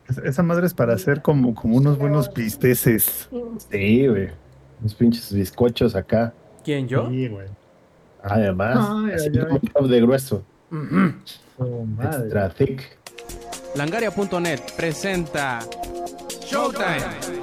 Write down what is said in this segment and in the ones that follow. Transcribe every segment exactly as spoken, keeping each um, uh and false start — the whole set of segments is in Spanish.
Es- Esa madre es para hacer como, como unos buenos bisteces. Sí, güey. Unos pinches bizcochos acá. ¿Quién, yo? Sí, güey. Además, Ay, así ay, como ay. top de grueso. Ujú. Oh, madre. Extra thick. Langaria punto net presenta Showtime.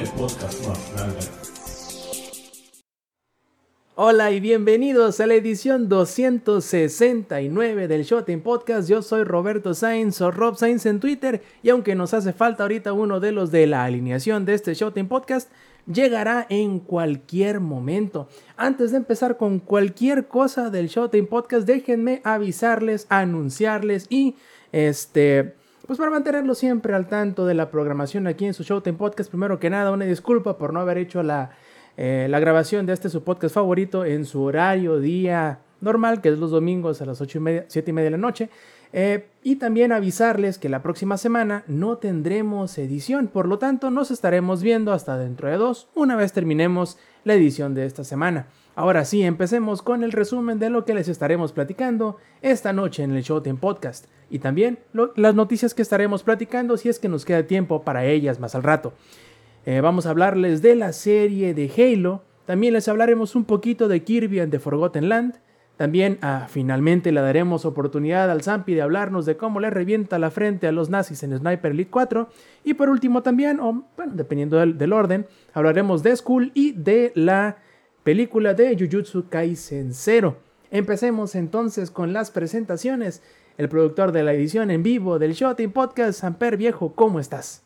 Hola y bienvenidos a la edición doscientos sesenta y nueve del Showtime Podcast. Yo soy Roberto Sainz o Rob Sainz en Twitter, y aunque nos hace falta ahorita uno de los de la alineación de este Showtime Podcast, llegará en cualquier momento. Antes de empezar con cualquier cosa del Showtime Podcast, déjenme avisarles, anunciarles y este... Pues para mantenerlo siempre al tanto de la programación aquí en su Showtime Podcast, primero que nada, una disculpa por no haber hecho la, eh, la grabación de este su podcast favorito en su horario, día normal, que es los domingos a las ocho y media, siete y media de la noche. Eh, y también avisarles que la próxima semana no tendremos edición, por lo tanto nos estaremos viendo hasta dentro de dos, una vez terminemos la edición de esta semana. Ahora sí, empecemos con el resumen de lo que les estaremos platicando esta noche en el Showtime Podcast, y también lo, las noticias que estaremos platicando si es que nos queda tiempo para ellas más al rato. Eh, vamos a hablarles de la serie de Halo, también les hablaremos un poquito de Kirby and the Forgotten Land. También ah, finalmente le daremos oportunidad al Zampi de hablarnos de cómo le revienta la frente a los nazis en Sniper Elite cuatro. Y por último también, o bueno, dependiendo del, del orden, hablaremos de Skull y de la película de Jujutsu Kaisen cero. Empecemos entonces con las presentaciones. El productor de la edición en vivo del Showtime Podcast, Samper Viejo, ¿cómo estás?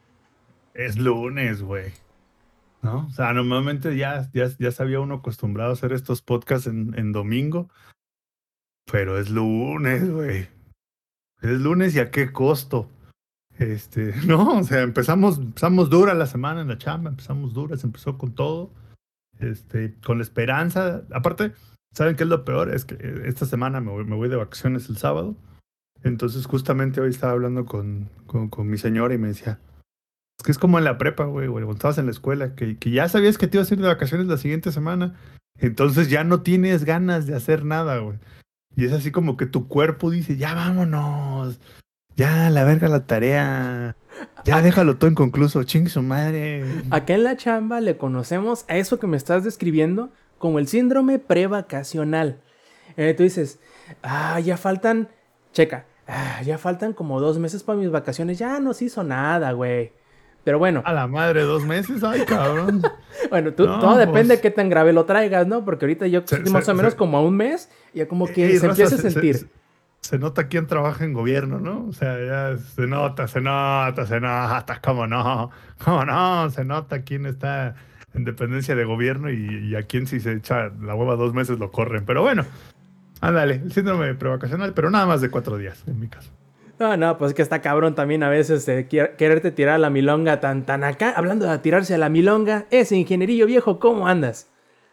Es lunes, güey. ¿No? O sea, normalmente ya, ya, ya sabía uno acostumbrado a hacer estos podcasts en, en domingo, pero es lunes, güey. Es lunes y a qué costo. Este, no, o sea, empezamos, empezamos dura la semana en la chamba, empezamos dura, se empezó con todo, este, con la esperanza. Aparte, ¿saben qué es lo peor? Es que eh, esta semana me voy, me voy de vacaciones el sábado. Entonces, justamente hoy estaba hablando con, con, con mi señora y me decía, es que es como en la prepa, güey, güey, cuando estabas en la escuela, que, que ya sabías que te ibas a ir de vacaciones la siguiente semana, entonces ya no tienes ganas de hacer nada, güey. Y es así como que tu cuerpo dice, ya vámonos, ya la verga la tarea, ya Ac- déjalo todo inconcluso, chingue su madre. Acá en la chamba le conocemos a eso que me estás describiendo como el síndrome prevacacional. Eh, tú dices, ah, ya faltan, checa, ah, ya faltan como dos meses para mis vacaciones, ya no se hizo nada, güey. Pero bueno, A la madre, dos meses, ay, cabrón. bueno, tú, todo No, depende de pues, qué tan grave lo traigas, ¿no? Porque ahorita yo se, estoy más o se, menos se, como a un mes, ya como que ey, se raza, empieza a se, se, sentir. se- se nota quién trabaja en gobierno, ¿no? O sea, ya se nota, se nota, se nota, cómo no, cómo no, se nota quién está en dependencia de gobierno y, y a quién si se echa la hueva dos meses lo corren. Pero bueno, ándale, el síndrome prevacacional, pero nada más de cuatro días, en mi caso. No, no, pues que está cabrón también a veces eh, quier- quererte tirar a la milonga tan, tan acá. Hablando de tirarse a la milonga, ese ingenierillo viejo, ¿cómo andas?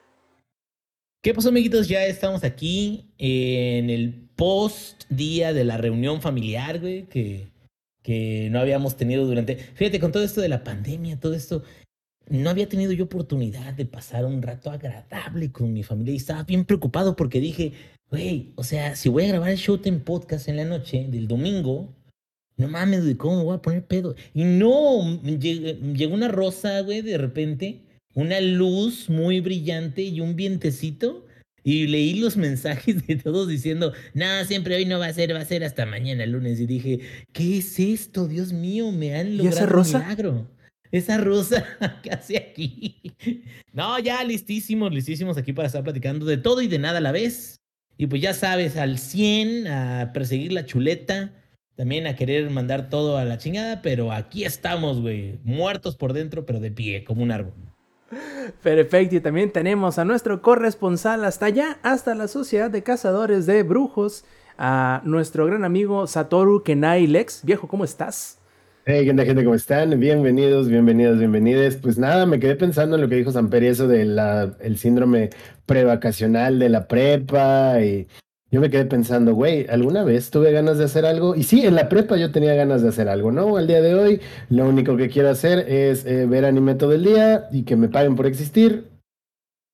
¿Qué pasó, amiguitos? Ya estamos aquí en el post día de la reunión familiar, güey, que, que no habíamos tenido durante... Fíjate, con todo esto de la pandemia, todo esto, no había tenido yo oportunidad de pasar un rato agradable con mi familia y estaba bien preocupado porque dije, güey, o sea, si voy a grabar el Showtime Podcast en la noche del domingo, no mames, güey, ¿cómo me voy a poner pedo? Y no, lleg- llegó una rosa, güey, de repente, una luz muy brillante y un vientecito. Y leí los mensajes de todos diciendo, no, siempre hoy no va a ser, va a ser hasta mañana lunes. Y dije, ¿qué es esto? Dios mío, me han ¿Y esa logrado un rosa? milagro. Esa rosa que hace aquí. No, ya listísimos, listísimos aquí para estar platicando de todo y de nada a la vez. Y pues ya sabes, al cien a perseguir la chuleta, también a querer mandar todo a la chingada, pero aquí estamos, güey, muertos por dentro, pero de pie, como un árbol. Perfecto, y también tenemos a nuestro corresponsal hasta allá, hasta la Sociedad de Cazadores de Brujos, a nuestro gran amigo Satoru Kenai Lex. Viejo, ¿cómo estás? Hey, ¿qué onda, gente? ¿Cómo están? Bienvenidos, bienvenidos, bienvenides. Pues nada, me quedé pensando en lo que dijo Samper y eso del síndrome prevacacional de la prepa. Y yo me quedé pensando, güey, ¿alguna vez tuve ganas de hacer algo? Y sí, en la prepa yo tenía ganas de hacer algo, ¿no? Al día de hoy, lo único que quiero hacer es eh, ver anime todo el día y que me paguen por existir.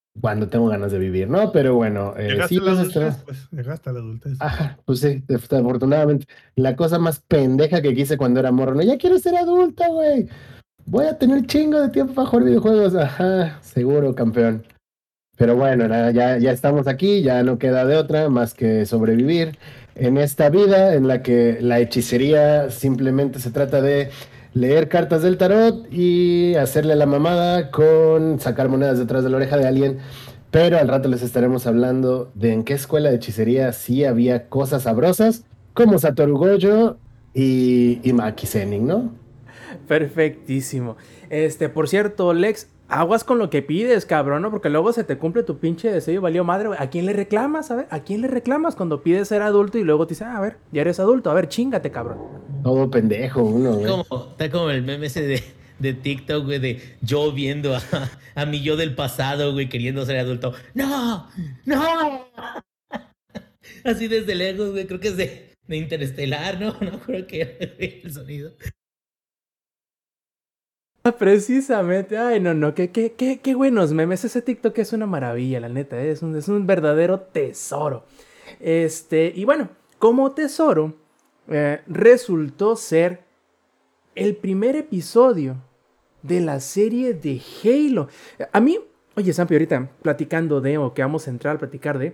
cuando tengo ganas de vivir, ¿no? Pero bueno, eh, Llegaste sí, a la pues adultez, esto. pues, llegaste a la adultez. Ajá, pues sí, desafortunadamente. La cosa más pendeja que quise cuando era morro, no, ya quiero ser adulta, güey. Voy a tener chingo de tiempo para jugar videojuegos. Ajá, seguro, campeón. Pero bueno, nada, ya, ya estamos aquí, ya no queda de otra más que sobrevivir en esta vida en la que la hechicería simplemente se trata de leer cartas del tarot y hacerle la mamada con sacar monedas detrás de la oreja de alguien. Pero al rato les estaremos hablando de en qué escuela de hechicería sí había cosas sabrosas, como Satoru Gojo y, y Maki Zenin, ¿no? Perfectísimo. Este, por cierto, Lex, aguas con lo que pides, cabrón, ¿no? Porque luego se te cumple tu pinche deseo y valió madre, güey. ¿A quién le reclamas? A ver, ¿a quién le reclamas cuando pides ser adulto y luego te dice, ah, a ver, ya eres adulto, a ver, chingate, cabrón? Todo pendejo uno, güey. Como, está como el meme ese de, de TikTok, güey, de yo viendo a, a mi yo del pasado, güey, queriendo ser adulto. ¡No! ¡No! Así desde lejos, güey, creo que es de, de Interestelar, ¿no? No creo que el sonido. Ah, precisamente, ay, no, no, qué, qué, qué, qué buenos memes. Ese TikTok es una maravilla, la neta, ¿eh? es, un, es un verdadero tesoro. Este, y bueno, como tesoro, eh, resultó ser el primer episodio de la serie de Halo. A mí, oye, Sampi, ahorita platicando de, o que vamos a entrar a platicar de,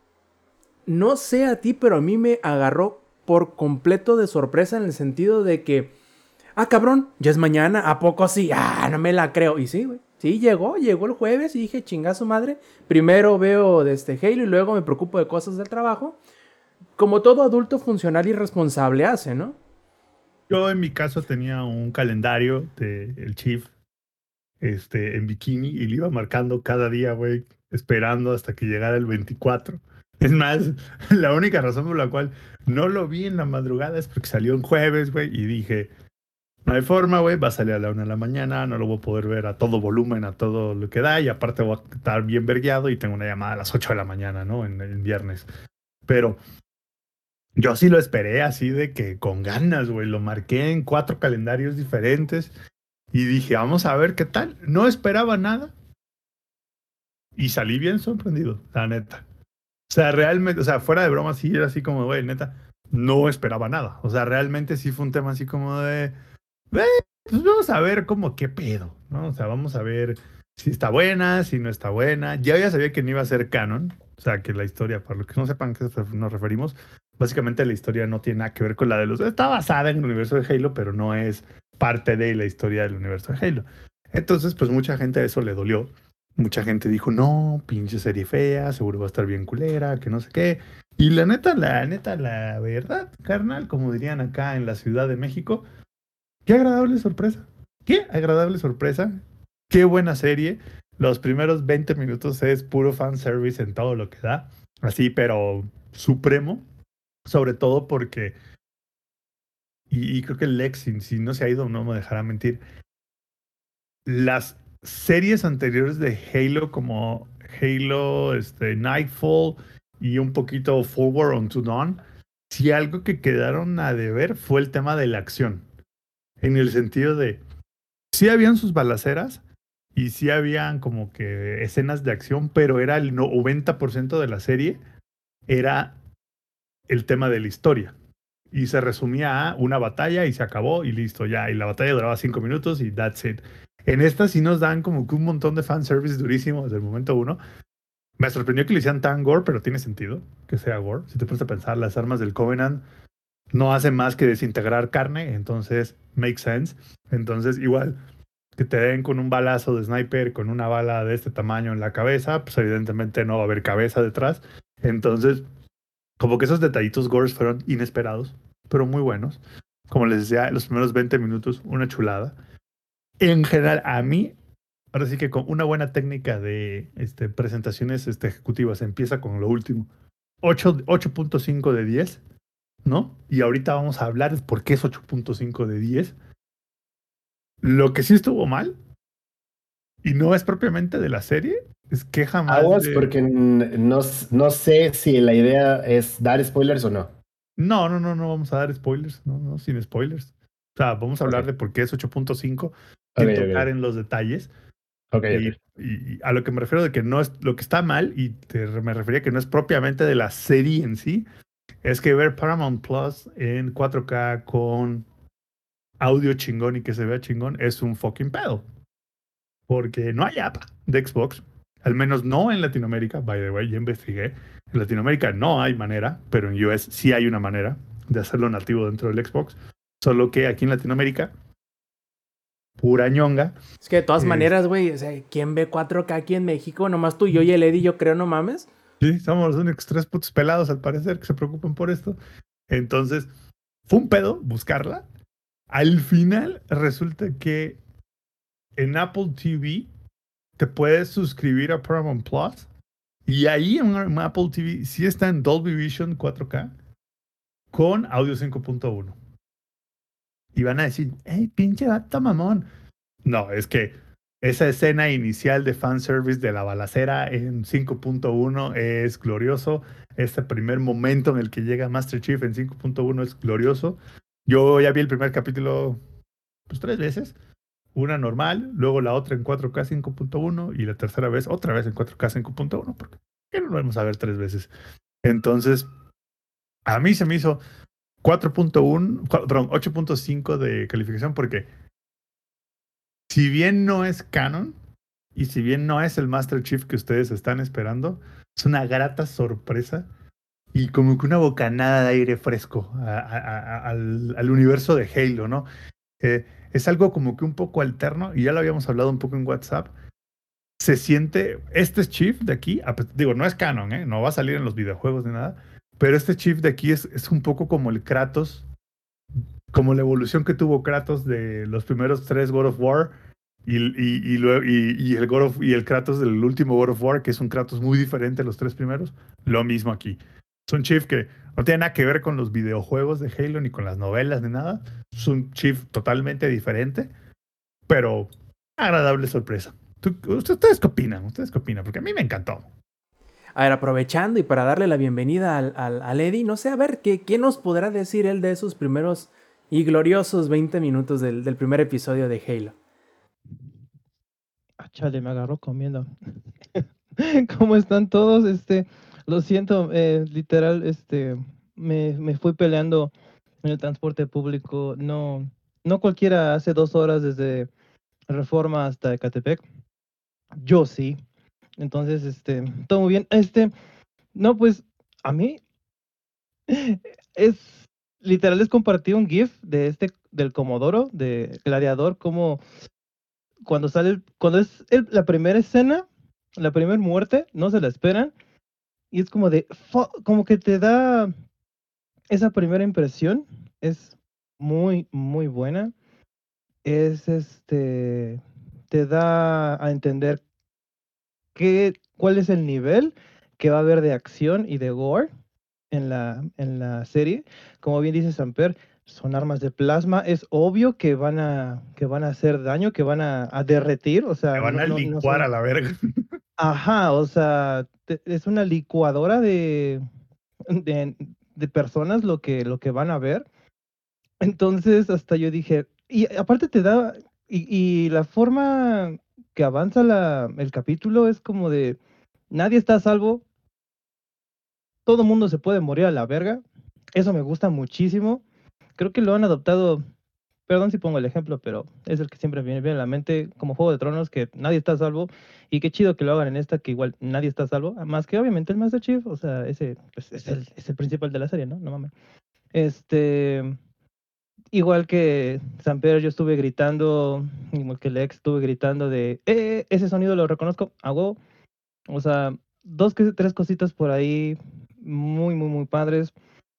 no sé a ti, pero a mí me agarró por completo de sorpresa en el sentido de que, ah, cabrón, ya es mañana, ¿a poco sí? Ah, no me la creo. Y sí, güey, sí, llegó, llegó el jueves y dije, chinga su madre, primero veo de este Halo y luego me preocupo de cosas del trabajo, como todo adulto funcional y responsable hace, ¿no? Yo en mi caso tenía un calendario del Chief este, en bikini y le iba marcando cada día, güey, esperando hasta que llegara el veinticuatro. Es más, la única razón por la cual no lo vi en la madrugada es porque salió en jueves, güey, y dije, no hay forma, güey, va a salir a la una de la mañana, no lo voy a poder ver a todo volumen, a todo lo que da, y aparte voy a estar bien vergueado y tengo una llamada a las ocho de la mañana, ¿no? En el viernes. Pero yo sí lo esperé así de que con ganas, güey, lo marqué en cuatro calendarios diferentes y dije, vamos a ver qué tal. No esperaba nada y salí bien sorprendido, la neta. O sea, realmente, o sea, fuera de broma, sí era así como, güey, neta, no esperaba nada. O sea, realmente sí fue un tema así como de, eh, pues vamos a ver como qué pedo, ¿no? O sea, vamos a ver si está buena, si no está buena. Ya ya sabía que no iba a ser canon, o sea, que la historia, para los que no sepan a qué nos referimos, básicamente la historia no tiene nada que ver con la de los... Está basada en el universo de Halo, pero no es parte de la historia del universo de Halo. Entonces, pues mucha gente a eso le dolió. Mucha gente dijo, no, pinche serie fea, seguro va a estar bien culera, que no sé qué. Y la neta, la neta, la verdad, carnal, como dirían acá en la Ciudad de México, qué agradable sorpresa. Qué agradable sorpresa. Qué buena serie. Los primeros veinte minutos es puro fanservice en todo lo que da. Así, pero supremo. Sobre todo porque, y, y creo que Lex, si, si no se ha ido, no me dejará mentir. Las series anteriores de Halo, como Halo, este, Nightfall y un poquito Forward Unto Dawn, si algo que quedaron a deber fue el tema de la acción. En el sentido de, sí habían sus balaceras y sí habían como que escenas de acción, pero era el noventa por ciento de la serie, era el tema de la historia. Y se resumía a una batalla y se acabó y listo, ya. Y la batalla duraba cinco minutos y that's it. En esta sí nos dan como que un montón de fanservice durísimo desde el momento uno. Me sorprendió que lo hicieran tan gore, pero tiene sentido que sea gore. Si te pones a pensar, las armas del Covenant no hacen más que desintegrar carne, entonces makes sense. Entonces, igual que te den con un balazo de sniper, con una bala de este tamaño en la cabeza, pues evidentemente no va a haber cabeza detrás. Entonces, como que esos detallitos gores fueron inesperados, pero muy buenos. Como les decía, los primeros veinte minutos, una chulada. En general, a mí, ahora sí que con una buena técnica de este, presentaciones este, ejecutivas, empieza con lo último. ocho punto cinco de diez, ¿no? Y ahorita vamos a hablar de por qué es ocho punto cinco de diez. Lo que sí estuvo mal, y no es propiamente de la serie, es que jamás... Aguas, de... porque no, no sé si la idea es dar spoilers o no. No, no, no, no vamos a dar spoilers, no, no, sin spoilers. O sea, vamos a hablar Ok. de por qué es ocho punto cinco sin Ok, tocar ok. en los detalles. Ok, Y, ok. y a lo que me refiero de que no es lo que está mal, y te- me refería que no es propiamente de la serie en sí, es que ver Paramount Plus en cuatro K con audio chingón y que se vea chingón es un fucking pedo. Porque no hay app de Xbox, al menos no en Latinoamérica. By the way, ya investigué. En Latinoamérica no hay manera, pero en U S sí hay una manera de hacerlo nativo dentro del Xbox. Solo que aquí en Latinoamérica, pura ñonga. Es que de todas eh, maneras, güey, o sea, ¿quién ve cuatro K aquí en México? Nomás tú, yo y el Eddie, yo creo, no mames. Sí, somos los únicos tres putos pelados al parecer que se preocupan por esto. Entonces, fue un pedo buscarla. Al final resulta que en Apple T V te puedes suscribir a Paramount Plus y ahí en Apple T V sí está en Dolby Vision cuatro K con audio cinco punto uno. Y van a decir, hey, pinche vato mamón. No, es que esa escena inicial de fanservice de la balacera en cinco punto uno es glorioso. Este primer momento en el que llega Master Chief en cinco punto uno es glorioso. Yo ya vi el primer capítulo pues tres veces. Una normal, luego la otra en cuatro K cinco punto uno y la tercera vez otra vez en cuatro K cinco punto uno, porque ¿qué no lo vamos a ver tres veces? Entonces, a mí se me hizo cuatro punto uno, perdón, ocho punto cinco de calificación, porque si bien no es canon y si bien no es el Master Chief que ustedes están esperando, es una grata sorpresa y como que una bocanada de aire fresco a, a, a, al, al universo de Halo, ¿no? Eh, es algo como que un poco alterno y ya lo habíamos hablado un poco en WhatsApp. Se siente, este Chief de aquí, digo, no es canon, ¿eh? No va a salir en los videojuegos ni nada, pero este Chief de aquí es, es un poco como el Kratos, como la evolución que tuvo Kratos de los primeros tres God of War y, y, y, luego, y, y el God of, y el Kratos del último God of War, que es un Kratos muy diferente a los tres primeros. Lo mismo aquí. Es un Chief que no tiene nada que ver con los videojuegos de Halo ni con las novelas ni nada. Es un Chief totalmente diferente, pero agradable sorpresa. ¿Tú- ¿Ustedes qué opinan? ¿Ustedes qué opinan? Porque a mí me encantó. A ver, aprovechando y para darle la bienvenida al, al, al Eddie, no sé, a ver, ¿qué, ¿qué nos podrá decir él de esos primeros y gloriosos veinte minutos del, del primer episodio de Halo? Ah, chale, me agarró comiendo. ¿Cómo están todos? Este, lo siento, eh, literal, este, me, me fui peleando en el transporte público. No, no cualquiera hace dos horas desde Reforma hasta Ecatepec. Yo sí. Entonces, este, todo muy bien. Este, no, pues, a mí es literal, les compartí un GIF de este, del Comodoro, de Gladiador, como cuando sale, el- cuando es el- la primera escena, la primera muerte, no se la esperan. Y es como de, fu- como que te da esa primera impresión, es muy, muy buena. Es este, te da a entender qué, cuál es el nivel que va a haber de acción y de gore en la, en la serie. Como bien dice Samper, son armas de plasma. Es obvio que van a, que van a hacer daño, que van a, a derretir. O Me sea, van no, a no, no licuar a son. la verga. Ajá, o sea, te- es una licuadora de, de, de personas lo que, lo que van a ver. Entonces, hasta yo dije, y aparte te da, y, y la forma que avanza la, el capítulo es como de, nadie está a salvo, todo mundo se puede morir a la verga. Eso me gusta muchísimo. Creo que lo han adoptado, perdón si pongo el ejemplo, pero es el que siempre me viene a la mente, como Juego de Tronos, que nadie está a salvo. Y qué chido que lo hagan en esta, que igual nadie está a salvo. Más que obviamente el Master Chief, o sea, ese pues, es, el, es el principal de la serie, ¿no? No mames. Este, igual que Samper, yo estuve gritando, igual que Lex, estuve gritando de, eh, ese sonido lo reconozco, hago, o sea, dos, que tres cositas por ahí, muy, muy, muy padres.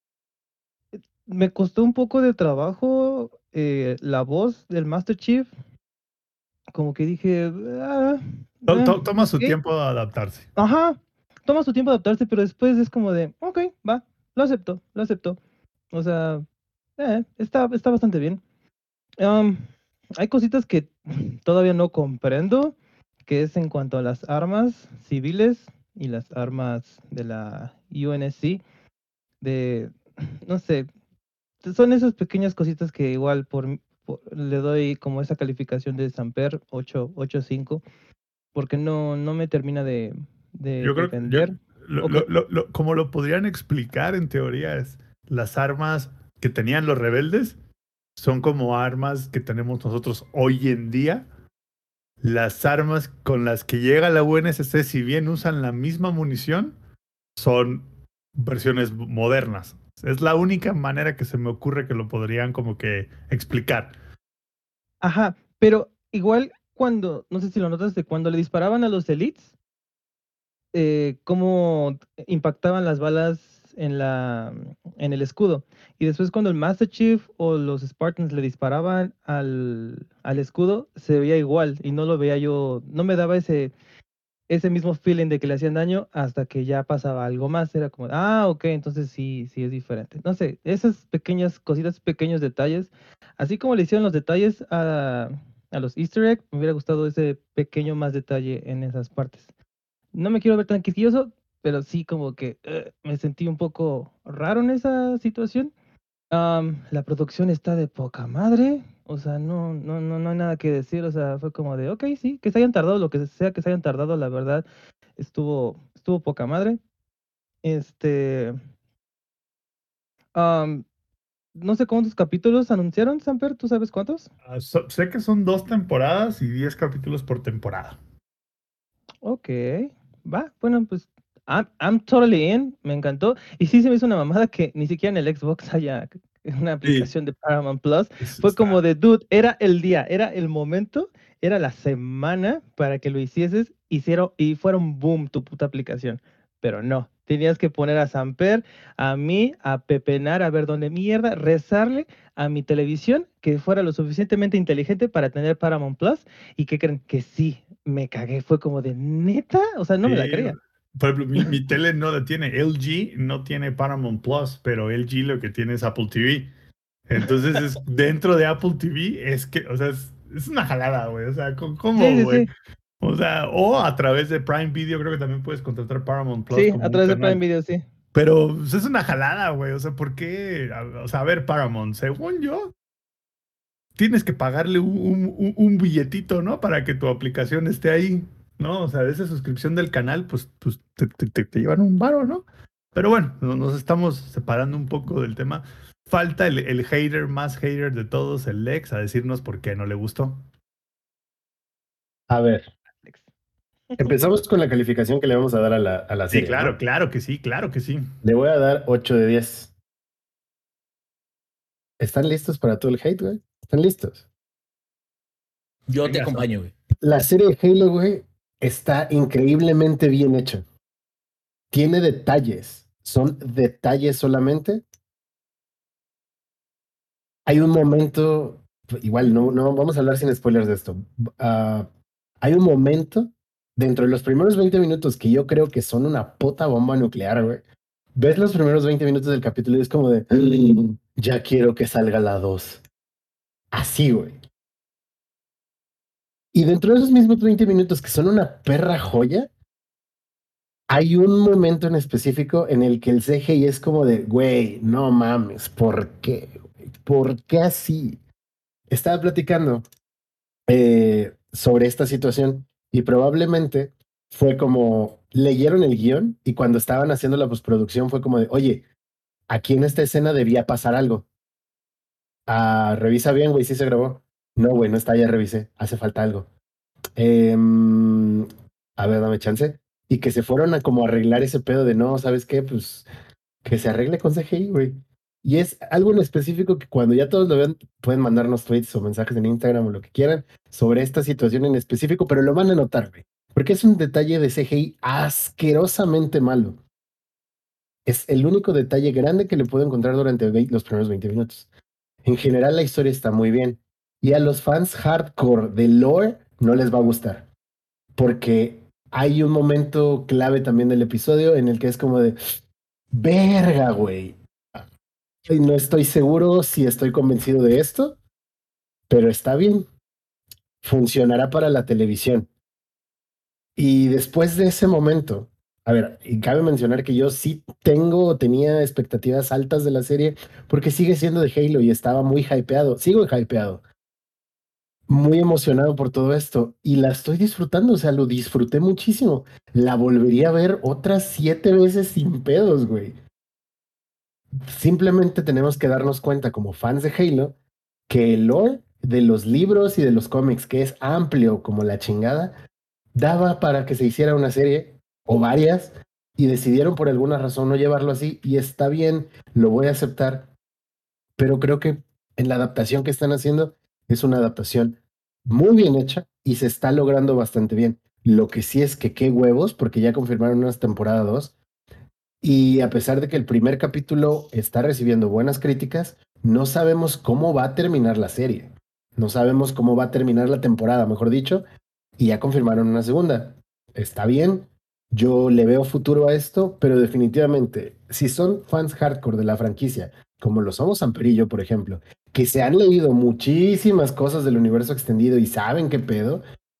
Me costó un poco de trabajo eh, la voz del Master Chief, como que dije, ah, To- eh, to- Toma su ok, tiempo de adaptarse. ajá, toma su tiempo de adaptarse, pero después es como de, ok, va, lo acepto, lo acepto. O sea, eh, está, está bastante bien. Um, hay cositas que todavía no comprendo, que es en cuanto a las armas civiles y las armas de la U N S C, de, no sé, son esas pequeñas cositas que igual por, por- le doy como esa calificación de Samper ocho, ocho cinco. porque no, no me termina de, de, Yo de creo que yo- vender. lo- Ok. lo- lo- lo- como lo podrían explicar en teoría es las armas que tenían los rebeldes son como armas que tenemos nosotros hoy en día. Las armas con las que llega la U N S C, si bien usan la misma munición, son versiones modernas. Es la única manera que se me ocurre que lo podrían como que explicar. Ajá, pero igual cuando, no sé si lo notas, de cuando le disparaban a los elites, eh, cómo impactaban las balas en la, en el escudo. Y después cuando el Master Chief o los Spartans le disparaban al, al escudo, se veía igual y no lo veía yo, no me daba ese, ese mismo feeling de que le hacían daño hasta que ya pasaba algo más. Era como, ah, ok, entonces sí, sí es diferente. No sé, esas pequeñas cositas, pequeños detalles, así como le hicieron los detalles a, a los Easter egg, me hubiera gustado ese pequeño más detalle en esas partes. No me quiero ver tan quisquilloso, pero sí como que eh, me sentí un poco raro en esa situación. Am, la producción está de poca madre, o sea, no, no, no, no hay nada que decir, o sea, fue como de, ok, sí, que se hayan tardado, lo que sea que se hayan tardado, la verdad, estuvo, estuvo poca madre. Este, am, no sé cuántos capítulos anunciaron, Samper, ¿tú sabes cuántos? Ah, so- sé que son dos temporadas y diez capítulos por temporada. Ok, va, bueno, pues I'm, I'm totally in, me encantó. Y sí se me hizo una mamada que ni siquiera en el Xbox haya una aplicación de Paramount Plus. Es- Fue está- como de, dude, era el día, era el momento, era la semana para que lo hicieses, hicieron y fueron boom tu puta aplicación. Pero no, tenías que poner a Samper, a mí, a pepenar, a ver dónde mierda, rezarle a mi televisión que fuera lo suficientemente inteligente para tener Paramount Plus. ¿Y qué creen? Que sí, me cagué. Fue como de neta. O sea, no me la Sí, creía. por ejemplo, mi, mi tele no la tiene. L G no tiene Paramount Plus, pero L G lo que tiene es Apple T V. Entonces, es, dentro de Apple T V es que, o sea, es, es una jalada, güey. O sea, ¿cómo, Sí, sí, güey? sí. O sea, o a través de Prime Video, creo que también puedes contratar Paramount Plus Sí, como a un través de Prime canal. Video, sí. Pero pues, es una jalada, güey. O sea, ¿por qué? A- O sea, a ver, Paramount, según yo, tienes que pagarle un, un- un billetito, ¿no? Para que tu aplicación esté ahí, ¿no? O sea, de esa suscripción del canal, pues, pues te, te- te- te llevan un varo, ¿no? Pero bueno, no- nos estamos separando un poco del tema. Falta el, el hater más hater de todos, el Lex, a decirnos por qué no le gustó. A ver, empezamos con la calificación que le vamos a dar a la, a la Sí, serie, claro, ¿no? claro que sí, claro que sí. Le voy a dar ocho de diez. ¿Están listos para todo el hate, güey? ¿Están listos? Yo te Venga, acompaño, güey. La serie de Halo, güey, está increíblemente bien hecha. Tiene detalles. Son detalles solamente. Hay un momento, igual no, no vamos a hablar sin spoilers de esto. Ah, hay un momento dentro de los primeros veinte minutos que yo creo que son una puta bomba nuclear, güey. Ves los primeros veinte minutos del capítulo y es como de, "Mm, ya quiero que salga la dos". Así, güey. Y dentro de esos mismos veinte minutos que son una perra joya, hay un momento en específico en el que el C G I es como de, güey, no mames, ¿por qué? güey? ¿Por qué así? Estaba platicando eh, sobre esta situación y probablemente fue como leyeron el guión y cuando estaban haciendo la postproducción fue como de, oye, aquí en esta escena debía pasar algo. Ah, revisa bien, güey, sí se grabó. No, güey, no está, ya revisé, hace falta algo. Em, a ver, dame chance. Y que se fueron a como arreglar ese pedo de no, ¿sabes qué? Pues que se arregle con C G I, güey. Y es algo en específico que cuando ya todos lo vean, pueden mandarnos tweets o mensajes en Instagram o lo que quieran sobre esta situación en específico, pero lo van a notar, güey. Porque es un detalle de C G I asquerosamente malo. Es el único detalle grande que le puedo encontrar durante los primeros veinte minutos. En general, la historia está muy bien. Y a los fans hardcore de lore no les va a gustar. Porque hay un momento clave también del episodio en el que es como de, verga, güey. Y no estoy seguro si estoy convencido de esto, pero está bien. Funcionará para la televisión. Y después de ese momento, a ver, y cabe mencionar que yo sí tengo o tenía expectativas altas de la serie porque sigue siendo de Halo y estaba muy hypeado. Sigo hypeado. muy emocionado por todo esto y la estoy disfrutando, o sea, lo disfruté muchísimo. La volvería a ver otras siete veces sin pedos, güey. Simplemente tenemos que darnos cuenta como fans de Halo que el lore de los libros y de los cómics, que es amplio como la chingada, daba para que se hiciera una serie o varias y decidieron por alguna razón no llevarlo así y está bien, lo voy a aceptar, pero creo que en la adaptación que están haciendo es una adaptación muy bien hecha y se está logrando bastante bien. Lo que sí es que qué huevos, porque ya confirmaron una temporada dos y a pesar de que el primer capítulo está recibiendo buenas críticas, no sabemos cómo va a terminar la serie. No sabemos cómo va a terminar la temporada, mejor dicho, y ya confirmaron una segunda. Está bien, yo le veo futuro a esto, pero definitivamente, si son fans hardcore de la franquicia, como lo somos Amperillo, por ejemplo, que se han leído muchísimas cosas del universo extendido y saben qué pedo,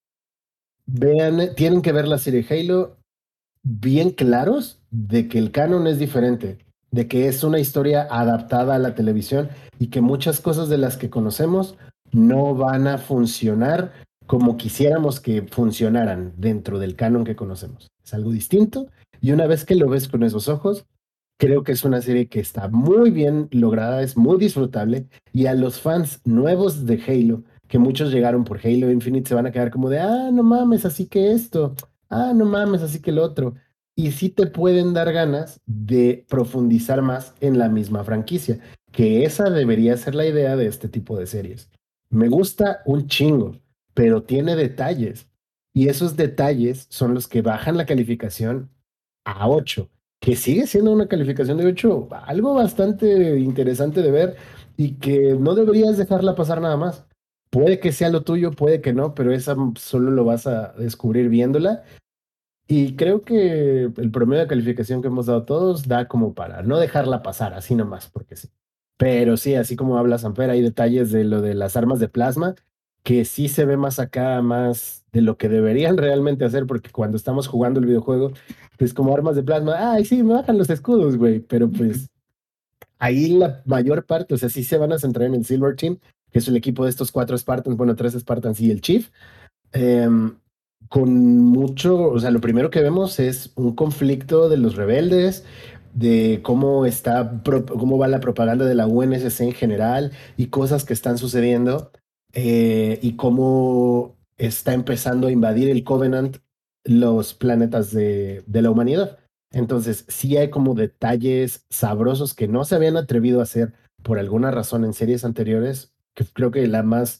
vean, tienen que ver la serie Halo bien claros de que el canon es diferente, de que es una historia adaptada a la televisión y que muchas cosas de las que conocemos no van a funcionar como quisiéramos que funcionaran dentro del canon que conocemos. Es algo distinto y una vez que lo ves con esos ojos, creo que es una serie que está muy bien lograda, es muy disfrutable y a los fans nuevos de Halo, que muchos llegaron por Halo Infinite, se van a quedar como de, ah, no mames, así que esto, ah, no mames, así que el otro. Y sí te pueden dar ganas de profundizar más en la misma franquicia, que esa debería ser la idea de este tipo de series. Me gusta un chingo, pero tiene detalles. Y esos detalles son los que bajan la calificación a ocho, que sigue siendo una calificación de ocho, algo bastante interesante de ver y que no deberías dejarla pasar nada más. Puede que sea lo tuyo, puede que no, pero esa solo lo vas a descubrir viéndola. Y creo que el promedio de calificación que hemos dado todos da como para no dejarla pasar así nomás, porque sí. Pero sí, así como habla Samper, hay detalles de lo de las armas de plasma que sí se ve más acá, más de lo que deberían realmente hacer, porque cuando estamos jugando el videojuego, pues como armas de plasma, ay, sí, me bajan los escudos, güey, pero pues ahí la mayor parte, o sea, sí se van a centrar en el Silver Team, que es el equipo de estos cuatro Spartans, bueno, tres Spartans y el Chief, eh, con mucho, o sea, lo primero que vemos es un conflicto de los rebeldes, de cómo está, pro- cómo va la propaganda de la U N S C en general y cosas que están sucediendo eh, y cómo está empezando a invadir el Covenant los planetas de, de la humanidad. Entonces, sí hay como detalles sabrosos que no se habían atrevido a hacer por alguna razón en series anteriores, que creo que la más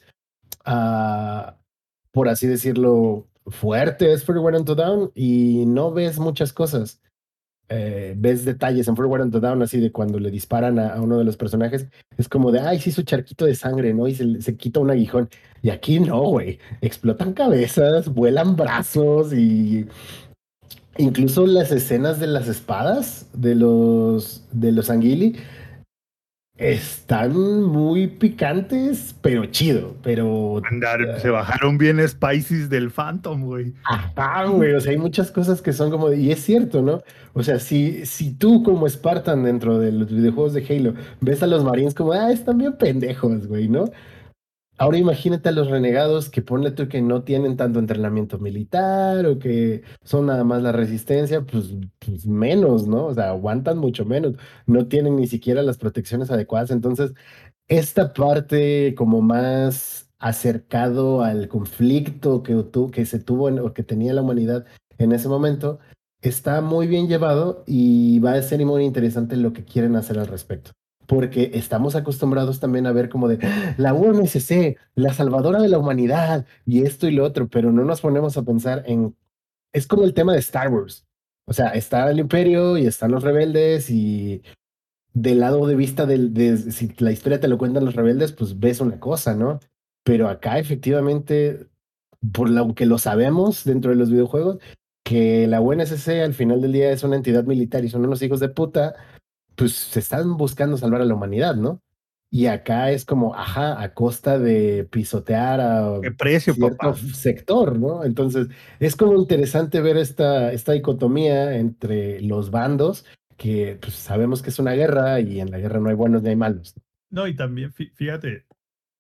ah, por así decirlo, fuerte es Fireware Unto Down y no ves muchas cosas. Eh, ves detalles en Fireware Unto Down, así de cuando le disparan a, a uno de los personajes, es como de, ay, sí, su charquito de sangre, ¿no? Y se, se quita un aguijón. Y aquí no, güey. Explotan cabezas, vuelan brazos y incluso las escenas de las espadas de los, de los Anguili están muy picantes, pero chido, pero Andar, se bajaron bien Spices del Phantom, güey. ajá, güey, o sea, hay muchas cosas que son como, de- y es cierto, ¿no? O sea, si, si tú como Spartan dentro de los videojuegos de Halo ves a los Marines como, ah, están bien pendejos, güey, ¿no? Ahora imagínate a los renegados que ponle tú que no tienen tanto entrenamiento militar o que son nada más la resistencia, pues, pues menos, ¿no? O sea, aguantan mucho menos, no tienen ni siquiera las protecciones adecuadas, entonces esta parte como más acercado al conflicto que, tu- que se tuvo en- o que tenía la humanidad en ese momento está muy bien llevado y va a ser muy interesante lo que quieren hacer al respecto. Porque estamos acostumbrados también a ver como de "Ah, la U N S C, la salvadora de la humanidad y esto y lo otro, pero no nos ponemos a pensar en, es como el tema de Star Wars. O sea, está el imperio y están los rebeldes y del lado de vista del, de si la historia te lo cuentan los rebeldes, pues ves una cosa, ¿no? Pero acá efectivamente, por lo que lo sabemos dentro de los videojuegos, que la U N S C al final del día es una entidad militar y son unos hijos de puta, pues se están buscando salvar a la humanidad, ¿no? Y acá es como, ajá, a costa de pisotear a ¿Qué precio, cierto papá? sector, ¿no? Entonces, es como interesante ver esta, esta dicotomía entre los bandos, que pues, sabemos que es una guerra y en la guerra no hay buenos ni hay malos. No, y también, fí- fíjate,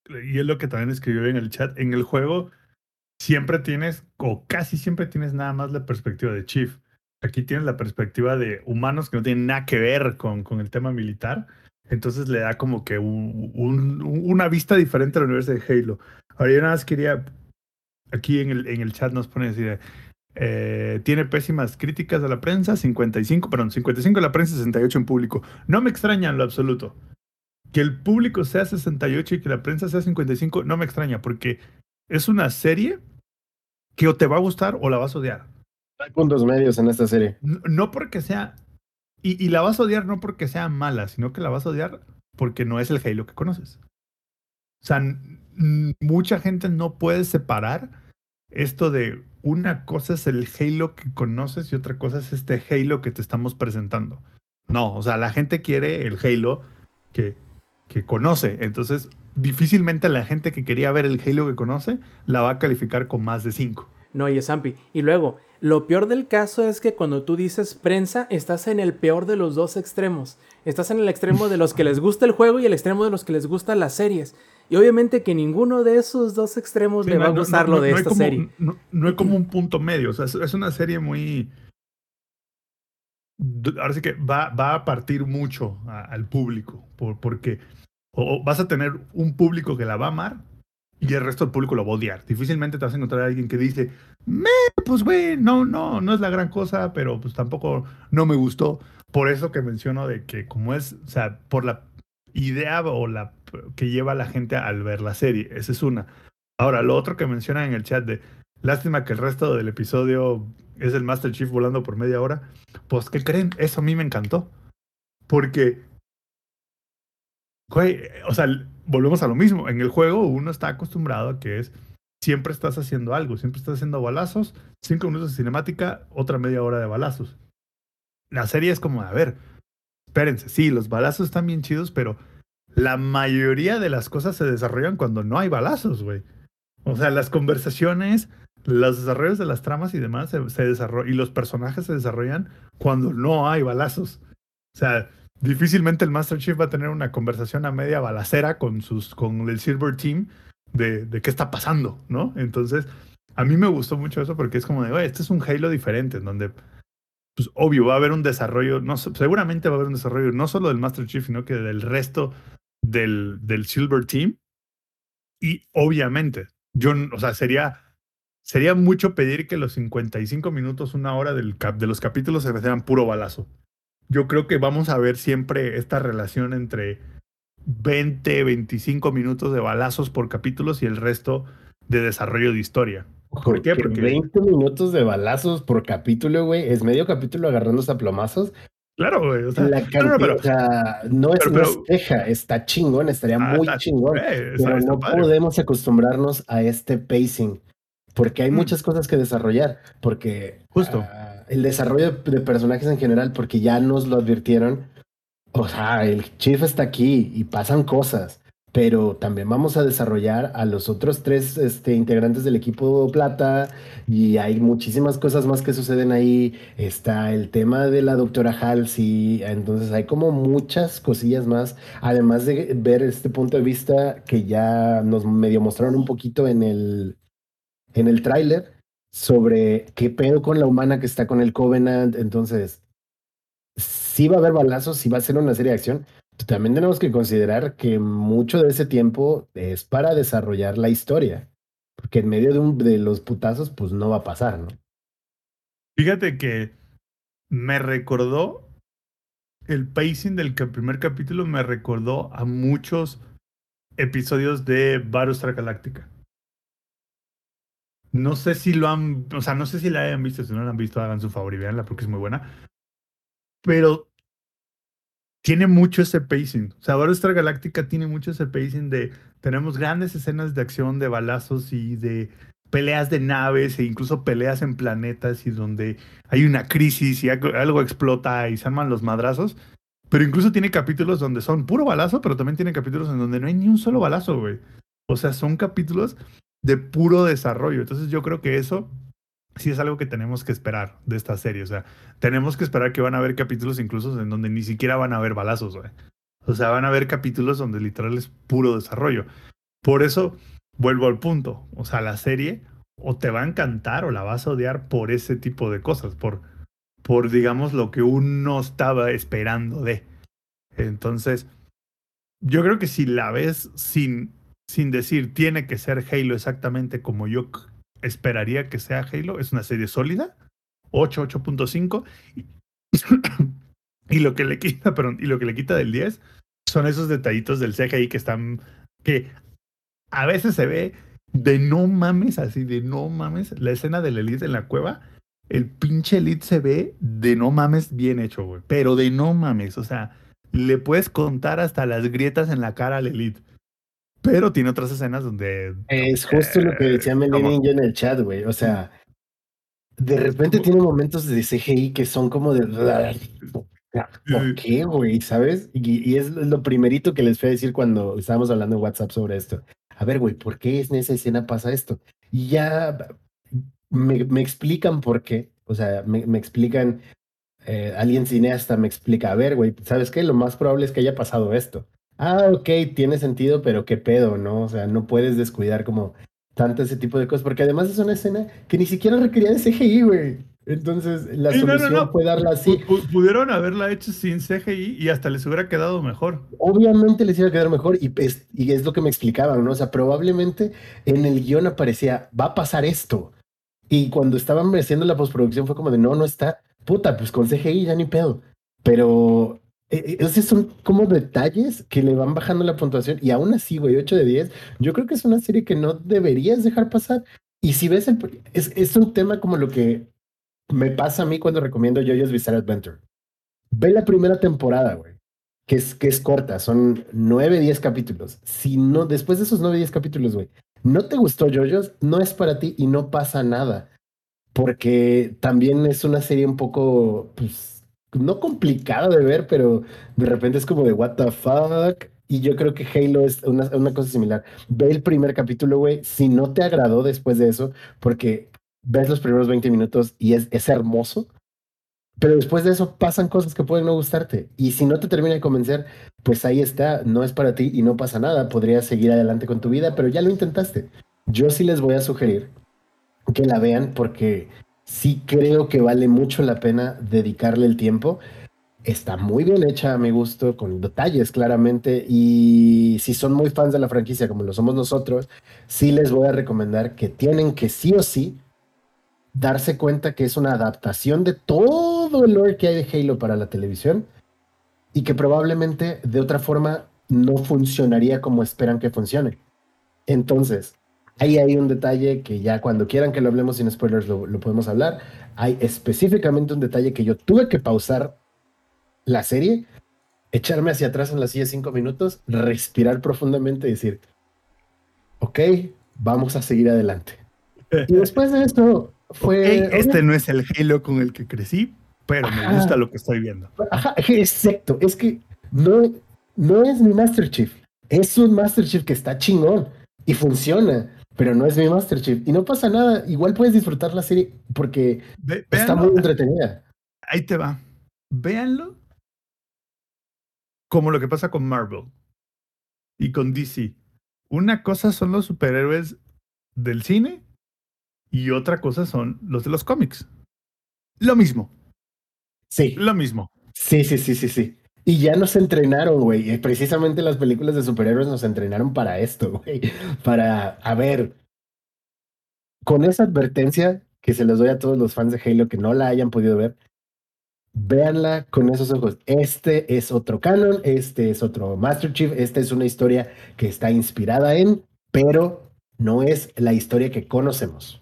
y es lo que también escribió en el chat, en el juego siempre tienes, o casi siempre tienes nada más la perspectiva de Chief. Aquí tienes la perspectiva de humanos que no tienen nada que ver con, con el tema militar. Entonces le da como que un, un, una vista diferente al universo de Halo. Ahora yo nada más quería, aquí en el, en el chat nos pone decir, eh, tiene pésimas críticas de la prensa, cincuenta y cinco, perdón, cincuenta y cinco en la prensa, sesenta y ocho en público. No me extraña en lo absoluto. Que el público sea sesenta y ocho y que la prensa sea cincuenta y cinco, no me extraña, porque es una serie que o te va a gustar o la vas a odiar. Hay puntos medios en esta serie. No, no porque sea... Y, y la vas a odiar no porque sea mala, sino que la vas a odiar porque no es el Halo que conoces. O sea, n- mucha gente no puede separar esto de una cosa es el Halo que conoces y otra cosa es este Halo que te estamos presentando. No, o sea, la gente quiere el Halo que, que conoce. Entonces, difícilmente la gente que quería ver el Halo que conoce la va a calificar con más de cinco. No, y es Zampi. Y luego, lo peor del caso es que cuando tú dices prensa, estás en el peor de los dos extremos. Estás en el extremo de los que les gusta el juego y el extremo de los que les gustan las series. Y obviamente que ninguno de esos dos extremos Sí, le no, va a no, gustar no, lo de no hay esta como- serie. No, no hay como un punto medio. O sea, es, es una serie muy. Ahora sí que va, va a partir mucho a- al público. Por, porque o, o vas a tener un público que la va a amar y el resto del público lo va a odiar. Difícilmente te vas a encontrar a alguien que dice, me, pues güey, no, no, no es la gran cosa, pero pues tampoco no me gustó. Por eso que menciono de que como es, o sea, por la idea o la que lleva a la gente al ver la serie. Esa es una. Ahora, lo otro que mencionan en el chat de lástima que el resto del episodio es el Master Chief volando por media hora. Pues, ¿qué creen? Eso a mí me encantó. Porque, güey, o sea, volvemos a lo mismo. En el juego uno está acostumbrado a que es siempre estás haciendo algo, siempre estás haciendo balazos, cinco minutos de cinemática, otra media hora de balazos. La serie es como, a ver, espérense, sí, los balazos están bien chidos, pero la mayoría de las cosas se desarrollan cuando no hay balazos, güey. O sea, las conversaciones, los desarrollos de las tramas y demás se, se desarrollan, y los personajes se desarrollan cuando no hay balazos. O sea, difícilmente el Master Chief va a tener una conversación a media balacera con sus, con el Silver Team de, de qué está pasando, ¿no? Entonces, a mí me gustó mucho eso porque es como de, oye, este es un Halo diferente, en donde, pues, obvio, va a haber un desarrollo, no, seguramente va a haber un desarrollo no solo del Master Chief, sino que del resto del, del Silver Team. Y obviamente, yo, o sea, sería, sería mucho pedir que los cincuenta y cinco minutos, una hora del cap, de los capítulos se sean puro balazo. Yo creo que vamos a ver siempre esta relación entre veinte, veinticinco minutos de balazos por capítulos y el resto de desarrollo de historia. ¿Por qué? Porque Porque, veinte minutos de balazos por capítulo, güey. Es medio capítulo agarrándose a plomazos. claro, güey, o sea, La no, no, cantidad, pero, o sea, no es, pero, no es pero- queja, está chingón, estaría ah, muy está- chingón, eh, está- pero está no padre. podemos acostumbrarnos a este pacing, porque hay Mm. muchas cosas que desarrollar, porque Justo. ah, el desarrollo de, de personajes en general, porque ya nos lo advirtieron, o sea, el Chief está aquí y pasan cosas, pero también vamos a desarrollar a los otros tres este, integrantes del equipo Plata y hay muchísimas cosas más que suceden ahí. Está el tema de la doctora Halsey, entonces hay como muchas cosillas más, además de ver este punto de vista que ya nos medio mostraron un poquito en el, en el tráiler sobre qué pedo con la humana que está con el Covenant, entonces sí va a haber balazos, sí va a ser una serie de acción. También tenemos que considerar que mucho de ese tiempo es para desarrollar la historia, porque en medio de, un, de los putazos, pues no va a pasar, ¿no? Fíjate que me recordó el pacing del ca- primer capítulo, me recordó a muchos episodios de Battlestar Galactica. No sé si lo han, o sea, no sé si la hayan visto, si no la han visto, hagan su favor y veanla porque es muy buena. Pero tiene mucho ese pacing. O sea, Battlestar Galactica tiene mucho ese pacing de tenemos grandes escenas de acción, de balazos y de peleas de naves e incluso peleas en planetas y donde hay una crisis y algo, algo explota y se arman los madrazos. Pero incluso tiene capítulos donde son puro balazo, pero también tiene capítulos en donde no hay ni un solo balazo, güey. O sea, son capítulos de puro desarrollo. Entonces yo creo que eso sí es algo que tenemos que esperar de esta serie. O sea, tenemos que esperar que van a haber capítulos incluso en donde ni siquiera van a haber balazos, güey. O sea, van a haber capítulos donde literal es puro desarrollo. Por eso vuelvo al punto. O sea, la serie o te va a encantar o la vas a odiar por ese tipo de cosas, por, por digamos, lo que uno estaba esperando de. Entonces, yo creo que si la ves sin, sin decir tiene que ser Halo exactamente como yo c- esperaría que sea Halo, es una serie sólida, ocho, ocho punto cinco, y, y lo que le quita, perdón, y lo que le quita del diez son esos detallitos del C G I que están, que a veces se ve de no mames, así de no mames, la escena del Elite en la cueva, el pinche Elite se ve de no mames bien hecho, güey, pero de no mames, o sea, le puedes contar hasta las grietas en la cara al Elite, pero tiene otras escenas donde... Es justo lo que eh, decía Melly como, Ninja en el chat, güey. O sea, de repente como- tiene momentos de C G I que son como de... ¿Por eh, qué, güey? ¿Sabes? Y, y es lo primerito que les fui a decir cuando estábamos hablando en WhatsApp sobre esto. A ver, güey, ¿por qué en esa escena pasa esto? Y ya me, me explican por qué. O sea, me, me explican, eh, alguien cineasta me explica, a ver, güey, ¿sabes qué? Lo más probable es que haya pasado esto. Ah, ok, tiene sentido, pero qué pedo, ¿no? O sea, no puedes descuidar como tanto ese tipo de cosas, porque además es una escena que ni siquiera requería de C G I, güey. Entonces, la sí, no, no, solución no. fue darla así. Pu- pu- Pudieron haberla hecho sin C G I y hasta les hubiera quedado mejor. Obviamente les iba a quedar mejor y es, y es lo que me explicaban, ¿no? O sea, probablemente en el guión aparecía, va a pasar esto. Y cuando estaban haciendo la postproducción fue como de, no, no está. Puta, pues con C G I ya ni pedo. Pero eh, eh, esos son como detalles que le van bajando la puntuación. Y aún así, güey, ocho de diez yo creo que es una serie que no deberías dejar pasar. Y si ves el... Es, es un tema como lo que me pasa a mí cuando recomiendo JoJo's Bizarre Adventure. Ve la primera temporada, güey, que es, que es corta, son nueve, diez capítulos. Si no, después de esos nueve, diez capítulos, güey, no te gustó JoJo's, no es para ti y no pasa nada porque también es una serie un poco, pues, no complicada de ver, pero de repente es como de what the fuck. Y yo creo que Halo es una, una cosa similar. Ve el primer capítulo, güey, si no te agradó después de eso, porque ves los primeros veinte minutos y es, es hermoso, pero después de eso pasan cosas que pueden no gustarte. Y si no te termina de convencer, pues ahí está, no es para ti y no pasa nada. Podrías seguir adelante con tu vida, pero ya lo intentaste. Yo sí les voy a sugerir que la vean porque sí creo que vale mucho la pena dedicarle el tiempo. Está muy bien hecha a mi gusto, con detalles claramente, y si son muy fans de la franquicia como lo somos nosotros, sí les voy a recomendar que tienen que sí o sí darse cuenta que es una adaptación de todo el lore que hay de Halo para la televisión y que probablemente de otra forma no funcionaría como esperan que funcione. Entonces, ahí hay un detalle que ya cuando quieran que lo hablemos sin spoilers lo, lo podemos hablar. Hay específicamente un detalle que yo tuve que pausar la serie, echarme hacia atrás en la silla cinco minutos, respirar profundamente y decir, ok, vamos a seguir adelante. Y después de esto Ok, fue... este no es el Halo con el que crecí, pero me gusta Ajá, lo que estoy viendo. ajá, exacto, es que no, no es mi Master Chief, es un Master Chief que está chingón y funciona, pero no es mi Master Chief. Y no pasa nada, igual puedes disfrutar la serie porque Ve- está muy véanlo, entretenida. ahí te va. Véanlo como lo que pasa con Marvel y con D C. Una cosa son los superhéroes del cine y otra cosa son los de los cómics. Lo mismo, Sí, lo mismo. sí, sí, sí, sí, sí. Y ya nos entrenaron, güey. Y precisamente las películas de superhéroes nos entrenaron para esto, güey. Para, a ver, con esa advertencia que se les doy a todos los fans de Halo que no la hayan podido ver, véanla con esos ojos. Este es otro canon, este es otro Master Chief, esta es una historia que está inspirada en, pero no es la historia que conocemos.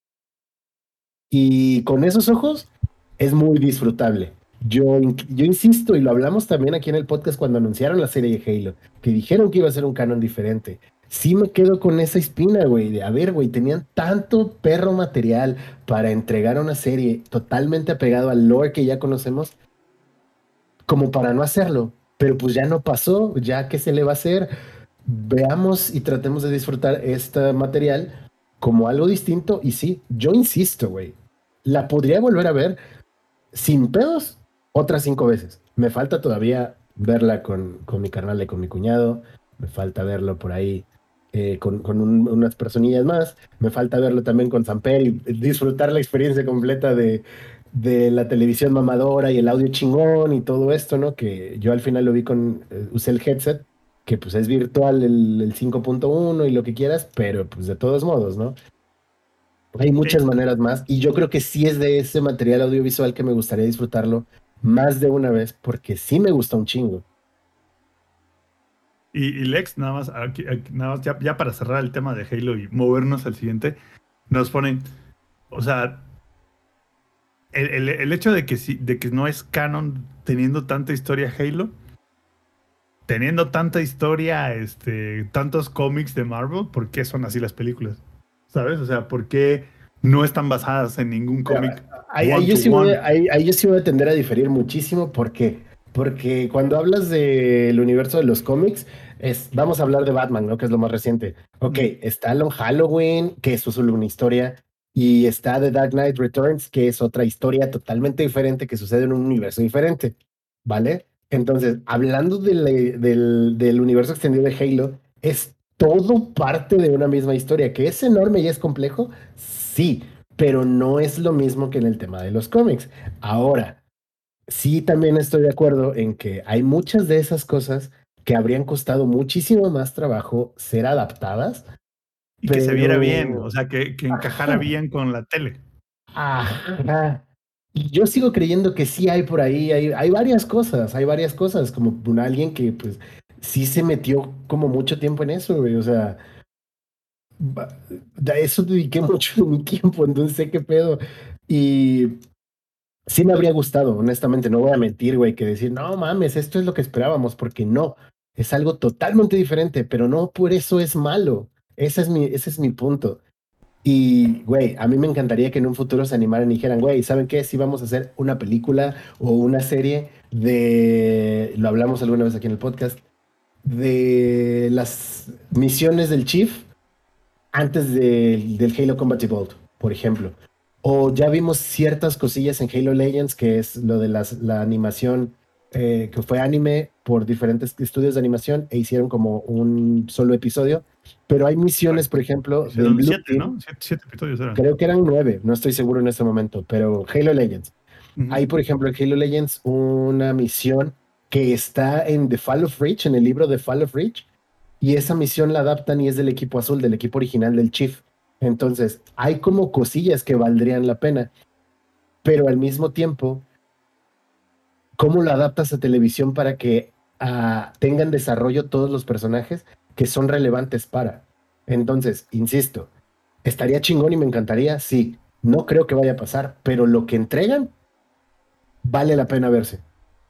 Y con esos ojos es muy disfrutable. Yo, yo insisto, y lo hablamos también aquí en el podcast cuando anunciaron la serie de Halo, que dijeron que iba a ser un canon diferente. Sí me quedo con esa espina, güey, de a ver, güey, tenían tanto perro material para entregar una serie totalmente apegado al lore que ya conocemos, como para no hacerlo. Pero pues ya no pasó, ya qué se le va a hacer. Veamos y tratemos de disfrutar este material como algo distinto. Y sí, yo insisto, güey, la podría volver a ver sin pedos otras cinco veces. Me falta todavía verla con, con mi carnal y con mi cuñado. Me falta verlo por ahí eh, con, con un- unas personillas más. Me falta verlo también con Samper y disfrutar la experiencia completa de, de la televisión mamadora y el audio chingón y todo esto, ¿no? Que yo al final lo vi con, eh, usé el headset, que pues es virtual el, el cinco punto uno y lo que quieras, pero pues de todos modos, ¿no? Hay muchas Sí. maneras más y yo creo que sí es de ese material audiovisual que me gustaría disfrutarlo más de una vez porque sí me gusta un chingo. Y, y Lex, nada más, aquí- aquí- nada más ya, ya para cerrar el tema de Halo y movernos al siguiente, nos ponen, o sea, el, el- el hecho de que, sí, de que no es canon teniendo tanta historia Halo, teniendo tanta historia, este, tantos cómics de Marvel, ¿por qué son así las películas? ¿Sabes? O sea, ¿por qué no están basadas en ningún Pero cómic ahí, ahí one yo to sí voy, one? a- ahí, ahí yo sí voy a tender a diferir muchísimo porque, porque cuando hablas del universo de los cómics, es, vamos a hablar de Batman, ¿no? Que es lo más reciente. Ok, Mm. está Long Halloween, que eso es solo una historia, y está The Dark Knight Returns, que es otra historia totalmente diferente que sucede en un universo diferente, ¿vale? Entonces, hablando de la- del, del universo extendido de Halo, es todo parte de una misma historia, que es enorme y es complejo, sí, pero no es lo mismo que en el tema de los cómics. Ahora, sí también estoy de acuerdo en que hay muchas de esas cosas que habrían costado muchísimo más trabajo ser adaptadas, Y que se viera bien, o pero... sea, que, que encajara Ajá, bien con la tele. ajá. Y yo sigo creyendo que sí hay por ahí, hay, hay varias cosas, hay varias cosas, como un alguien que pues sí se metió como mucho tiempo en eso, güey, o sea, ba- a eso dediqué mucho de mi tiempo, entonces sé qué pedo. Y sí me habría gustado, honestamente, no voy a mentir, güey, que decir, no mames, esto es lo que esperábamos, porque no, es algo totalmente diferente, pero no por eso es malo. Ese es mi, ese es mi punto. Y, güey, a mí me encantaría que en un futuro se animaran y dijeran, güey, ¿saben qué? Si vamos a hacer una película o una serie de, lo hablamos alguna vez aquí en el podcast, de las misiones del Chief antes del, del Halo Combat Evolved, por ejemplo. O ya vimos ciertas cosillas en Halo Legends, que es lo de las, la animación, eh, que fue anime por diferentes estudios de animación e hicieron como un solo episodio. Pero hay misiones, por ejemplo, del Hicieron Blue siete, Team, ¿no? Siete, siete episodios eran. creo que eran nueve, no estoy seguro en este momento, pero Halo Legends. Ujú. Hay, por ejemplo, en Halo Legends una misión que está en The Fall of Reach, en el libro The Fall of Reach, y esa misión la adaptan y es del equipo azul, del equipo original del Chief. Entonces, hay como cosillas que valdrían la pena, pero al mismo tiempo, ¿cómo lo adaptas a televisión para que uh, tengan desarrollo todos los personajes que son relevantes para? Entonces, insisto, estaría chingón y me encantaría, sí. No creo que vaya a pasar, pero lo que entregan vale la pena verse.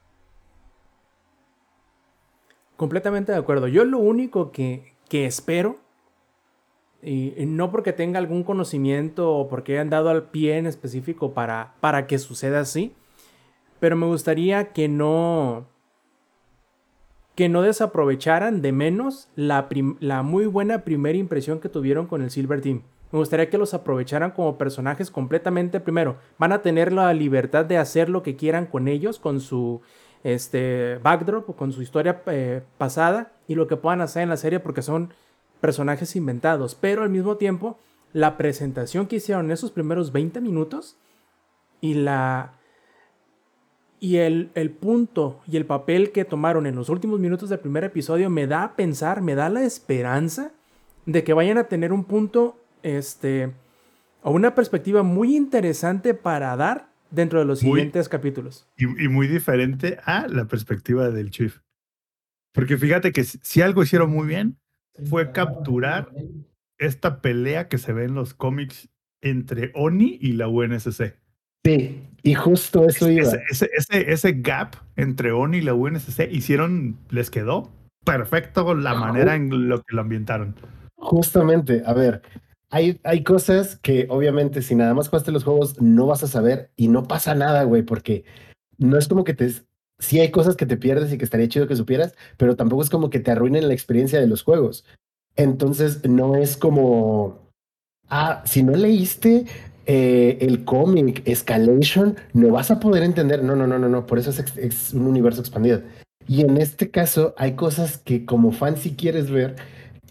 Completamente de acuerdo. Yo lo único que, que espero, y no porque tenga algún conocimiento o porque hayan dado al pie en específico para, para que suceda así, pero me gustaría que no, que no desaprovecharan de menos la, prim- la muy buena primera impresión que tuvieron con el Silver Team. Me gustaría que los aprovecharan como personajes completamente. Primero, van a tener la libertad de hacer lo que quieran con ellos, con su este, backdrop o con su historia eh, pasada y lo que puedan hacer en la serie porque son personajes inventados. Pero al mismo tiempo, la presentación que hicieron en esos primeros veinte minutos y la... Y el, el punto y el papel que tomaron en los últimos minutos del primer episodio me da a pensar, me da la esperanza de que vayan a tener un punto, este, o una perspectiva muy interesante para dar dentro de los Muy, siguientes capítulos. y, y muy diferente a la perspectiva del Chief. Porque fíjate que si, si algo hicieron muy bien fue capturar esta pelea que se ve en los cómics entre Oni y la U N S C. Sí, y justo eso Es- iba. Ese, ese, ese, ese gap entre Oni y la U N S C hicieron, les quedó perfecto la manera en lo que lo ambientaron. Justamente, a ver, hay, hay cosas que obviamente si nada más jugaste los juegos no vas a saber y no pasa nada, güey, porque no es como que te... Sí hay cosas que te pierdes y que estaría chido que supieras, pero tampoco es como que te arruinen la experiencia de los juegos. Entonces no es como... Ah, si no leíste eh, el cómic Escalation, no vas a poder entender. No, no, no, no, no. Por eso es, ex- es un universo expandido. Y en este caso hay cosas que como fan si quieres ver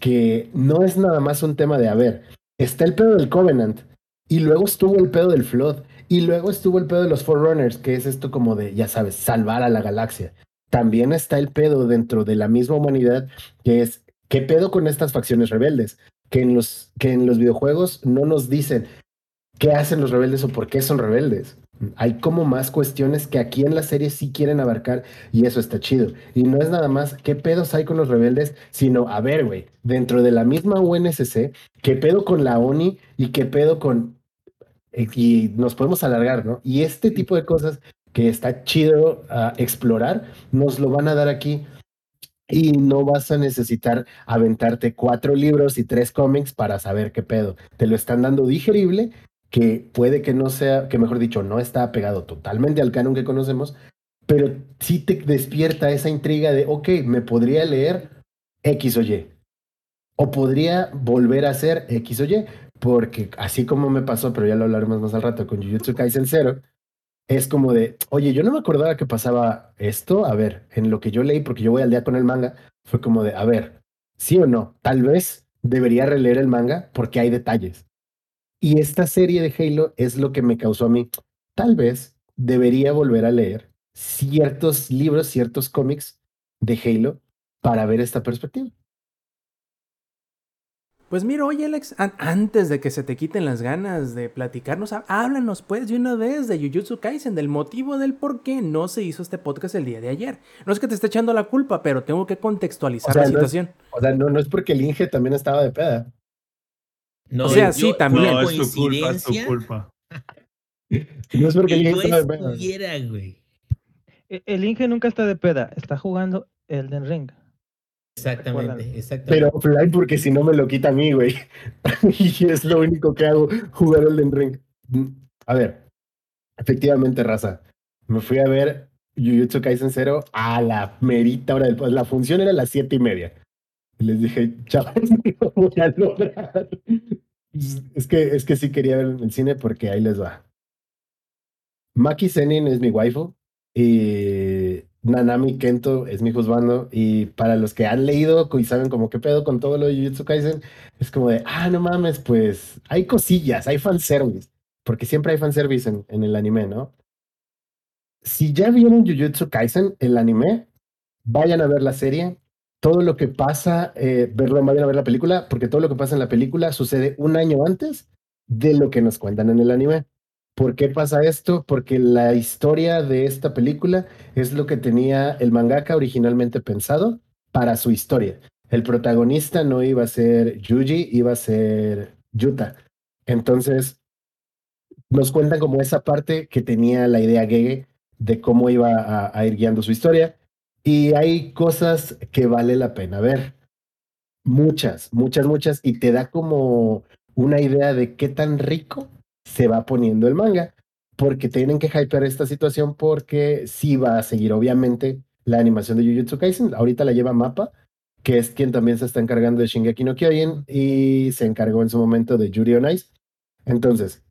que no es nada más un tema de, a ver, está el pedo del Covenant, y luego estuvo el pedo del Flood, y luego estuvo el pedo de los Forerunners, que es esto como de, ya sabes, salvar a la galaxia. También está el pedo dentro de la misma humanidad, que es, ¿qué pedo con estas facciones rebeldes? Que en los, que en los videojuegos no nos dicen qué hacen los rebeldes o por qué son rebeldes. Hay como más cuestiones que aquí en la serie sí quieren abarcar y eso está chido. Y no es nada más qué pedos hay con los rebeldes, sino, a ver, güey, dentro de la misma U N S C, qué pedo con la ONI y qué pedo con... Y nos podemos alargar, ¿no? Y este tipo de cosas que está chido uh, explorar, nos lo van a dar aquí. Y no vas a necesitar aventarte cuatro libros y tres cómics para saber qué pedo. Te lo están dando digerible, que puede que no sea, que mejor dicho, no está apegado totalmente al canon que conocemos, pero sí te despierta esa intriga de, ok, me podría leer X o Y, o podría volver a hacer X o Y, porque así como me pasó, pero ya lo hablaremos más al rato con Jujutsu Kaisen Zero, es como de, oye, yo no me acordaba que pasaba esto, a ver, en lo que yo leí, porque yo voy al día con el manga, fue como de, a ver, sí o no, tal vez debería releer el manga porque hay detalles. Y esta serie de Halo es lo que me causó a mí, tal vez debería volver a leer ciertos libros, ciertos cómics de Halo para ver esta perspectiva. Pues mira, oye Alex, an- antes de que se te quiten las ganas de platicarnos, há- háblanos pues de una vez de Jujutsu Kaisen, del motivo del por qué no se hizo este podcast el día de ayer. No es que te esté echando la culpa, pero tengo que contextualizar O sea, la no es, situación. o sea, no, no es porque el Inge también estaba de peda. No, O sea, yo- sí, fue también. No, es tu culpa, es tu coincidencia culpa. No es porque el que Inge yo estaba de peda. estuviera, güey. E- El Inge nunca está de peda, está jugando Elden Ring. Exactamente, Recuérdalo. exactamente. Pero offline porque si no me lo quita a mí, güey. Y es lo único que hago, jugar Elden Ring. A ver, efectivamente, raza. Me fui a ver Jujutsu Kaisen Zero a la merita hora del... Pues la función era a las siete y media. Y les dije, chavales, no lo voy a lograr. Es que, es que sí quería ver en el cine porque ahí les va. Maki Zenin es mi waifu y Nanami Kento es mi juzbando, y para los que han leído y saben como qué pedo con todo lo de Jujutsu Kaisen, es como de, ah, no mames, pues hay cosillas, hay fanservice, porque siempre hay fanservice en, en el anime, ¿no? Si ya vieron Jujutsu Kaisen, el anime, vayan a ver la serie. Todo lo que pasa, eh, verlo, vayan a ver la película, porque todo lo que pasa en la película sucede un año antes de lo que nos cuentan en el anime. ¿Por qué pasa esto? Porque la historia de esta película es lo que tenía el mangaka originalmente pensado para su historia. El protagonista no iba a ser Yuji, iba a ser Yuta. Entonces, nos cuentan como esa parte que tenía la idea Gege de cómo iba a, a ir guiando su historia. Y hay cosas que vale la pena ver. Muchas, muchas, muchas. Y te da como una idea de qué tan rico se va poniendo el manga. Porque tienen que hypear esta situación porque sí va a seguir, obviamente, la animación de Jujutsu Kaisen. Ahorita la lleva Mappa, que es quien también se está encargando de Shingeki no Kyojin y se encargó en su momento de Yuri on Ice. Entonces,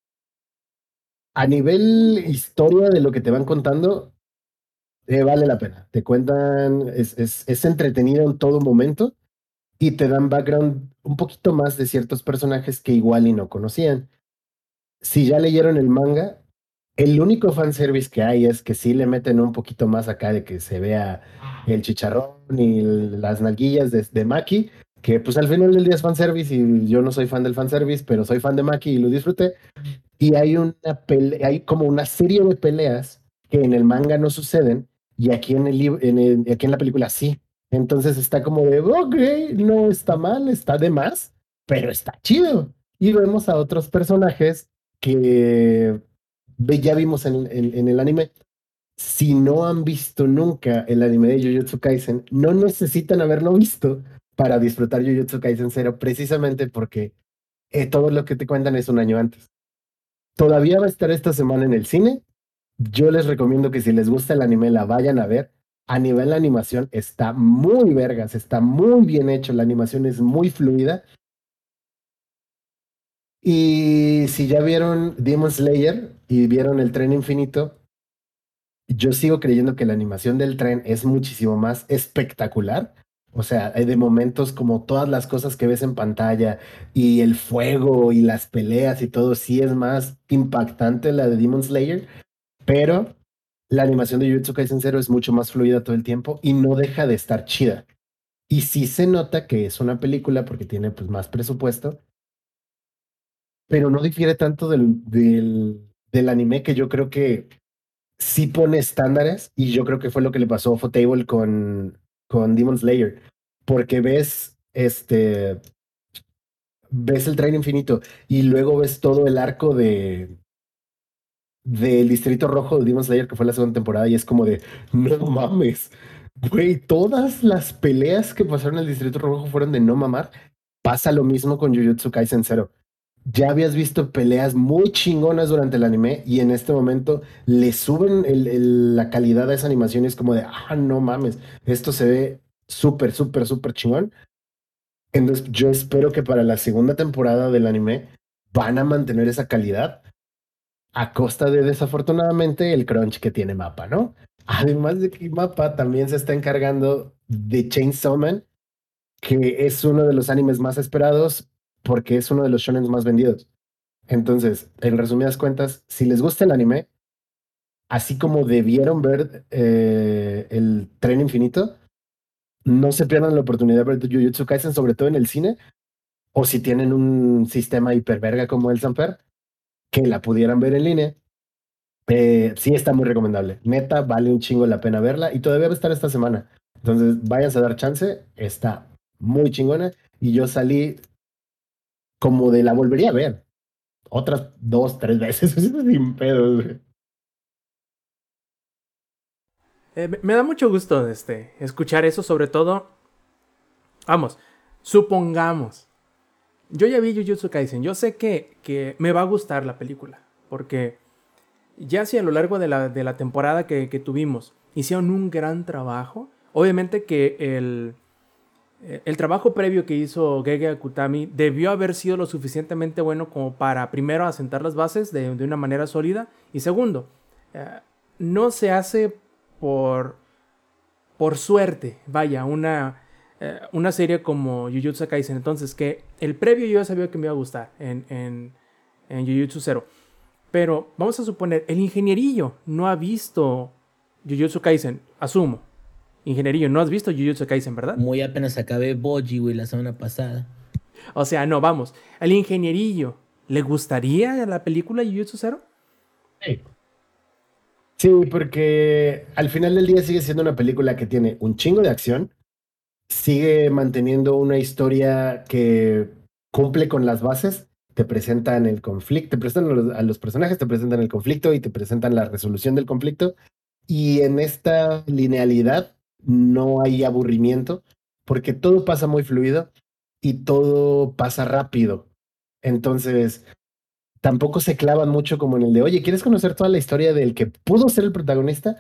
a nivel historia de lo que te van contando, eh, vale la pena. Te cuentan, es, es, es entretenido en todo momento y te dan background un poquito más de ciertos personajes que igual y no conocían. Si ya leyeron el manga, el único fanservice que hay es que sí le meten un poquito más acá de que se vea el chicharrón y el- las nalguillas de, de Maki, que pues al final del día es fanservice y yo no soy fan del fanservice, pero soy fan de Maki y lo disfruté. Y hay una pele- hay como una serie de peleas que en el manga no suceden y aquí en el, lib- en el- aquí en la película sí. Entonces está como de, ok, no está mal, está de más, pero está chido. Y vemos a otros personajes que ve- ya vimos en, en- en el anime. Si no han visto nunca el anime de Jujutsu Kaisen, no necesitan haberlo visto para disfrutar Jujutsu Kaisen Zero, precisamente porque eh, todo lo que te cuentan es un año antes. Todavía va a estar esta semana en el cine. Yo les recomiendo que si les gusta el anime la vayan a ver. A nivel de animación está muy vergas, está muy bien hecho, la animación es muy fluida. Y si ya vieron Demon Slayer y vieron el tren infinito, yo sigo creyendo que la animación del tren es muchísimo más espectacular O sea, hay de momentos como todas las cosas que ves en pantalla y el fuego y las peleas y todo, sí es más impactante la de Demon Slayer, pero la animación de Jujutsu Kaisen Zero es mucho más fluida todo el tiempo y no deja de estar chida. Y sí se nota que es una película porque tiene pues más presupuesto, pero no difiere tanto del, del, del anime que yo creo que sí pone estándares y yo creo que fue lo que le pasó a Ufotable con, con Demon Slayer, porque ves este ves el tren infinito y luego ves todo el arco de del Distrito Rojo de Demon Slayer que fue la segunda temporada y es como de no mames, güey, todas las peleas que pasaron en el Distrito Rojo fueron de no mamar. Pasa lo mismo con Jujutsu Kaisen Zero. Ya habías visto peleas muy chingonas durante el anime y en este momento le suben el, el, la calidad a esa animación y es como de, ah, no mames, esto se ve súper, súper, súper chingón. Entonces yo espero que para la segunda temporada del anime van a mantener esa calidad a costa de desafortunadamente el crunch que tiene Mappa, ¿no? Además de que Mappa también se está encargando de Chainsaw Man, que es uno de los animes más esperados porque es uno de los shonen más vendidos. Entonces, en resumidas cuentas, si les gusta el anime, así como debieron ver eh, el Tren Infinito, no se pierdan la oportunidad de ver Jujutsu Kaisen, sobre todo en el cine, o si tienen un sistema hiperverga como el Samper, que la pudieran ver en línea. Eh, sí está muy recomendable. Neta, vale un chingo la pena verla y todavía va a estar esta semana. Entonces, váyanse a dar chance. Está muy chingona y yo salí como de la volvería a ver. Otras dos, tres veces sin pedos. Eh, me da mucho gusto este, escuchar eso, sobre todo. Vamos, supongamos. Yo ya vi Jujutsu Kaisen. Yo sé que, que me va a gustar la película. Porque ya si a lo largo de la, de la temporada que, que tuvimos hicieron un gran trabajo. Obviamente que el, el trabajo previo que hizo Gege Akutami debió haber sido lo suficientemente bueno como para, primero, asentar las bases de, de una manera sólida. Y segundo, eh, no se hace por, por suerte, vaya, una, eh, una serie como Jujutsu Kaisen. Entonces, que el previo yo ya sabía que me iba a gustar en, en, en Jujutsu Zero. Pero vamos a suponer, el ingenierillo no ha visto Jujutsu Kaisen, asumo. Ingenierillo, no has visto Jujutsu Kaisen, ¿verdad? Muy apenas acabé Boji, güey, la semana pasada. O sea, no, vamos. Al ingenierillo, ¿le gustaría la película Jujutsu Zero? Sí. Sí, porque al final del día sigue siendo una película que tiene un chingo de acción, sigue manteniendo una historia que cumple con las bases, te presentan el conflicto, te presentan a los, a los personajes, te presentan el conflicto y te presentan la resolución del conflicto. Y en esta linealidad no hay aburrimiento, porque todo pasa muy fluido y todo pasa rápido. Entonces, tampoco se clavan mucho como en el de, oye, ¿quieres conocer toda la historia del que pudo ser el protagonista?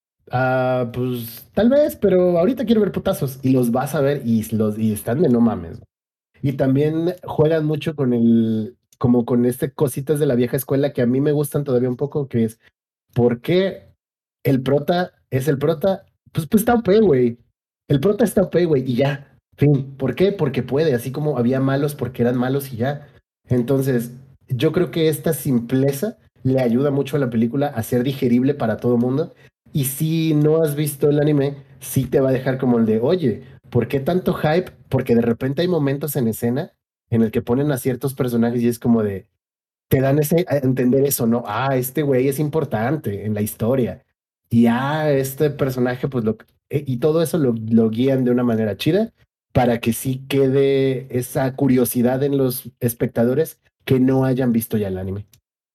Ah, pues tal vez, pero ahorita quiero ver putazos y los vas a ver y, los, y están de no mames. Y también juegan mucho con el, como con este cositas de la vieja escuela que a mí me gustan todavía un poco, que es, ¿por qué el prota es el prota? Pues, pues está O P, güey. El prota está O P, güey, y ya. Fin. ¿Por qué? Porque puede, así como había malos porque eran malos y ya. Entonces, yo creo que esta simpleza le ayuda mucho a la película a ser digerible para todo mundo. Y si no has visto el anime, sí te va a dejar como el de, oye, ¿por qué tanto hype? Porque de repente hay momentos en escena en el que ponen a ciertos personajes y es como de, te dan ese, a entender eso, ¿no? Ah, este güey es importante en la historia. Y ah, este personaje, pues lo... eh, Y todo eso lo, lo guían de una manera chida para que sí quede esa curiosidad en los espectadores que no hayan visto ya el anime.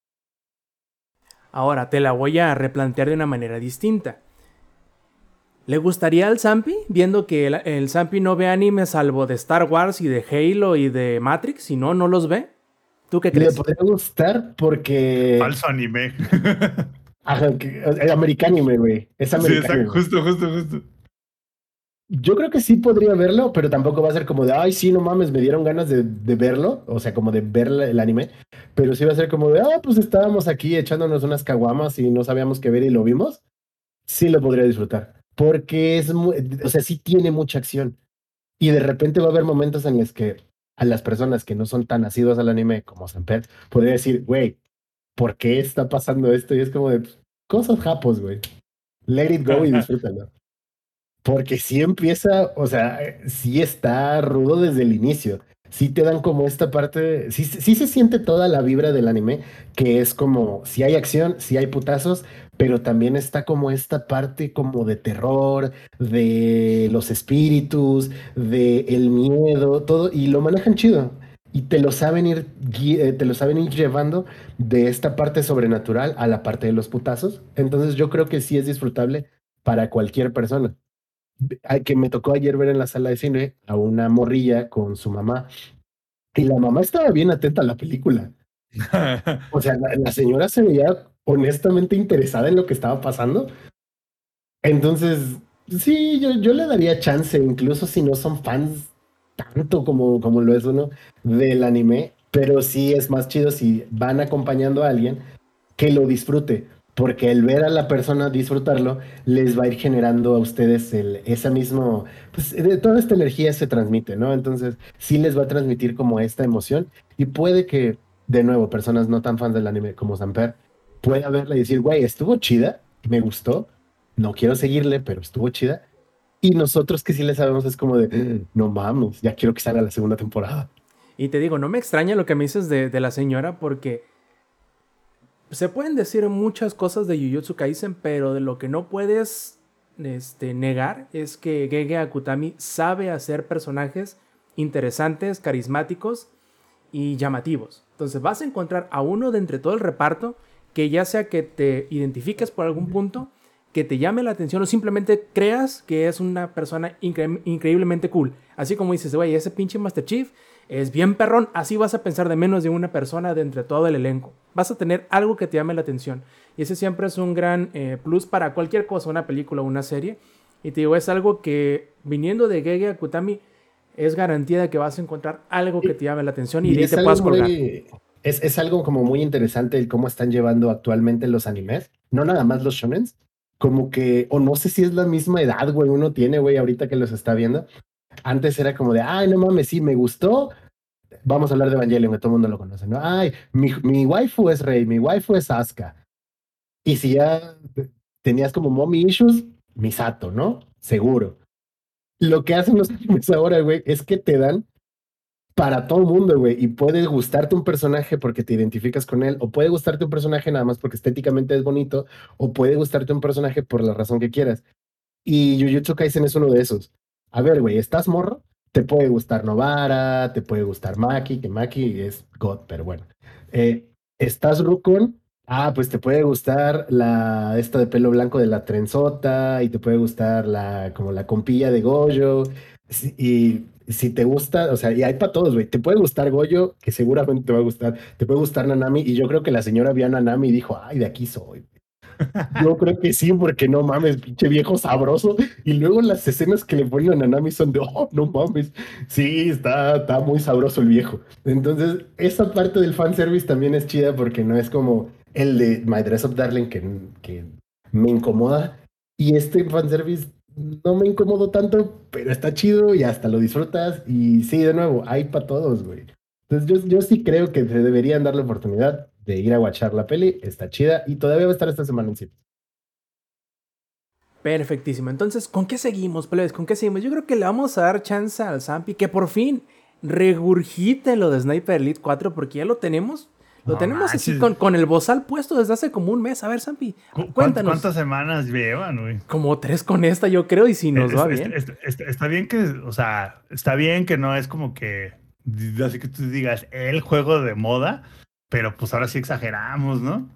Ahora te la voy a replantear de una manera distinta. ¿Le gustaría al Zampi, viendo que el, el Zampi no ve anime salvo de Star Wars y de Halo y de Matrix? Si no, no los ve. ¿Tú qué crees? Le podría gustar porque... Falso anime. Ajá, que, eh, americanime, güey. Es Sí, americanime. exacto, justo, justo, justo. Yo creo que sí podría verlo, pero tampoco va a ser como de, ay, sí, no mames, me dieron ganas de, de verlo, o sea, como de ver la- el anime, pero sí va a ser como de, ah, pues estábamos aquí echándonos unas caguamas y no sabíamos qué ver y lo vimos. Sí lo podría disfrutar, porque es muy, o sea, sí tiene mucha acción. Y de repente va a haber momentos en los que a las personas que no son tan asiduas al anime como Samper, podría decir, güey, ¿por qué está pasando esto? Y es como de pues, cosas japos, güey. Let it go y disfrútalo. Porque sí empieza, o sea, eh, sí está rudo desde el inicio. Sí te dan como esta parte, sí, sí se siente toda la vibra del anime, que es como, si hay acción, si hay putazos, pero también está como esta parte como de terror, de los espíritus, de el miedo, todo, y lo manejan chido. Y te lo saben ir, gui- eh, te lo saben ir llevando de esta parte sobrenatural a la parte de los putazos. Entonces yo creo que sí es disfrutable para cualquier persona. Ay, que me tocó ayer ver en la sala de cine a una morrilla con su mamá y la mamá estaba bien atenta a la película. O sea, la, la señora se veía honestamente interesada en lo que estaba pasando. Entonces, sí, yo, yo le daría chance, incluso si no son fans tanto como, como lo es uno del anime, pero sí es más chido si van acompañando a alguien que lo disfrute, porque el ver a la persona disfrutarlo les va a ir generando a ustedes el, esa mismo, pues de toda esta energía se transmite, ¿no? Entonces sí les va a transmitir como esta emoción y puede que, de nuevo, personas no tan fans del anime como Samper, pueda verla y decir, güey, estuvo chida, me gustó, no quiero seguirle, pero estuvo chida. Y nosotros que sí le sabemos es como de, no mames, ya quiero que salga la segunda temporada. Y te digo, no me extraña lo que me dices de, de la señora porque se pueden decir muchas cosas de Jujutsu Kaisen, pero de lo que no puedes este, negar es que Gege Akutami sabe hacer personajes interesantes, carismáticos y llamativos. Entonces vas a encontrar a uno de entre todo el reparto que ya sea que te identifiques por algún punto, que te llame la atención o simplemente creas que es una persona incre- increíblemente cool. Así como dices, güey, ese pinche Master Chief es bien perrón. Así vas a pensar de menos de una persona de entre todo el elenco. Vas a tener algo que te llame la atención. Y ese siempre es un gran eh, plus para cualquier cosa, una película o una serie. Y te digo, es algo que viniendo de Gege Akutami es garantía de que vas a encontrar algo que te llame la atención y, y de ahí te puedas colgar. Muy, es, es algo como muy interesante el cómo están llevando actualmente los animes, no nada más los shonens, como que, o no sé si es la misma edad, güey, uno tiene, güey, ahorita que los está viendo. Antes era como de, ay, no mames, sí, me gustó, vamos a hablar de Evangelion, que todo el mundo lo conoce, ¿no? Ay, mi, mi waifu es Rey, mi waifu es Asuka. Y si ya tenías como mommy issues, Misato, ¿no? Seguro. Lo que hacen los animes ahora, güey, es que te dan para todo el mundo, güey. Y puede gustarte un personaje porque te identificas con él, o puede gustarte un personaje nada más porque estéticamente es bonito, o puede gustarte un personaje por la razón que quieras. Y Jujutsu Kaisen es uno de esos. A ver, güey, ¿estás morro? Te puede gustar Novara, te puede gustar Maki, que Maki es God, pero bueno. Eh, ¿estás Rukon? Ah, pues te puede gustar la esta de pelo blanco de la trenzota y te puede gustar la como la compilla de Gojo. Sí, y si te gusta, o sea, y hay para todos, güey. Te puede gustar Gojo, que seguramente te va a gustar. Te puede gustar Nanami y yo creo que la señora vio a Nanami y dijo, ay, de aquí soy. Yo creo que sí, porque no mames, pinche viejo sabroso. Y luego las escenas que le ponen a Nanami son de, oh, no mames. Sí, está, está muy sabroso el viejo. Entonces, esa parte del fanservice también es chida porque no es como el de My Dress Up Darling que, que me incomoda. Y este fanservice no me incomodo tanto, pero está chido y hasta lo disfrutas. Y sí, de nuevo, hay para todos, güey. Entonces yo, yo sí creo que se deberían dar la oportunidad de ir a watchar la peli, está chida y todavía va a estar esta semana en cine. Perfectísimo. Entonces, ¿con qué seguimos, plebes? ¿Con qué seguimos? Yo creo que le vamos a dar chance al Zampi que por fin regurgite lo de Sniper Elite cuatro porque ya lo tenemos. Lo No tenemos así manches. con, con el bozal puesto desde hace como un mes. A ver, Zampi, ¿Cu- cuéntanos. ¿Cuántas semanas llevan, güey? Como tres con esta, yo creo, y si nos Es- va es- bien. es- es- está bien que, o sea, está bien que no es como que, así que tú digas, el juego de moda, pero pues ahora sí exageramos, ¿no?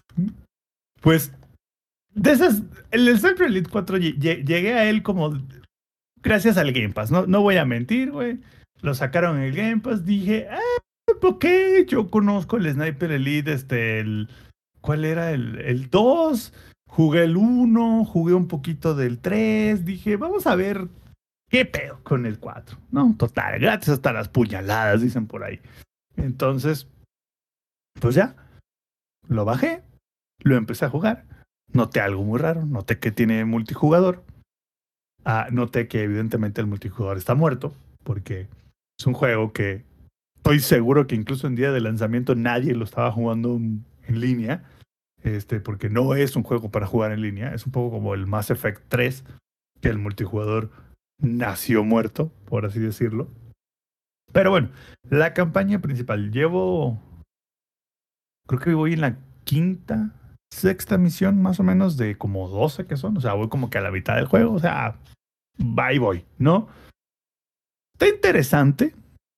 Pues, de esas, el Sniper Elite cuatro lle- lle- llegué a él como gracias al Game Pass, no, no voy a mentir, güey. Lo sacaron en el Game Pass, dije, ah, ok, yo conozco el Sniper Elite, este, el, ¿cuál era? El, el dos, jugué el uno, jugué un poquito del tres, dije, vamos a ver qué pedo con el cuatro, ¿no? Total, gratis hasta las puñaladas, dicen por ahí. Entonces, pues ya, lo bajé, lo empecé a jugar, noté algo muy raro, noté que tiene multijugador. ah, noté que evidentemente el multijugador está muerto, porque es un juego que estoy seguro que incluso en día de lanzamiento nadie lo estaba jugando en, en línea, este, porque no es un juego para jugar en línea, es un poco como el Mass Effect tres, que el multijugador nació muerto, por así decirlo. Pero bueno, la campaña principal, llevo, creo que voy en la quinta, sexta misión más o menos de como doce que son, o sea, voy como que a la mitad del juego, o sea, va y voy, ¿no? Está interesante.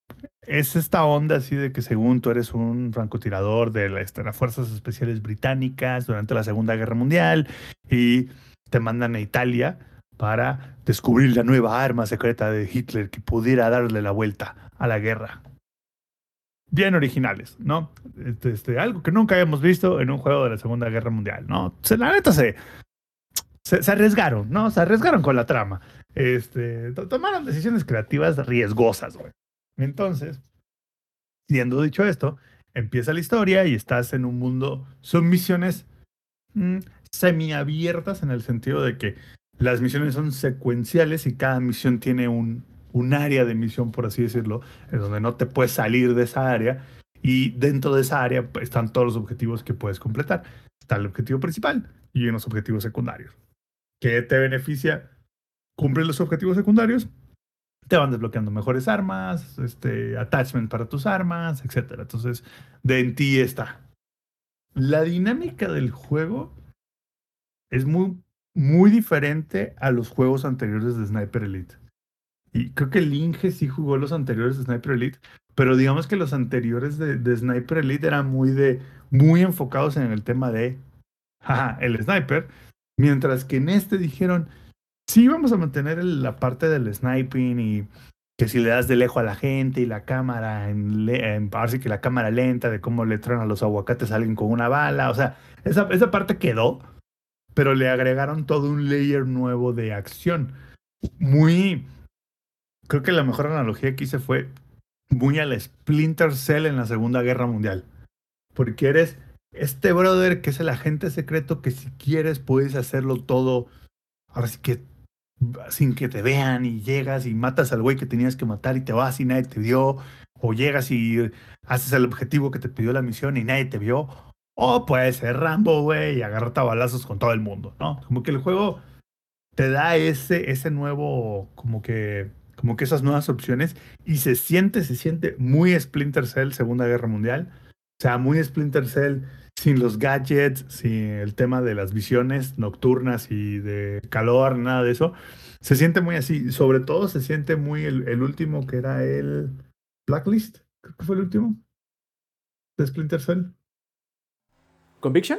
Es esta onda así de que según tú eres un francotirador de la- este, las Fuerzas Especiales Británicas durante la Segunda Guerra Mundial y te mandan a Italia para descubrir la nueva arma secreta de Hitler que pudiera darle la vuelta a la guerra. Bien originales, ¿no? Este, este, algo que nunca habíamos visto en un juego de la Segunda Guerra Mundial, ¿no? Se, la neta se, se, se arriesgaron, ¿no? Se arriesgaron con la trama. Este, to- tomaron decisiones creativas riesgosas, güey. Entonces, siendo dicho esto, empieza la historia y estás en un mundo, son misiones mm, semiabiertas en el sentido de que las misiones son secuenciales y cada misión tiene un, un área de misión, por así decirlo, en donde no te puedes salir de esa área y dentro de esa área pues, están todos los objetivos que puedes completar. Está el objetivo principal y unos objetivos secundarios. ¿Qué te beneficia cumplir los objetivos secundarios? Te van desbloqueando mejores armas, este, attachment para tus armas, etcétera. Entonces, de en ti está. La dinámica del juego es muy, muy diferente a los juegos anteriores de Sniper Elite. Y creo que el Inge sí jugó los anteriores de Sniper Elite, pero digamos que los anteriores de, de Sniper Elite eran muy de, muy enfocados en el tema de, jaja, el sniper, mientras que en este dijeron, sí, vamos a mantener el- la parte del sniping y que si le das de lejos a la gente y la cámara, en, le- en parece que la cámara lenta de cómo le traen a los aguacates a alguien con una bala, o sea, esa, esa parte quedó, pero le agregaron todo un layer nuevo de acción. Muy, creo que la mejor analogía que hice fue muy al Splinter Cell en la Segunda Guerra Mundial, porque eres este brother que es el agente secreto que si quieres puedes hacerlo todo, ahora sí que sin que te vean y llegas y matas al güey que tenías que matar y te vas y nadie te vio, o llegas y haces el objetivo que te pidió la misión y nadie te vio, o puedes ser Rambo, güey, y agarrarte a balazos con todo el mundo, ¿no? Como que el juego te da ese, ese nuevo, como que, como que esas nuevas opciones y se siente, se siente muy Splinter Cell Segunda Guerra Mundial, o sea, muy Splinter Cell sin los gadgets, sin el tema de las visiones nocturnas y de calor, nada de eso. Se siente muy así. Sobre todo se siente muy el, el último que era el Blacklist. Creo que fue el último de Splinter Cell. ¿Conviction?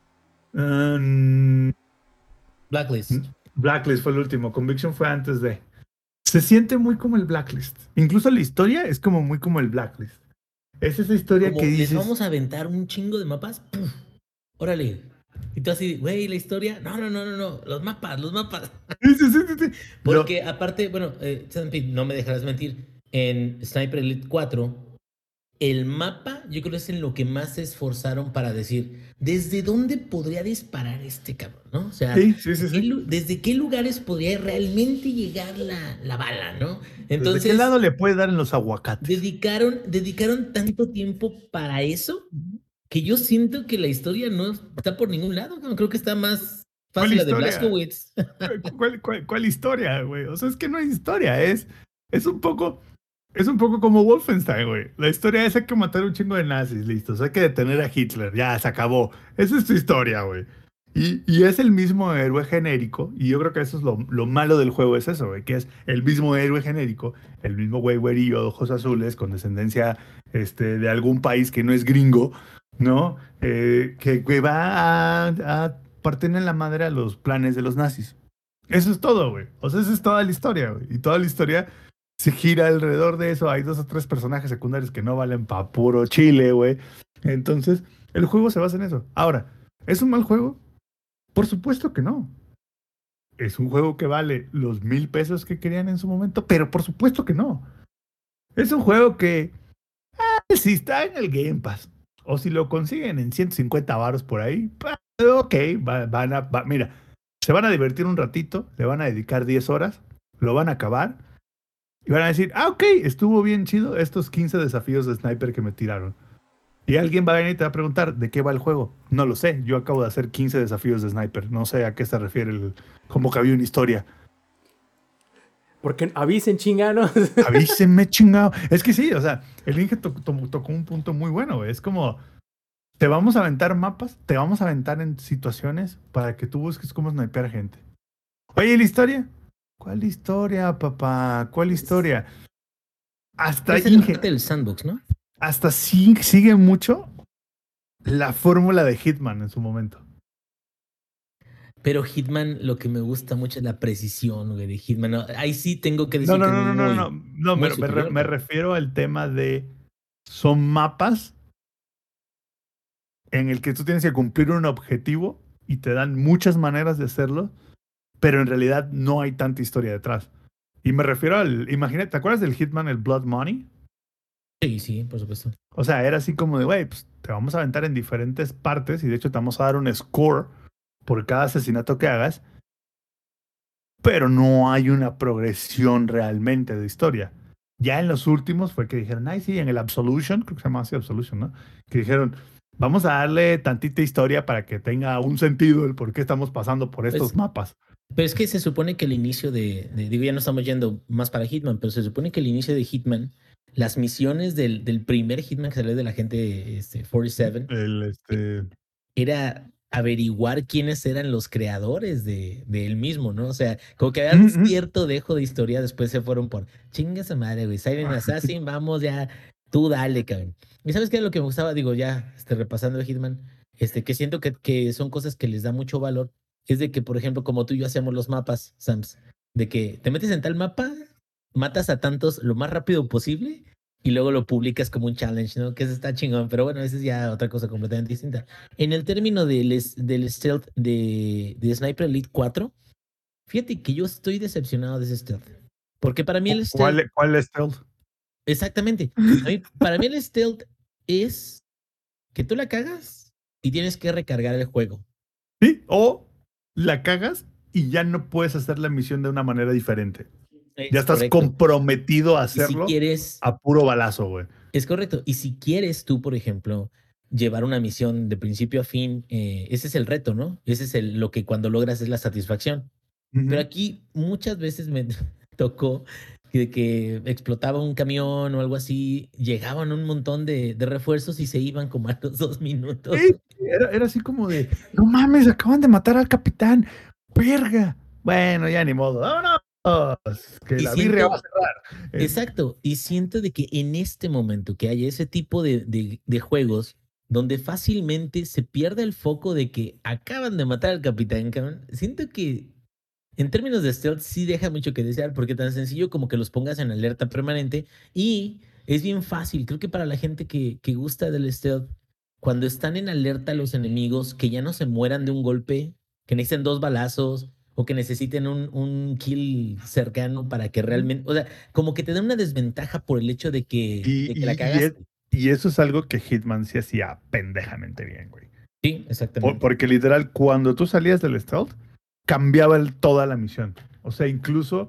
Um, Blacklist. Blacklist fue el último. Conviction fue antes de. Se siente muy como el Blacklist. Incluso la historia es como muy como el Blacklist. Es esa historia Como que les dices. vamos a aventar un chingo de mapas. ¡Puf! Órale. Y tú así, güey, la historia. No, no, no, no, no. Los mapas, los mapas. Sí, sí, sí, sí, sí. Lo- Porque aparte, bueno, eh, Sanpi, no me dejarás mentir. En Sniper Elite cuatro, el mapa, yo creo que es en lo que más se esforzaron para decir, ¿desde dónde podría disparar este cabrón? ¿No? O sea, Sí, sí, sí, ¿desde, qué, sí. lu- desde qué lugares podría realmente llegar la, la bala, ¿no? ¿De Entonces, qué lado le puede dar en los aguacates? dedicaron, dedicaron tanto tiempo para eso que yo siento que la historia no está por ningún lado. ¿No? Creo que está más ¿Cuál fácil la de historia? Blazkowicz. ¿Cuál, cuál, cuál historia, güey? O sea, es que no hay historia, es, es un poco, es un poco como Wolfenstein, güey. La historia es hay que matar un chingo de nazis, listo. O sea, hay que detener a Hitler, ya, se acabó. Esa es tu historia, güey. Y, y es el mismo héroe genérico, y yo creo que eso es lo, lo malo del juego, es eso, güey, que es el mismo héroe genérico, el mismo güey güerillo de ojos azules, con descendencia este, de algún país que no es gringo, ¿no? Eh, que, que va a, a partir en la madre a los planes de los nazis. Eso es todo, güey. O sea, esa es toda la historia, güey. Y toda la historia se gira alrededor de eso. Hay dos o tres personajes secundarios que no valen pa' puro chile, güey. Entonces, el juego se basa en eso. Ahora, ¿es un mal juego? Por supuesto que no. Es un juego que vale los mil pesos que querían en su momento, pero por supuesto que no. Es un juego que, ah, si está en el Game Pass, o si lo consiguen en ciento cincuenta varos por ahí, pa- ok, va- van a, va- mira, se van a divertir un ratito, le van a dedicar diez horas, lo van a acabar y van a decir, ah, ok, estuvo bien chido estos quince desafíos de sniper que me tiraron. Y alguien va a venir y te va a preguntar, ¿de qué va el juego? No lo sé, yo acabo de hacer quince desafíos de sniper, no sé a qué se refiere, el, como que había una historia. Porque avisen, chinganos. Avísenme, chingado. Es que sí, o sea, el Inge to to tocó un punto muy bueno, güey. Es como, te vamos a aventar mapas, te vamos a aventar en situaciones para que tú busques cómo snipear gente. Oye, ¿y la historia? ¿Cuál historia, papá? ¿Cuál historia? Hasta Es el Inge, parte del sandbox, ¿no? hasta sí, sigue mucho la fórmula de Hitman en su momento. Pero Hitman, lo que me gusta mucho es la precisión, güey, de Hitman. No, ahí sí tengo que No, decir no, que es no, no, no, muy, no, no, muy me, me, re- superior, me cabrón. refiero al tema de, son mapas en el que tú tienes que cumplir un objetivo y te dan muchas maneras de hacerlo, pero en realidad no hay tanta historia detrás. Y me refiero al, imagínate, ¿te acuerdas del Hitman, el Blood Money? Sí, sí, por supuesto. O sea, era así como de, güey, pues te vamos a aventar en diferentes partes y de hecho te vamos a dar un score por cada asesinato que hagas, pero no hay una progresión realmente de historia. Ya en los últimos fue que dijeron, ay, sí, en el Absolution, creo que se llama así Absolution, ¿no? Que dijeron, vamos a darle tantita historia para que tenga un sentido el por qué estamos pasando por estos Pues, mapas. pero es que se supone que el inicio de, de- digo, ya no estamos yendo más para Hitman, pero se supone que el inicio de Hitman, las misiones del, del primer Hitman que salió de la gente este, cuarenta y siete, El, este... era averiguar quiénes eran los creadores de, de él mismo, ¿no? O sea, como que había Mm, un mm. cierto dejo de historia, después se fueron por chinga esa madre, güey, Silent Assassin, vamos ya, tú dale, cabrón. ¿Y sabes qué es lo que me gustaba? Digo, ya este, repasando de Hitman, este, que siento que, que son cosas que les da mucho valor, es de que, por ejemplo, como tú y yo hacemos los mapas, Sams, de que te metes en tal mapa, matas a tantos lo más rápido posible y luego lo publicas como un challenge, ¿no? Que eso está chingón, pero bueno, esa es ya otra cosa completamente distinta. En el término del, es- del stealth de, de Sniper Elite cuatro, fíjate que yo estoy decepcionado de ese stealth. Porque para mí el stealth, ¿Cuál, cuál es stealth? exactamente, a mí- para mí el stealth es que tú la cagas y tienes que recargar el juego. Sí, o la cagas y ya no puedes hacer la misión de una manera diferente. Es Ya estás correcto. comprometido a Y si hacerlo quieres, a puro balazo, güey. es correcto. Y si quieres tú, por ejemplo, llevar una misión de principio a fin, eh, ese es el reto, ¿no? Ese es el, lo que cuando logras es la satisfacción. Pero Ujú. aquí muchas veces me tocó que, que explotaba un camión o algo así, llegaban un montón de, de refuerzos y se iban como a los dos minutos. Sí, era, era así como de, no mames, acaban de matar al capitán. Verga. Bueno, ya ni modo. Vámonos. Que Y la birria siento, va a cerrar. Eh, exacto, y siento de que en este momento que haya ese tipo de, de, de juegos donde fácilmente se pierde el foco de que acaban de matar al capitán, cabrón, siento que en términos de stealth sí deja mucho que desear, porque tan sencillo como que los pongas en alerta permanente y es bien fácil, creo que para la gente que, que gusta del stealth, cuando están en alerta los enemigos, que ya no se mueran de un golpe, que necesiten dos balazos o que necesiten un, un kill cercano para que realmente, o sea, como que te da una desventaja por el hecho de que, y, de que la y, y, es- cagaste. y eso es algo que Hitman sí hacía pendejamente bien, güey. Sí, Por- exactamente. porque literal, cuando tú salías del stealth, cambiaba el- toda la misión. O sea, incluso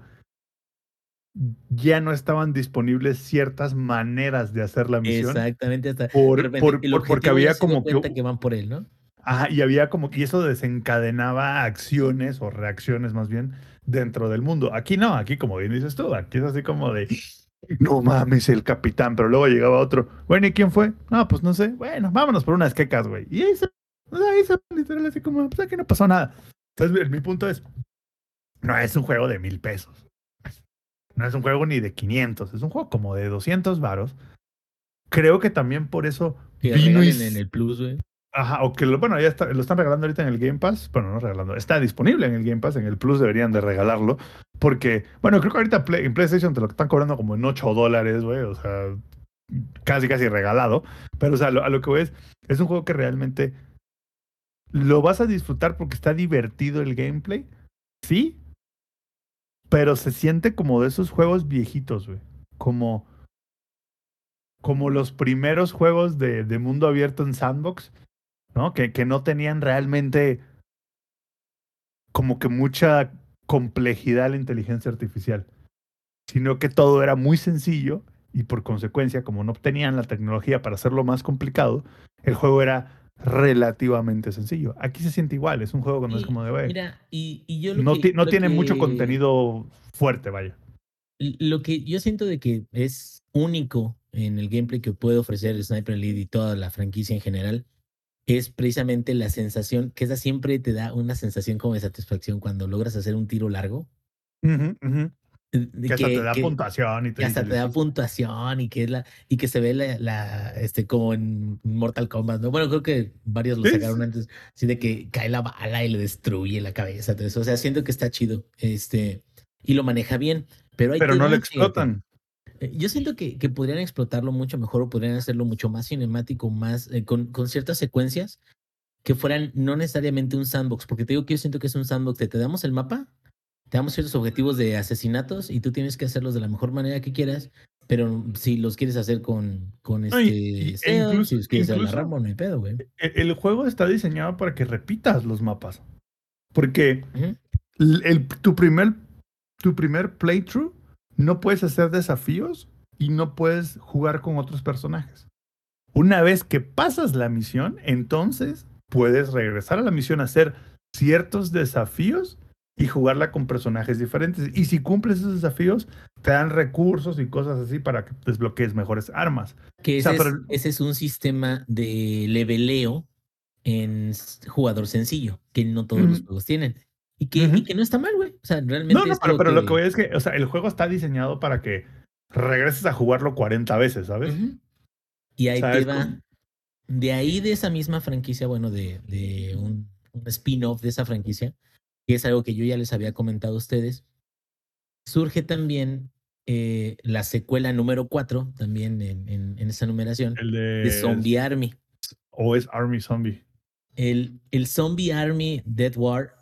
ya no estaban disponibles ciertas maneras de hacer la misión Exactamente, hasta de por, repente por, el por- porque objetivo ya había se dio como que, cuenta que van por él, ¿no? ajá, y había como, y eso desencadenaba acciones o reacciones más bien dentro del mundo. Aquí no, aquí como bien dices tú, aquí es así como de, no mames, el capitán, pero luego llegaba otro, bueno, ¿y quién fue? No, pues no sé, bueno, vámonos por unas quecas, güey. Y ahí se, o sea, ahí se, literal, así como, pues aquí no pasó nada. Entonces, mi punto es, no es un juego de mil pesos. No es un juego ni de quinientos, es un juego como de doscientos varos. Creo que también por eso Que vino y... regalen en el Plus, güey. Ajá, o que lo, bueno, ya está, lo están regalando ahorita en el Game Pass. Bueno, no regalando, está disponible en el Game Pass, en el Plus deberían de regalarlo. Porque, bueno, creo que ahorita Play- en PlayStation te lo están cobrando como en ocho dólares, güey. O sea, casi, casi regalado. Pero, o sea, lo- a lo que voy es, es un juego que realmente lo vas a disfrutar porque está divertido el gameplay. Sí, pero se siente como de esos juegos viejitos, güey. Como, como los primeros juegos de, de mundo abierto en sandbox, ¿no? Que, que no tenían realmente como que mucha complejidad a la inteligencia artificial, sino que todo era muy sencillo y por consecuencia, como no tenían la tecnología para hacerlo más complicado, el juego era relativamente sencillo. Aquí se siente igual, es un juego que no es Y, como de, güey, mira, y, y yo lo no, que, ti- no lo tiene mucho que, contenido fuerte, vaya. lo que yo siento de que es único en el gameplay que puede ofrecer Sniper Elite y toda la franquicia en general es precisamente la sensación, que esa siempre te da una sensación como de satisfacción cuando logras hacer un tiro largo, Ujú, ujú. eh, de Que hasta te que, da que, puntuación y te que dice, hasta lo te da hiciste. puntuación y que es la, y que se ve la, la, este, como en Mortal Kombat, ¿no? Bueno, creo que varios lo Sí, sacaron sí. antes, así de que cae la bala y le destruye la cabeza, todo eso. O sea, siento que está chido, este, y lo maneja bien, pero ahí Pero te no lo va, fíjate. explotan. Eh, Yo siento que, que podrían explotarlo mucho mejor o podrían hacerlo mucho más cinemático, más eh, con, con ciertas secuencias que fueran no necesariamente un sandbox, porque te digo que yo siento que es un sandbox de te damos el mapa, te damos ciertos objetivos de asesinatos y tú tienes que hacerlos de la mejor manera que quieras, pero si los quieres hacer con, con No, y- y- este e stealth, si incluso, los quieres hacer a la incluso Rambo, no hay pedo, güey. e- el juego está diseñado para que repitas los mapas. Porque Ujú. el, el- tu, primer, tu primer playthrough no puedes hacer desafíos y no puedes jugar con otros personajes. Una vez que pasas la misión, entonces puedes regresar a la misión a hacer ciertos desafíos y jugarla con personajes diferentes. Y si cumples esos desafíos, te dan recursos y cosas así para que desbloquees mejores armas. Que O sea, ese pero es, ese es un sistema de leveleo en s- jugador sencillo, que no todos los Ujú, juegos tienen. Y que, y ujú. que no está mal, güey. O sea, No, realmente no, es pero, algo pero lo que que... voy es que, o sea, el juego está diseñado para que regreses a jugarlo cuarenta veces, ¿sabes? Ujú. Y O ahí sea, te es va. como... De ahí de esa misma franquicia, bueno, de, de un, un spin-off de esa franquicia, que es algo que yo ya les había comentado a ustedes, surge también eh, la secuela número cuatro, también en, en, en esa numeración, El de de... Zombie Army. O es Army Zombie. El, el Zombie Army Dead War,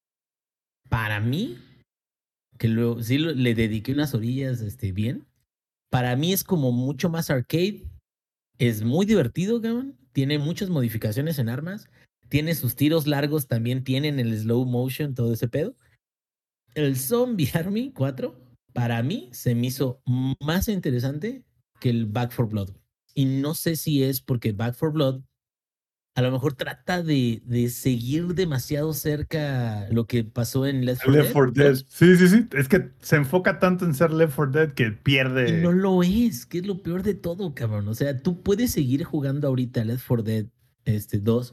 para mí, que luego sí lo- le dediqué unas orillas este, bien, para mí es como mucho más arcade. Es muy divertido, cabrón. Tiene muchas modificaciones en armas. Tiene sus tiros largos, también tienen el slow motion, todo ese pedo. El Zombie Army cuatro, para mí, se me hizo más interesante que el Back for Blood. Y no sé si es porque Back for Blood a lo mejor trata de, de seguir demasiado cerca lo que pasó en Left four Left Dead four Dead. dos. Sí, sí, sí. Es que se enfoca tanto en ser Left four Dead que Y no pierde. lo es, que es lo peor de todo, cabrón. O sea, tú puedes seguir jugando ahorita Left four Dead este, dos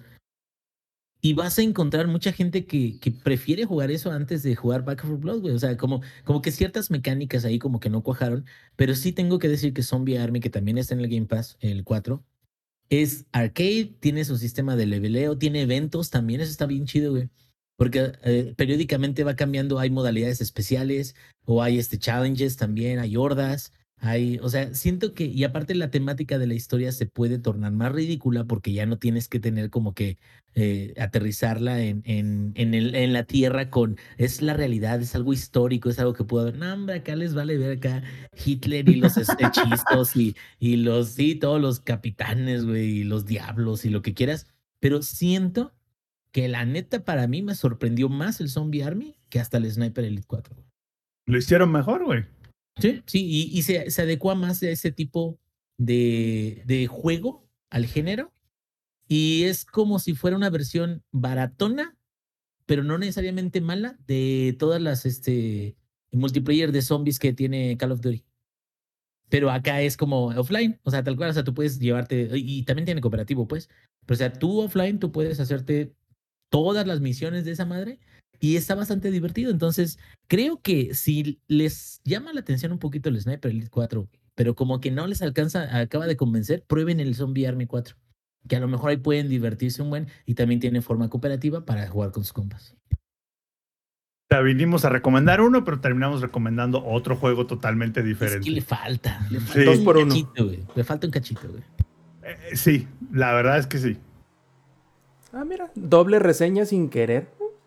y vas a encontrar mucha gente que, que prefiere jugar eso antes de jugar Back four Blood, güey. O sea, como, como que ciertas mecánicas ahí como que no cuajaron, pero sí tengo que decir que Zombie Army, que también está en el Game Pass, el cuatro, es arcade, tiene su sistema de leveleo, tiene eventos también, eso está bien chido, güey. Porque eh, periódicamente va cambiando, hay modalidades especiales o hay este challenges también, hay hordas, hay, o sea, siento que, y aparte la temática de la historia se puede tornar más ridícula porque ya no tienes que tener como que eh, aterrizarla en, en, en, el, en la tierra con, es la realidad, es algo histórico, es algo que pudo haber, no, hombre, acá les vale ver acá Hitler y los es- hechizos y, y los, sí, todos los capitanes, güey, y los diablos y lo que quieras, pero siento que la neta para mí me sorprendió más el Zombie Army que hasta el Sniper Elite cuatro. Lo hicieron mejor, güey. Sí, sí, y, y se, se adecua más a ese tipo de, de juego, al género, y es como si fuera una versión baratona, pero no necesariamente mala, de todas las este, multiplayer de zombies que tiene Call of Duty. Pero acá es como offline, o sea, tal cual, o sea, tú puedes llevarte, y y también tiene cooperativo, pues, pero o sea, tú offline, tú puedes hacerte todas las misiones de esa madre y está bastante divertido. Entonces, creo que si les llama la atención un poquito el Sniper Elite cuatro, pero como que no les alcanza, acaba de convencer, prueben el Zombie Army cuatro, que a lo mejor ahí pueden divertirse un buen y también tiene forma cooperativa para jugar con sus compas. O sea, vinimos a recomendar uno, pero terminamos recomendando otro juego totalmente Es que diferente. le falta, le Sí. falta Dos un por uno. cachito, güey. Le falta un cachito, güey. Eh, sí, la verdad es que sí. Ah, mira, doble reseña sin querer.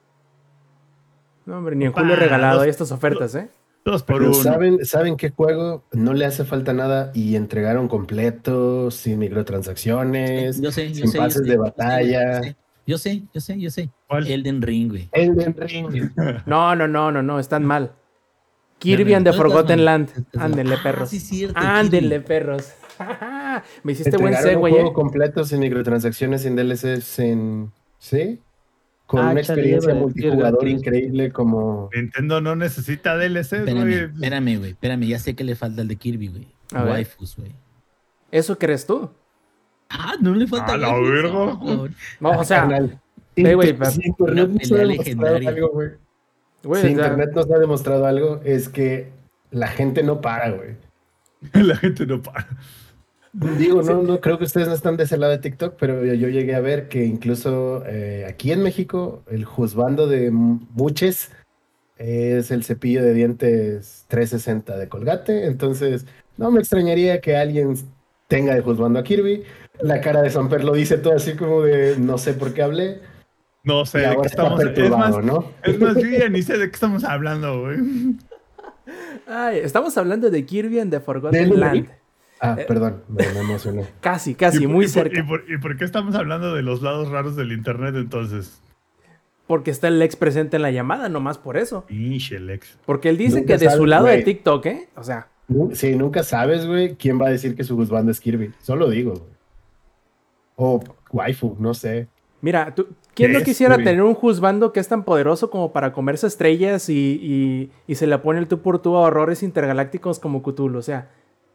No, hombre, ni en Opa, Julio regalado dos- hay estas ofertas, ¿eh? Dos por Pero uno. ¿saben, ¿saben qué juego? No le hace falta nada y entregaron completo, sin microtransacciones, Yo sé, yo sin sé, yo pases sé, de yo sé, güey, yo batalla. sé. Yo sé, yo sé, yo sé. ¿Cuál? Elden Ring, güey. Elden Ring. No, no, no, no, no, están mal. Kirby No, no, and the no estás Forgotten mal, Land. estás mal. Ándele, Ah, perros. sí, cierto, Ándele, Kirby. perros. Me hiciste buen Entregaron un segue, juego ¿eh? completo sin microtransacciones, sin D L Cs, sin... ¿Sí? Con Ah, una échale, experiencia iba a decir multijugador gratis. increíble como... Nintendo no necesita D L Cs, Espérame, güey. espérame, güey. Espérame, ya sé que le falta el de Kirby, güey. A ver. Waifus, güey. ¿Eso crees tú? Ah, no le falta Ah, la waifus. verga. Ah, cabrón. No, o sea, Carnal, Ve, güey, Inter- si una Internet nos pelea ha demostrado legendaria. algo, güey. güey, Si o sea, Internet nos ha demostrado algo, es que la gente no para, güey. La gente no para. Digo, no, no creo que ustedes no están de ese lado de TikTok, pero yo, yo llegué a ver que incluso eh, aquí en México, el juzgando de muches es el cepillo de dientes trescientos sesenta de Colgate. Entonces, no me extrañaría que alguien tenga de juzgando a Kirby. La cara de Samper lo dice todo así como de no sé por qué hablé. No sé Y de qué ahora está estamos. Es perturbado, más, ¿no? es más, yo ya ni sé de qué estamos hablando, güey. ay, estamos hablando de Kirby and the ¿De Forgotten Elden Land. Ring? Ah, Eh. perdón, me, me emocioné. Casi, ¿Y casi, por- muy y por- cerca. ¿Y por, y por qué estamos hablando de los lados raros del internet entonces? Porque está el ex presente en la llamada, nomás por eso. Pinche Lex. Porque él dice Nunca que de su sabes, lado de güey. TikTok, ¿eh? O sea, Nu- Sí, nunca sabes, güey, quién va a decir que su juzgando es Kirby. Solo digo, güey. O waifu, no sé. mira, tú, ¿quién no Es, quisiera güey. tener un juzgando que es tan poderoso como para comerse estrellas y, y, y se le pone el tú por tú a horrores intergalácticos como Cthulhu? O sea,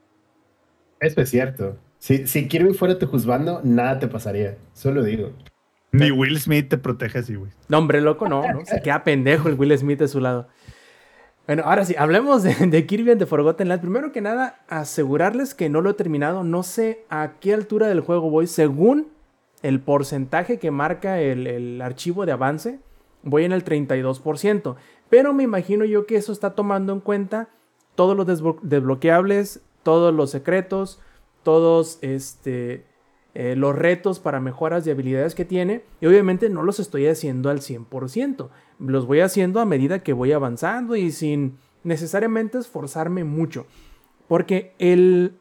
Eso es cierto. Si, si Kirby fuera tu juzgando, nada te pasaría. Solo digo. Ni Will Smith te protege así, güey. no, hombre, loco, no, no. Se queda pendejo el Will Smith de su lado. Bueno, ahora sí, hablemos de, de Kirby and the Forgotten Land. Primero que nada, asegurarles que no lo he terminado. No sé a qué altura del juego voy. Según el porcentaje que marca el, el archivo de avance, voy en el treinta y dos por ciento. Pero me imagino yo que eso está tomando en cuenta todos los desblo- desbloqueables, todos los secretos, todos este, eh, los retos para mejoras de habilidades que tiene. Y obviamente no los estoy haciendo al cien por ciento. Los voy haciendo a medida que voy avanzando y sin necesariamente esforzarme mucho. Porque el,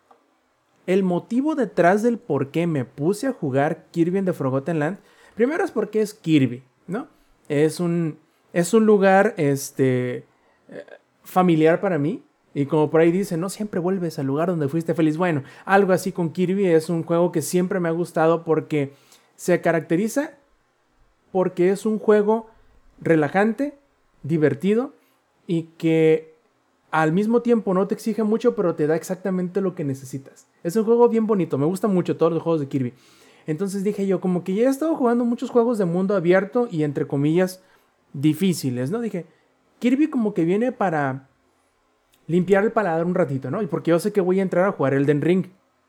el motivo detrás del por qué me puse a jugar Kirby and the Forgotten Land, primero es porque es Kirby, ¿no? Es un, es un lugar este, eh, familiar para mí. Y como por ahí dice, no siempre vuelves al lugar donde fuiste feliz. Bueno, algo así con Kirby. Es un juego que siempre me ha gustado porque se caracteriza porque es un juego relajante, divertido y que al mismo tiempo no te exige mucho, pero te da exactamente lo que necesitas. Es un juego bien bonito, me gustan mucho todos los juegos de Kirby. Entonces dije yo, como que ya he estado jugando muchos juegos de mundo abierto y entre comillas difíciles, ¿no? Dije, Kirby como que viene para limpiar el paladar un ratito, ¿no? Y porque yo sé que voy a entrar a jugar Elden Ring.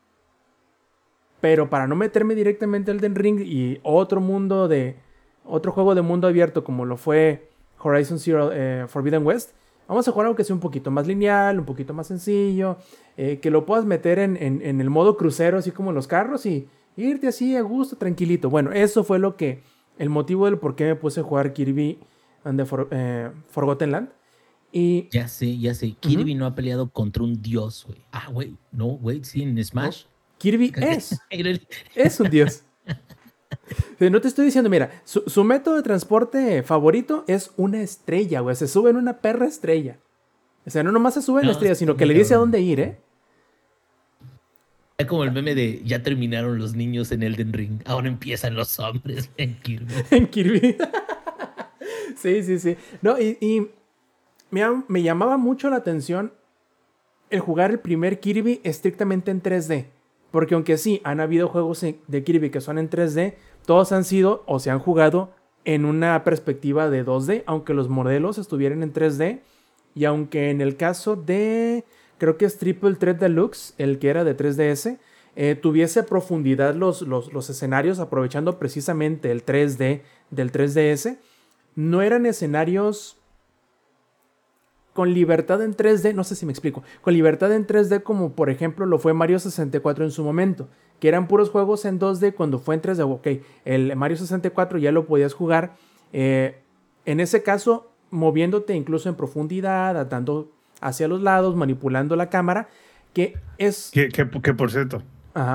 Pero para no meterme directamente a Elden Ring y otro mundo de... otro juego de mundo abierto como lo fue Horizon Zero eh, Forbidden West, vamos a jugar algo que sea un poquito más lineal, un poquito más sencillo, eh, que lo puedas meter en, en, en el modo crucero, así como en los carros, y irte así a gusto, tranquilito. Bueno, eso fue lo que, el motivo del por qué me puse a jugar Kirby and the For, eh, Forgotten Land. Y Ya sé, ya sé. Kirby no ha peleado contra un dios, güey. Ah, güey. No, güey, sí, en Smash. Kirby es, es un dios. Pero no te estoy diciendo, mira, su, su método de transporte favorito es una estrella, güey. Se sube en una perra estrella. O sea, no nomás se sube en la No, estrella, está sino que muy le dice a cabrón. dónde ir, ¿eh? Es como el meme de ya terminaron los niños en Elden Ring. Ahora empiezan los hombres en Kirby. En Kirby. Sí, sí, sí. No, y, y me, ha- me llamaba mucho la atención el jugar el primer Kirby estrictamente en tres D. Porque aunque sí, han habido juegos en- de Kirby que son en tres D, todos han sido o se han jugado en una perspectiva de dos D, aunque los modelos estuvieran en tres D. Y aunque en el caso de, creo que es Triple Threat Deluxe, el que era de tres D S, eh, tuviese profundidad los, los, los escenarios, aprovechando precisamente el tres D del tres D S, no eran escenarios con libertad en tres D, no sé si me explico, con libertad en tres D como por ejemplo lo fue Mario sesenta y cuatro en su momento, que eran puros juegos en dos D cuando fue en tres D. Ok, el Mario sesenta y cuatro ya lo podías jugar, eh, en ese caso moviéndote incluso en profundidad, andando hacia los lados, manipulando la cámara, que es... Que, que, que por cierto, Ajá.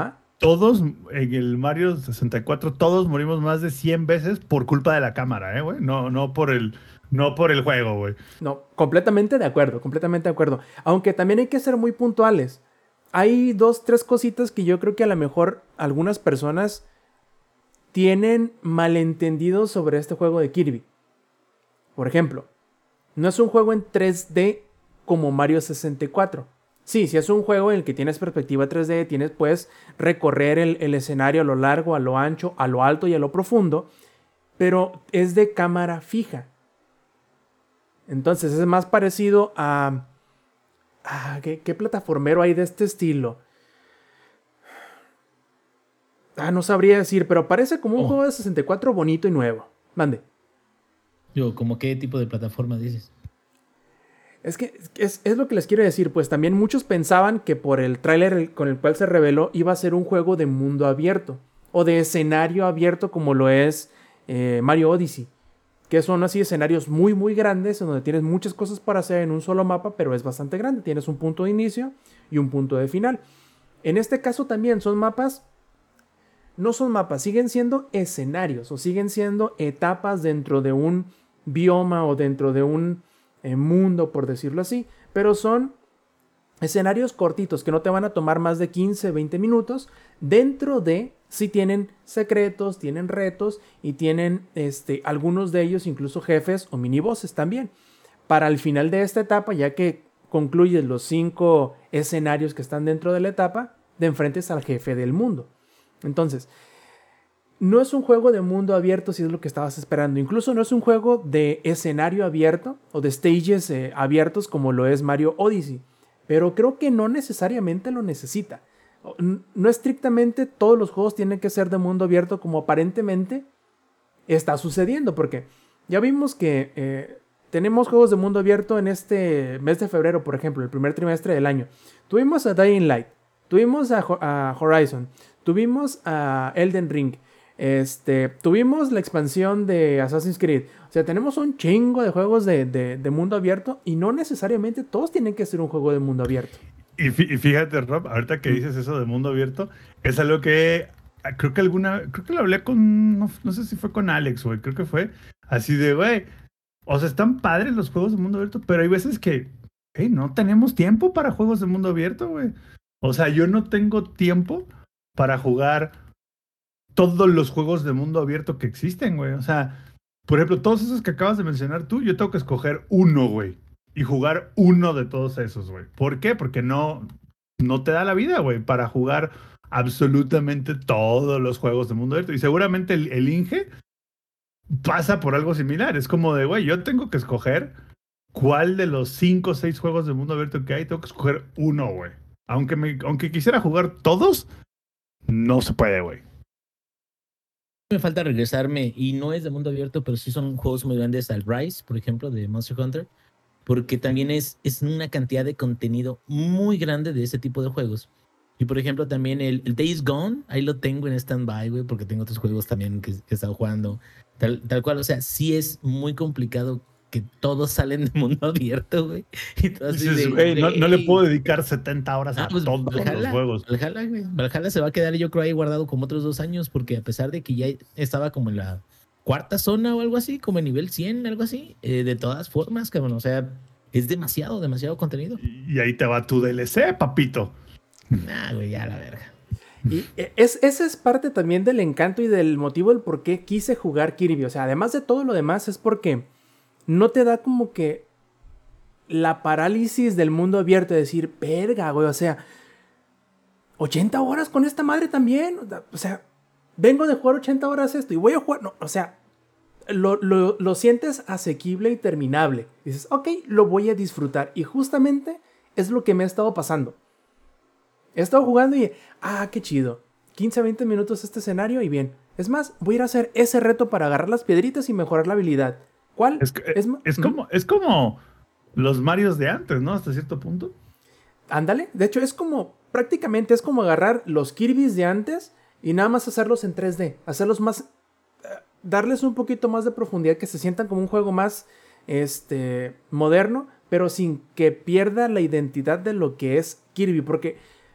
todos en el Mario sesenta y cuatro, todos morimos más de cien veces por culpa de la cámara, ¿eh, güey? No, no por el, no por el juego, güey. No, completamente de acuerdo, completamente de acuerdo. Aunque también hay que ser muy puntuales. Hay dos, tres cositas que yo creo que a lo mejor algunas personas tienen malentendidos sobre este juego de Kirby. Por ejemplo, no es un juego en tres D como Mario sesenta y cuatro. Sí, sí es un juego en el que tienes perspectiva tres D, tienes, puedes recorrer el, el escenario a lo largo, a lo ancho, a lo alto y a lo profundo, pero es de cámara fija. Entonces es más parecido a... a ¿qué, ¿Qué plataformero hay de este estilo? Ah, no sabría decir, pero parece como un Oh. juego de sesenta y cuatro bonito y nuevo. Mande. Yo, ¿como qué tipo de plataforma dices? Es que es, es lo que les quiero decir, pues también muchos pensaban que por el tráiler con el cual se reveló iba a ser un juego de mundo abierto o de escenario abierto como lo es eh, Mario Odyssey, que son así escenarios muy muy grandes en donde tienes muchas cosas para hacer en un solo mapa, pero es bastante grande, tienes un punto de inicio y un punto de final. En este caso también son mapas, no son mapas, siguen siendo escenarios o siguen siendo etapas dentro de un bioma o dentro de un eh, mundo, por decirlo así, pero son escenarios cortitos que no te van a tomar más de quince, veinte minutos. Dentro de, sí tienen secretos, tienen retos y tienen este, algunos de ellos incluso jefes o minibosses también. Para el final de esta etapa, ya que concluyes los cinco escenarios que están dentro de la etapa, de enfrentes al jefe del mundo. Entonces, no es un juego de mundo abierto si es lo que estabas esperando. Incluso no es un juego de escenario abierto o de stages eh, abiertos como lo es Mario Odyssey. Pero creo que no necesariamente lo necesita. No estrictamente todos los juegos tienen que ser de mundo abierto como aparentemente está sucediendo. Porque ya vimos que eh, tenemos juegos de mundo abierto en este mes de febrero, por ejemplo, el primer trimestre del año. Tuvimos a Dying Light, tuvimos a, a Horizon, tuvimos a Elden Ring. Este, tuvimos la expansión de Assassin's Creed. O sea, tenemos un chingo de juegos de, de, de mundo abierto y no necesariamente todos tienen que ser un juego de mundo abierto. Y, y fíjate, Rob, ahorita que dices eso de mundo abierto, es algo que creo que alguna, creo que lo hablé con, no, no sé si fue con Alex, güey, creo que fue así de, güey, o sea, están padres los juegos de mundo abierto, pero hay veces que, hey, no tenemos tiempo para juegos de mundo abierto, güey. O sea, yo no tengo tiempo para jugar todos los juegos de mundo abierto que existen, güey. O sea, por ejemplo, todos esos que acabas de mencionar tú, yo tengo que escoger uno, güey. Y jugar uno de todos esos, güey. ¿Por qué? Porque no, no te da la vida, güey, para jugar absolutamente todos los juegos de mundo abierto. Y seguramente el, el Inge pasa por algo similar. Es como de, güey, yo tengo que escoger cuál de los cinco o seis juegos de mundo abierto que hay, tengo que escoger uno, güey. Aunque, me, aunque quisiera jugar todos, no se puede, güey. Me falta regresarme, y no es de mundo abierto, pero sí son juegos muy grandes al Rise, por ejemplo, de Monster Hunter, porque también es, es una cantidad de contenido muy grande de ese tipo de juegos. Y por ejemplo también el, el Days Gone, ahí lo tengo en stand-by, güey, porque tengo otros juegos también que, que he estado jugando, tal, tal cual, o sea, sí es muy complicado que todos salen de mundo abierto, güey. Y todo así Dices, de, güey, no, no le güey. puedo dedicar setenta horas Ah, a pues, todos Valhalla, los juegos. Valhalla, güey. Valhalla se va a quedar, yo creo, ahí guardado como otros dos años, porque a pesar de que ya estaba como en la cuarta zona o algo así, como en nivel cien, algo así, eh, de todas formas, cabrón, o sea, es demasiado, demasiado contenido. Y ahí te va tu D L C, papito. Nah, güey, ya la verga. Y es, ese es parte también del encanto y del motivo del por qué quise jugar Kirby. O sea, además de todo lo demás, es porque no te da como que la parálisis del mundo abierto de decir, verga, güey, o sea, ochenta horas con esta madre también. O sea, vengo de jugar ochenta horas esto y voy a jugar. No, o sea, lo, lo, lo sientes asequible y terminable. Dices, ok, lo voy a disfrutar. Y justamente es lo que me ha estado pasando. He estado jugando y, ah, qué chido. quince a veinte minutos este escenario y bien. Es más, voy a ir a hacer ese reto para agarrar las piedritas y mejorar la habilidad. ¿Cuál? Es, es, es, como, es como los Marios de antes, ¿no? Hasta cierto punto. Ándale. De hecho, es como, prácticamente es como agarrar los Kirby's de antes y nada más hacerlos en tres D. Hacerlos más, darles un poquito más de profundidad, que se sientan como un juego más este, moderno, pero sin que pierda la identidad de lo que es Kirby. Porque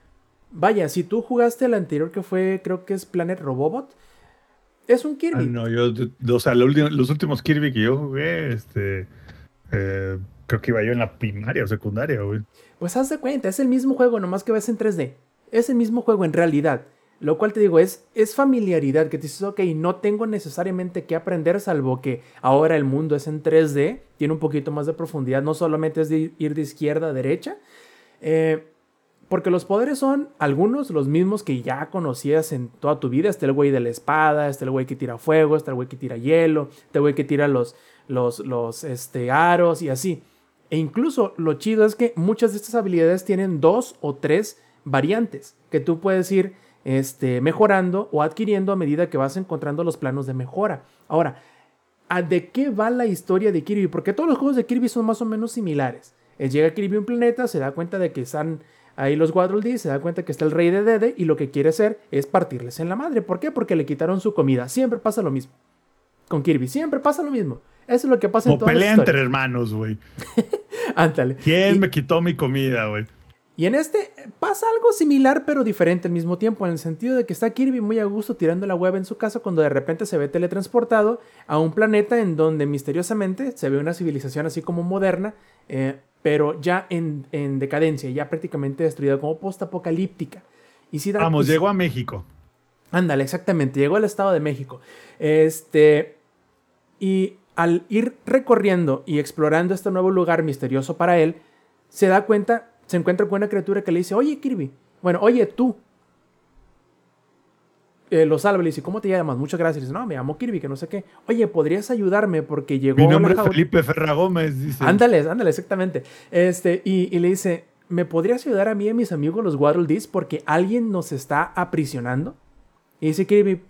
vaya, si tú jugaste el anterior que fue, creo que es Planet Robobot, es un Kirby. Ah, no, yo, o sea, lo último- los últimos Kirby que yo jugué, este, eh, creo que iba yo en la primaria o secundaria, güey. Pues haz de cuenta, es el mismo juego, nomás que ves en tres D. Es el mismo juego en realidad. Lo cual te digo, es, es familiaridad, que te dices, ok, no tengo necesariamente que aprender, salvo que ahora el mundo es en tres D, tiene un poquito más de profundidad, no solamente es de ir de izquierda a derecha, eh, porque los poderes son algunos, los mismos que ya conocías en toda tu vida. Está el güey de la espada, está el güey que tira fuego, está el güey que tira hielo, está el güey que tira los, los, los este, aros y así. E incluso lo chido es que muchas de estas habilidades tienen dos o tres variantes que tú puedes ir este, mejorando o adquiriendo a medida que vas encontrando los planos de mejora. Ahora, ¿de qué va la historia de Kirby? Porque todos los juegos de Kirby son más o menos similares. Él llega a Kirby a un planeta, se da cuenta de que están ahí los Waddle Dee, se da cuenta que está el rey de Dede y lo que quiere hacer es partirles en la madre. ¿Por qué? Porque le quitaron su comida. Siempre pasa lo mismo. Con Kirby, siempre pasa lo mismo. Eso es lo que pasa O en todas pelea las entre historias. hermanos, güey. Ándale. ¿Quién Y- me quitó mi comida, güey? Y en este pasa algo similar pero diferente al mismo tiempo, en el sentido de que está Kirby muy a gusto tirando la hueva en su casa cuando de repente se ve teletransportado a un planeta en donde misteriosamente se ve una civilización así como moderna, eh, pero ya en, en decadencia, ya prácticamente destruida, como postapocalíptica. Y si da, Vamos, y si- llegó a México. Ándale, exactamente, llegó al Estado de México. Este, y al ir recorriendo y explorando este nuevo lugar misterioso para él, se da cuenta, se encuentra con una criatura que le dice, oye Kirby, bueno, oye tú. Eh, lo salva y le dice, ¿cómo te llamas? Muchas gracias. Y dice, no, me llamo Kirby, que no sé qué. Oye, ¿podrías ayudarme? Porque llegó Mi nombre la es jaula- Felipe Ferra Gómez, dice. Ándale, ándale, exactamente. Este, y, y le dice, ¿me podrías ayudar a mí y a mis amigos los Waddle Dees porque alguien nos está aprisionando? Y dice Kirby,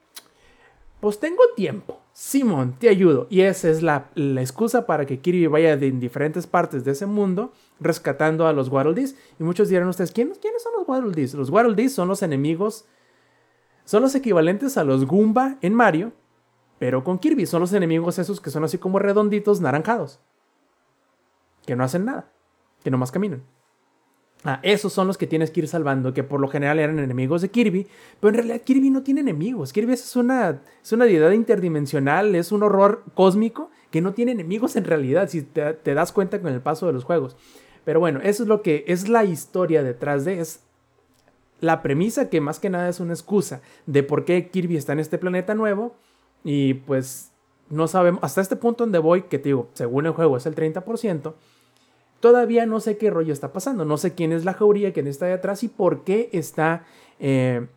pues tengo tiempo. Simón, te ayudo. Y esa es la, la excusa para que Kirby vaya de en diferentes partes de ese mundo rescatando a los Waddle Dees. Y muchos dirán ustedes, ¿quién, ¿quiénes son los Waddle Dees? Los Waddle Dees son los enemigos, son los equivalentes a los Goomba en Mario, pero con Kirby. Son los enemigos esos que son así como redonditos, naranjados. Que no hacen nada. Que nomás caminan. Ah, esos son los que tienes que ir salvando, que por lo general eran enemigos de Kirby, pero en realidad Kirby no tiene enemigos. Kirby es una, es una deidad interdimensional, es un horror cósmico que no tiene enemigos en realidad, si te, te das cuenta con el paso de los juegos. Pero bueno, eso es lo que es la historia detrás de, es la premisa que más que nada es una excusa de por qué Kirby está en este planeta nuevo y pues no sabemos, hasta este punto donde voy, que te digo, según el juego es el treinta por ciento, todavía no sé qué rollo está pasando. No sé quién es la jauría, quién está de atrás y por qué está eh,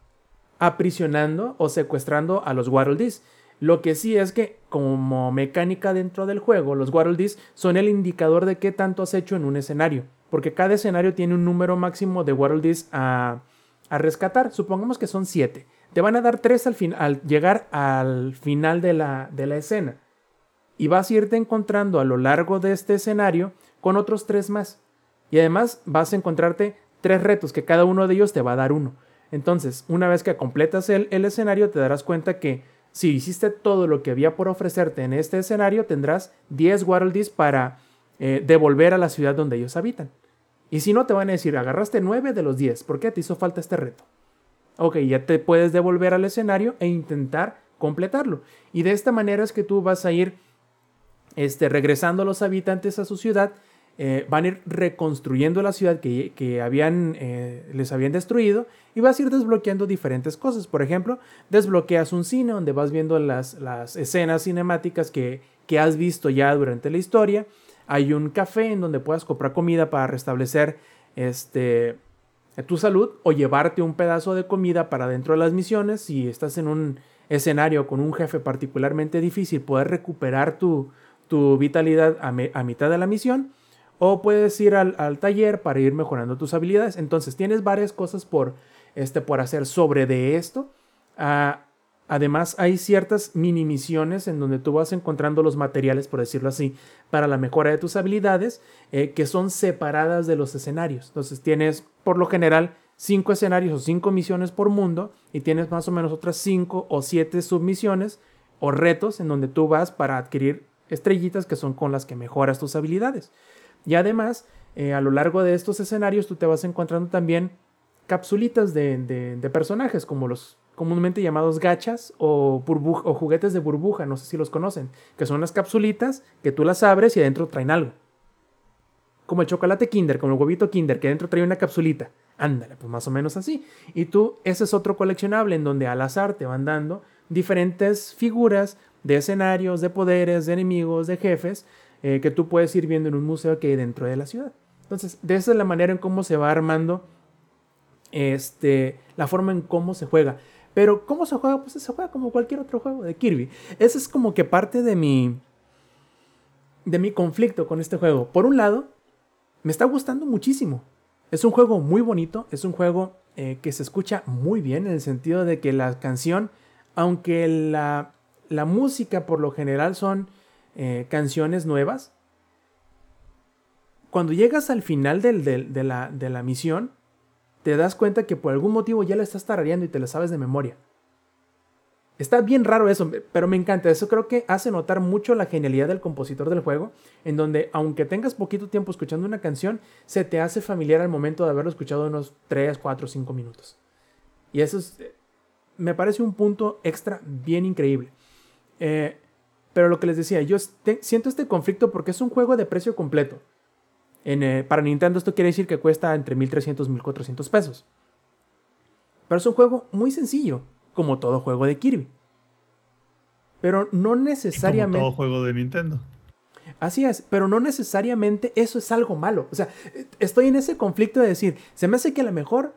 aprisionando o secuestrando a los Waddle Dees. Lo que sí es que, como mecánica dentro del juego, los Waddle Dees son el indicador de qué tanto has hecho en un escenario. Porque cada escenario tiene un número máximo de Waddle Dees a, a rescatar. Supongamos que son siete. Te van a dar tres al, fin, al llegar al final de la, de la escena. Y vas a irte encontrando a lo largo de este escenario con otros tres más. Y además vas a encontrarte tres retos que cada uno de ellos te va a dar uno. Entonces, una vez que completas el, el escenario, te darás cuenta que si hiciste todo lo que había por ofrecerte en este escenario, tendrás diez Waddle Dees para eh, devolver a la ciudad donde ellos habitan. Y si no, te van a decir, agarraste nueve de los diez. ¿Por qué te hizo falta este reto? Ok, ya te puedes devolver al escenario e intentar completarlo. Y de esta manera es que tú vas a ir este, regresando a los habitantes a su ciudad. Eh, van a ir reconstruyendo la ciudad que, que habían, eh, les habían destruido y vas a ir desbloqueando diferentes cosas. Por ejemplo, desbloqueas un cine donde vas viendo las, las escenas cinemáticas que, que has visto ya durante la historia. Hay un café en donde puedas comprar comida para restablecer este, tu salud o llevarte un pedazo de comida para dentro de las misiones. Si estás en un escenario con un jefe particularmente difícil, poder recuperar tu, tu vitalidad a, me, a mitad de la misión. O puedes ir al, al taller para ir mejorando tus habilidades. Entonces tienes varias cosas por, este, por hacer sobre de esto. Uh, además hay ciertas mini misiones en donde tú vas encontrando los materiales, por decirlo así, para la mejora de tus habilidades, eh, que son separadas de los escenarios. Entonces tienes por lo general cinco escenarios o cinco misiones por mundo y tienes más o menos otras cinco o siete submisiones o retos en donde tú vas para adquirir estrellitas que son con las que mejoras tus habilidades. Y además, eh, a lo largo de estos escenarios tú te vas encontrando también capsulitas de, de, de personajes, como los comúnmente llamados gachas o, burbuja, o juguetes de burbuja, no sé si los conocen, que son unas capsulitas que tú las abres y adentro traen algo. Como el chocolate Kinder, como el huevito Kinder, que adentro trae una capsulita. Ándale, pues más o menos así. Y tú, ese es otro coleccionable en donde al azar te van dando diferentes figuras de escenarios, de poderes, de enemigos, de jefes, eh, que tú puedes ir viendo en un museo que hay dentro de la ciudad. Entonces, de esa es la manera en cómo se va armando este, la forma en cómo se juega. Pero, ¿cómo se juega? Pues se juega como cualquier otro juego de Kirby. Ese es como que parte de mi, de mi conflicto con este juego. Por un lado, me está gustando muchísimo. Es un juego muy bonito, es un juego eh, que se escucha muy bien en el sentido de que la canción, aunque la, la música por lo general son eh, canciones nuevas, cuando llegas al final del, del, de, la, de la misión, te das cuenta que por algún motivo ya la estás tarareando y te la sabes de memoria. Está bien raro eso, pero me encanta. Eso creo que hace notar mucho la genialidad del compositor del juego, en donde aunque tengas poquito tiempo escuchando una canción, se te hace familiar al momento de haberlo escuchado unos tres, cuatro, cinco minutos. Y eso es, me parece un punto extra bien increíble. Eh, pero lo que les decía, yo te, siento este conflicto porque es un juego de precio completo. En, eh, para Nintendo esto quiere decir que cuesta entre mil trescientos y mil cuatrocientos pesos. Pero es un juego muy sencillo, como todo juego de Kirby. Pero no necesariamente... Como todo juego de Nintendo. Así es, pero no necesariamente eso es algo malo. O sea, estoy en ese conflicto de decir, se me hace que a lo mejor,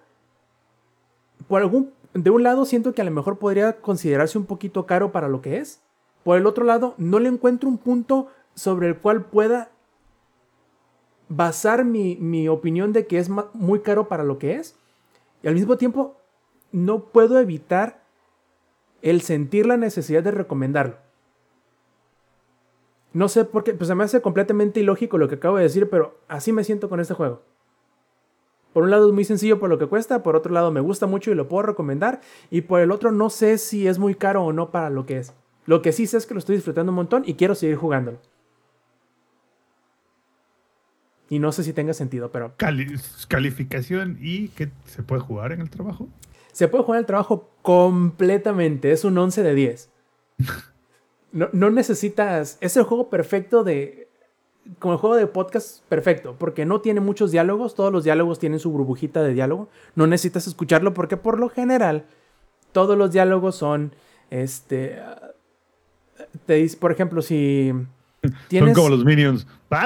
por algún, de un lado siento que a lo mejor podría considerarse un poquito caro para lo que es. Por el otro lado, no le encuentro un punto sobre el cual pueda basar mi, mi opinión de que es muy caro para lo que es. Y al mismo tiempo, no puedo evitar el sentir la necesidad de recomendarlo. No sé por qué, pues se me hace completamente ilógico lo que acabo de decir, pero así me siento con este juego. Por un lado es muy sencillo por lo que cuesta, por otro lado me gusta mucho y lo puedo recomendar, y por el otro no sé si es muy caro o no para lo que es. Lo que sí sé es que lo estoy disfrutando un montón y quiero seguir jugándolo. Y no sé si tenga sentido, pero... Cali calificación y que se puede jugar en el trabajo. Se puede jugar en el trabajo completamente. Es un once de diez. No, no necesitas... Es el juego perfecto de... Como el juego de podcast perfecto. Porque no tiene muchos diálogos. Todos los diálogos tienen su burbujita de diálogo. No necesitas escucharlo porque por lo general todos los diálogos son... Este... Te dice, por ejemplo, si... Tienes... Son como los Minions.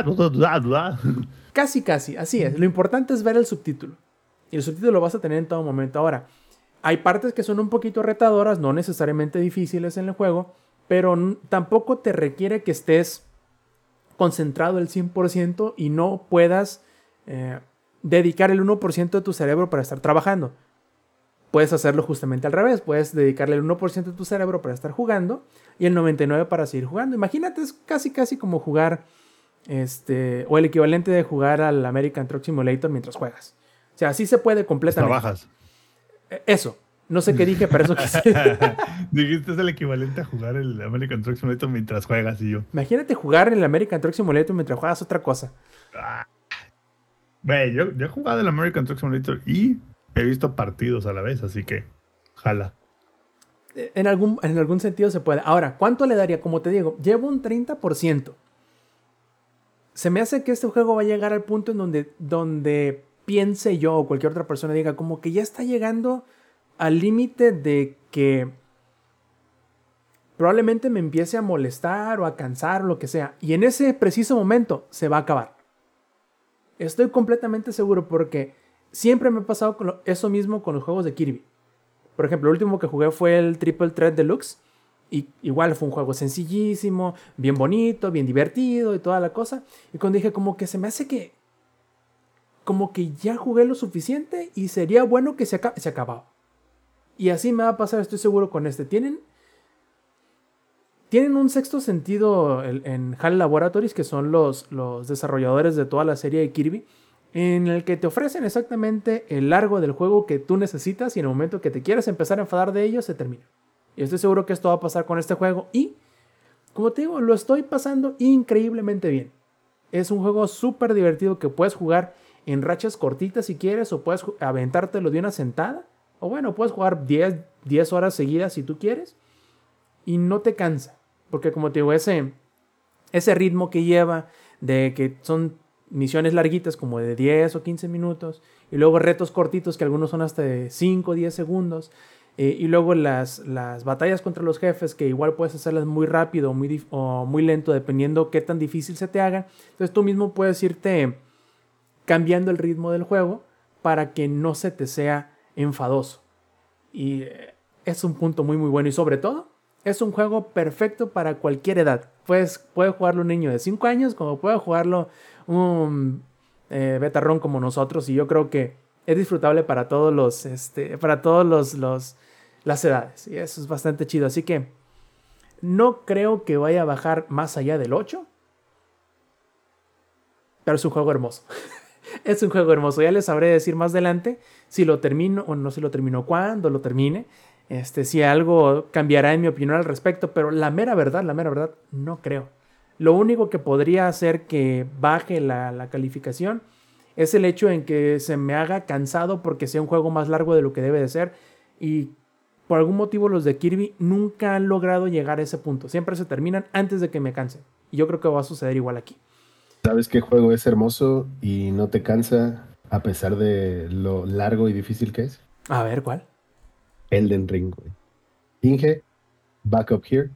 Casi, casi. Así es. Lo importante es ver el subtítulo. Y el subtítulo lo vas a tener en todo momento. Ahora, hay partes que son un poquito retadoras, no necesariamente difíciles en el juego, pero n- tampoco te requiere que estés concentrado el cien por ciento y no puedas eh, dedicar el uno por ciento de tu cerebro para estar trabajando. Puedes hacerlo justamente al revés. Puedes dedicarle el uno por ciento de tu cerebro para estar jugando y el noventa y nueve por ciento para seguir jugando. Imagínate, es casi casi como jugar este, o el equivalente de jugar al American Truck Simulator mientras juegas. O sea, así se puede completamente. Trabajas. Eso. No sé qué dije, pero eso quise. Dijiste es el equivalente a jugar el American Truck Simulator mientras juegas y yo. Imagínate jugar en el American Truck Simulator mientras juegas otra cosa. Ah. Güey, yo, yo he jugado el American Truck Simulator y he visto partidos a la vez, así que jala. En algún, en algún sentido se puede. Ahora, ¿cuánto le daría? Como te digo, llevo un treinta por ciento. Se me hace que este juego va a llegar al punto en donde, donde piense yo o cualquier otra persona diga como que ya está llegando al límite de que probablemente me empiece a molestar o a cansar o lo que sea. Y en ese preciso momento se va a acabar. Estoy completamente seguro porque siempre me ha pasado con lo, eso mismo con los juegos de Kirby. Por ejemplo, el último que jugué fue el Triple Threat Deluxe. Y igual fue un juego sencillísimo, bien bonito, bien divertido y toda la cosa. Y cuando dije como que se me hace que... Como que ya jugué lo suficiente y sería bueno que se, acabe, se acababa. Y así me va a pasar, estoy seguro, con este. Tienen... Tienen un sexto sentido en, en HAL Laboratories, que son los, los desarrolladores de toda la serie de Kirby, en el que te ofrecen exactamente el largo del juego que tú necesitas y en el momento que te quieras empezar a enfadar de ellos, se termina. Y estoy seguro que esto va a pasar con este juego y, como te digo, lo estoy pasando increíblemente bien. Es un juego súper divertido que puedes jugar en rachas cortitas si quieres, o puedes aventártelo de una sentada, o bueno, puedes jugar diez, diez horas seguidas si tú quieres, y no te cansa, porque como te digo, ese, ese ritmo que lleva de que son misiones larguitas como de diez o quince minutos, y luego retos cortitos que algunos son hasta de cinco o diez segundos, eh, y luego las, las batallas contra los jefes que igual puedes hacerlas muy rápido o muy, o muy lento dependiendo qué tan difícil se te haga. Entonces tú mismo puedes irte cambiando el ritmo del juego para que no se te sea enfadoso, y eh, es un punto muy muy bueno, y sobre todo es un juego perfecto para cualquier edad. Pues puede jugarlo un niño de cinco años como puede jugarlo un eh, betarrón como nosotros, y yo creo que es disfrutable para todos los este, para todos los, los las edades, y eso es bastante chido. Así que no creo que vaya a bajar más allá del ocho, pero es un juego hermoso. Es un juego hermoso. Ya les sabré decir más adelante si lo termino o no, si lo termino, cuando lo termine, este, si algo cambiará en mi opinión al respecto, pero la mera verdad, la mera verdad, no creo. Lo único que podría hacer que baje la, la calificación es el hecho en que se me haga cansado porque sea un juego más largo de lo que debe de ser, y por algún motivo los de Kirby nunca han logrado llegar a ese punto. Siempre se terminan antes de que me cansen, y yo creo que va a suceder igual aquí. ¿Sabes qué juego es hermoso y no te cansa a pesar de lo largo y difícil que es? A ver, ¿cuál? Elden Ring, güey. Inge, back up here.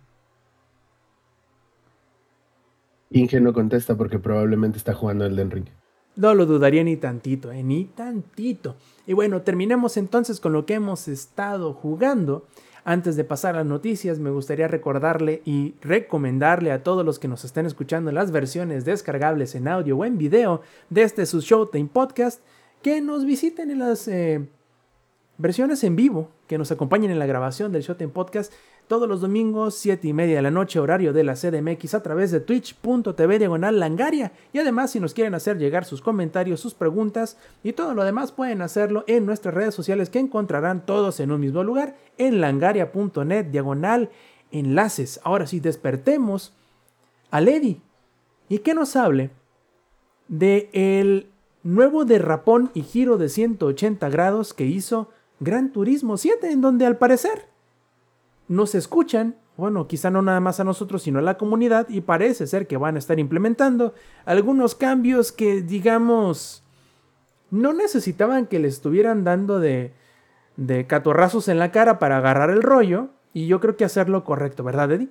Inge no contesta porque probablemente está jugando Elden Ring. No lo dudaría ni tantito, eh, ni tantito. Y bueno, terminemos entonces con lo que hemos estado jugando. Antes de pasar a las noticias, me gustaría recordarle y recomendarle a todos los que nos estén escuchando las versiones descargables en audio o en video de este su Showtime Podcast, que nos visiten en las eh, versiones en vivo, que nos acompañen en la grabación del Showtime Podcast todos los domingos, siete y media de la noche, horario de la C D M X, a través de twitch punto tv diagonal langaria. Y además, si nos quieren hacer llegar sus comentarios, sus preguntas y todo lo demás, pueden hacerlo en nuestras redes sociales, que encontrarán todos en un mismo lugar, en langaria punto net diagonal enlaces. Ahora sí, despertemos a Lady y que nos hable de el nuevo derrapón y giro de ciento ochenta grados que hizo Gran Turismo siete, en donde al parecer nos escuchan, bueno, quizá no nada más a nosotros, sino a la comunidad, y parece ser que van a estar implementando algunos cambios que, digamos, no necesitaban que le estuvieran dando de, de catorrazos en la cara para agarrar el rollo, y yo creo que hacerlo correcto, ¿verdad, Eddie?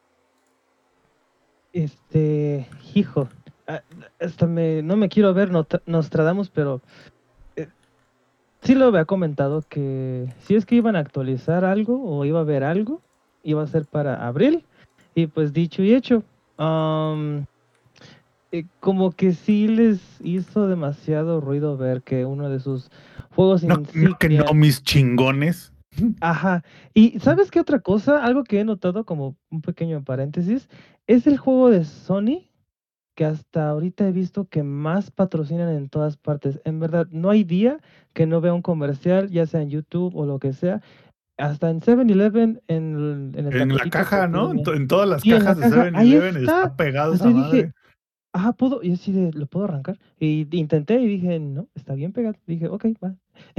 Este, hijo, ah, hasta me, no me quiero ver not- Nostradamus, pero eh, sí lo había comentado que si es que iban a actualizar algo o iba a haber algo, iba a ser para abril, y pues dicho y hecho, am, eh, como que sí les hizo demasiado ruido ver que uno de sus juegos No, no que insignia... no, mis chingones. Ajá. Y ¿sabes qué otra cosa? Algo que he notado como un pequeño paréntesis, es el juego de Sony que hasta ahorita he visto que más patrocinan en todas partes. En verdad, no hay día que no vea un comercial, ya sea en YouTube o lo que sea. Hasta en seven eleven, en, el- en el En la tapetito caja, que ¿no? En, tiene. to- en todas las Sí, en la cajas de caja, seven ahí eleven está. está pegado Así esa dije, madre. ah, puedo, y así de, ¿lo puedo arrancar? Y intenté y dije, no, está bien pegado. Dije, ok, va.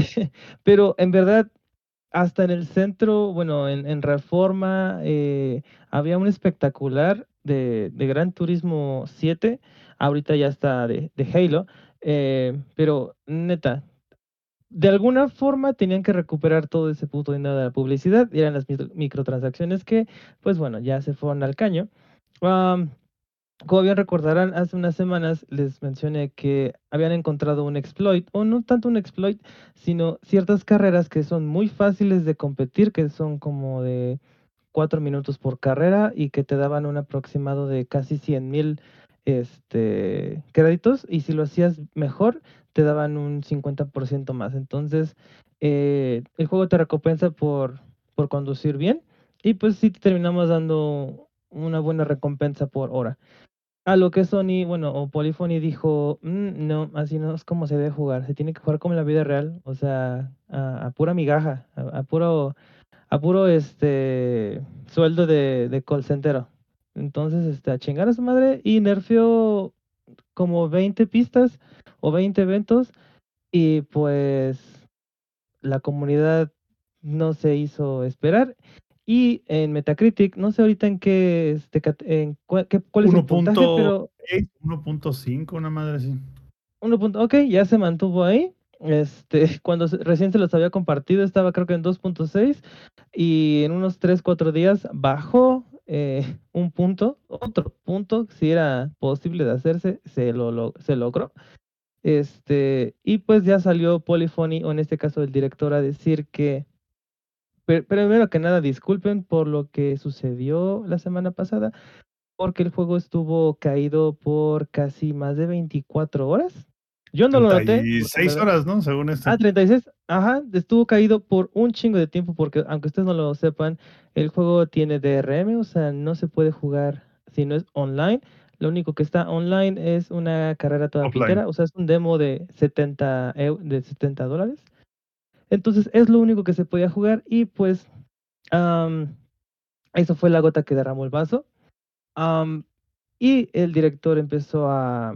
Pero en verdad, hasta en el centro, bueno, en, en Reforma, eh, había un espectacular de, de Gran Turismo siete. Ahorita ya está de, de Halo. eh, pero neta, de alguna forma tenían que recuperar todo ese puto dinero de la publicidad. Y eran las micro- microtransacciones que, pues bueno, ya se fueron al caño. Am, como bien recordarán, hace unas semanas les mencioné que habían encontrado un exploit, o no tanto un exploit, sino ciertas carreras que son muy fáciles de competir, que son como de cuatro minutos por carrera y que te daban un aproximado de casi cien mil este, créditos, y si lo hacías mejor, te daban un cincuenta por ciento más. Entonces, eh, el juego te recompensa por, por conducir bien, y pues sí te terminamos dando una buena recompensa por hora. A lo que Sony, bueno, o Polyphony dijo, "Mm, no, así no es como se debe jugar, se tiene que jugar como en la vida real, o sea, a, a pura migaja, a, a puro, a puro este sueldo de, de call centero". Entonces, este, a chingar a su madre, y nerfeó como veinte pistas, o veinte eventos y pues la comunidad no se hizo esperar. Y en Metacritic, no sé ahorita en qué, este, cat- en cua- qué- cuál es el puntaje, pero uno punto cinco, una madre así. uno punto, ok, ya se mantuvo ahí. Este, cuando se- recién se los había compartido, estaba creo que en dos punto seis y en unos tres cuatro días bajó eh, un punto, otro punto, si era posible de hacerse, se lo, lo- se logró. Este, y pues ya salió Polyphony, o en este caso el director, a decir que, pero primero que nada, disculpen por lo que sucedió la semana pasada, porque el juego estuvo caído por casi más de veinticuatro horas. Yo no lo noté, porque en treinta y seis verdad... horas, ¿no? Según esto. Ah, treinta y seis, ajá, estuvo caído por un chingo de tiempo, porque aunque ustedes no lo sepan, el juego tiene D R M, o sea, no se puede jugar si no es online. Lo único que está online es una carrera toda Offline. pitera, o sea, es un demo de setenta, eu- de setenta dólares. Entonces, es lo único que se podía jugar y pues am, eso fue la gota que derramó el vaso. Am, y el director empezó a,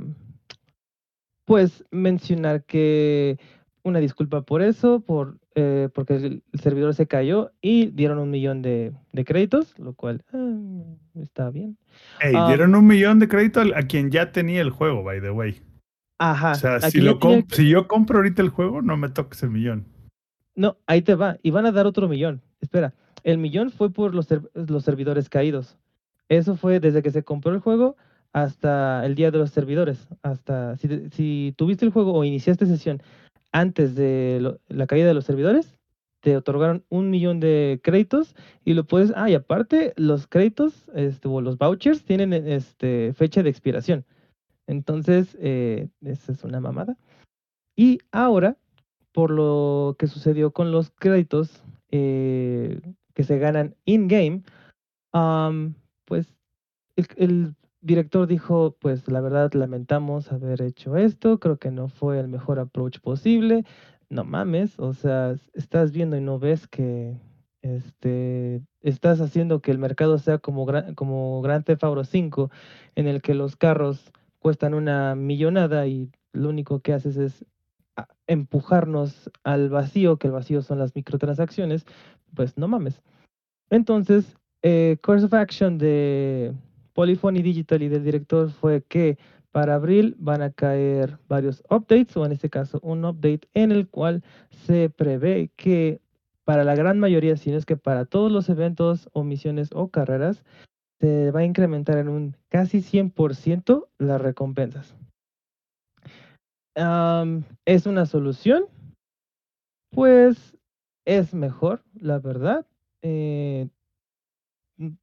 pues, mencionar que una disculpa por eso, por, eh, porque el, el servidor se cayó y dieron un millón de, de créditos, lo cual ah, está bien. Ey, Am, dieron un millón de crédito al- a quien ya tenía el juego, by the way. O ajá, sea, si, aquí ya lo tenía... comp- si yo compro ahorita el juego, no me toques el millón. No, ahí te va, y van a dar otro millón. Espera, el millón fue por los, ser- los servidores caídos. Eso fue desde que se compró el juego hasta el día de los servidores. Hasta si, te- si tuviste el juego o iniciaste sesión antes de lo- la caída de los servidores, te otorgaron un millón de créditos y lo puedes. Ah, y aparte, los créditos este, o los vouchers tienen este, fecha de expiración. Entonces, eh, esa es una mamada. Y ahora, por lo que sucedió con los créditos eh, que se ganan in-game, am, pues el, el director dijo, pues la verdad lamentamos haber hecho esto, creo que no fue el mejor approach posible. No mames, o sea, s- estás viendo y no ves que este, estás haciendo que el mercado sea como, Gra- como Grand Theft Auto cinco, en el que los carros cuestan una millonada y lo único que haces es a- empujarnos al vacío, que el vacío son las microtransacciones, pues no mames. Entonces, eh, Course of Action de Polyphony Digital y del director fue que para abril van a caer varios updates, o en este caso un update en el cual se prevé que para la gran mayoría, si no es que para todos los eventos o misiones o carreras, se va a incrementar en un casi cien por ciento las recompensas. Am, ¿es una solución? Pues es mejor, la verdad. Eh, mm,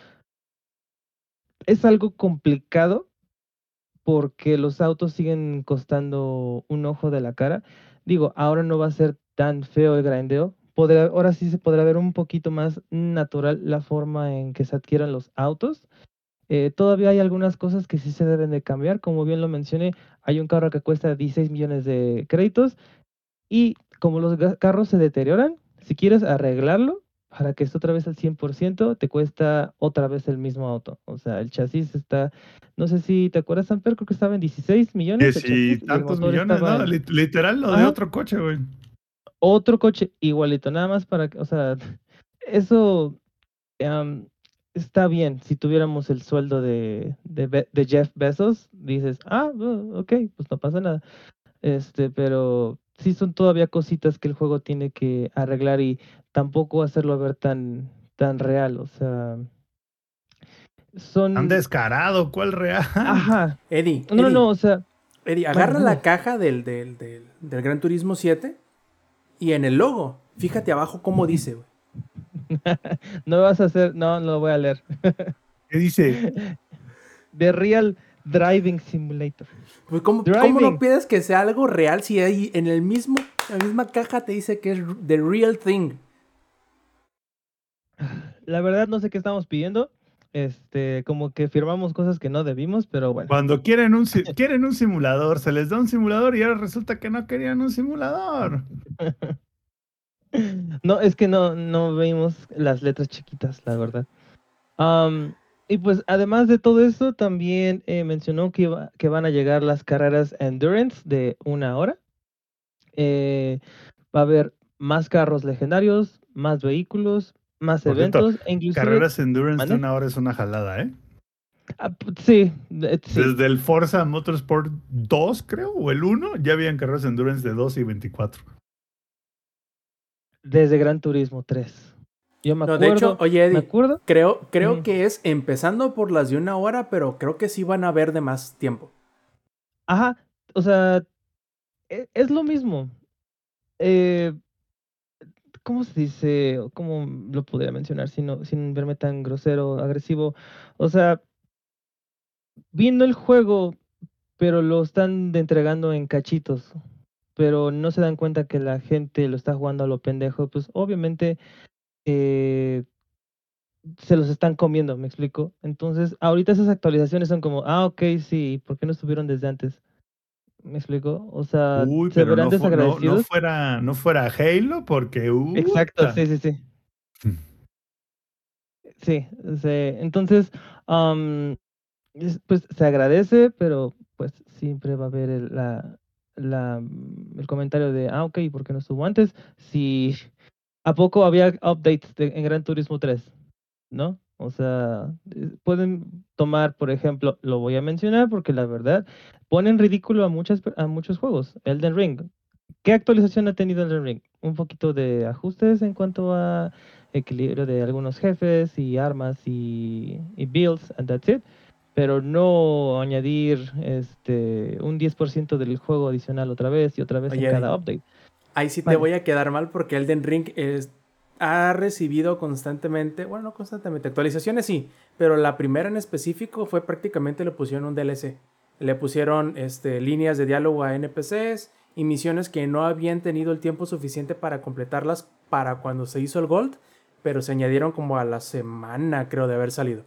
es algo complicado porque los autos siguen costando un ojo de la cara. Digo, ahora no va a ser tan feo el grindeo. Podrá, ahora sí se podrá ver un poquito más natural la forma en que se adquieran los autos. Eh, todavía hay algunas cosas que sí se deben de cambiar. Como bien lo mencioné, hay un carro que cuesta dieciséis millones de créditos y como los ga- carros se deterioran, si quieres arreglarlo para que esté otra vez al cien por ciento, te cuesta otra vez el mismo auto. O sea, el chasis está, no sé si te acuerdas, Samper, creo que estaba en dieciséis millones el Diez y chasis y el tantos motor millones, estaba ¿no? en, Lit- Literal lo de ajá, otro coche, güey. otro coche igualito, nada más para que, o sea, eso am, está bien. Si tuviéramos el sueldo de, de, Be- de Jeff Bezos, dices, ah, bu- ok, pues no pasa nada. Este, pero sí son todavía cositas que el juego tiene que arreglar y tampoco hacerlo ver tan, tan real. O sea, Han son, descarado, ¿cuál real? ajá, Eddie, no, no, Eddie, no, o sea, Eddie, mande, agarra mande. la caja del, del, del, del Gran Turismo siete y en el logo, fíjate abajo cómo dice, güey. No vas a hacer, no, no lo voy a leer. ¿Qué dice? The Real Driving Simulator. Pues, ¿cómo, ¿cómo Driving. no pides que sea algo real si ahí en el mismo, la misma caja te dice que es the real thing? La verdad no sé qué estamos pidiendo. Este, como que firmamos cosas que no debimos, pero bueno. Cuando quieren un, si- quieren un simulador, se les da un simulador y ahora resulta que no querían un simulador. No, es que no, no vimos las letras chiquitas, la verdad. Am, Y pues además de todo esto, también eh, mencionó que, iba- que van a llegar las carreras Endurance de una hora. Eh, va a haber más carros legendarios, más vehículos, más Por cierto, eventos, e inclusive... carreras endurance de ¿Mande? una hora es una jalada, ¿eh? Ah, pu- sí, eh, sí, Desde el Forza Motorsport dos, creo, o el uno, ya habían carreras endurance de dos y veinticuatro. desde Gran Turismo tres. Yo me No, de hecho, acuerdo, oye, me Eddie, acuerdo. creo, creo Ujú. que es empezando por las de una hora, pero creo que sí van a haber de más tiempo. Ajá, o sea, e- es lo mismo. Eh, ¿cómo se dice? O ¿Cómo lo podría mencionar sin, no- sin verme tan grosero, agresivo? O sea, viendo el juego, pero lo están de- entregando en cachitos, pero no se dan cuenta que la gente lo está jugando a lo pendejo, pues obviamente eh, se los están comiendo, ¿me explico? Entonces, ahorita esas actualizaciones son como, ah, ok, sí, ¿por qué no estuvieron desde antes? ¿Me explico? O sea, Uy, se pero verán no, fu- no, no desagradecidos. fuera, no fuera Halo, porque Exacto, uta. sí, sí, sí. Sí, sí. Entonces, am, es- pues se agradece, pero pues siempre va a haber el, la, la, mm, el comentario de, ah, ok, ¿por qué no estuvo antes? Si ¿a poco había updates de- en Gran Turismo tres? ¿No? O sea, eh, pueden tomar, por ejemplo, lo voy a mencionar porque la verdad ponen ridículo a muchas per- a muchos juegos. Elden Ring. ¿Qué actualización ha tenido Elden Ring? Un poquito de ajustes en cuanto a equilibrio de algunos jefes y armas y, y builds, and that's it. Pero no añadir este un diez por ciento del juego adicional otra vez y otra vez en Oye, Eddie, cada update. ahí sí te Vale. voy a quedar mal porque Elden Ring es- ha recibido constantemente, bueno, no constantemente, actualizaciones sí, pero la primera en específico fue prácticamente le pusieron un D L C. Le pusieron este, líneas de diálogo a N P Cs y misiones que no habían tenido el tiempo suficiente para completarlas para cuando se hizo el Gold, pero se añadieron como a la semana, creo, de haber salido.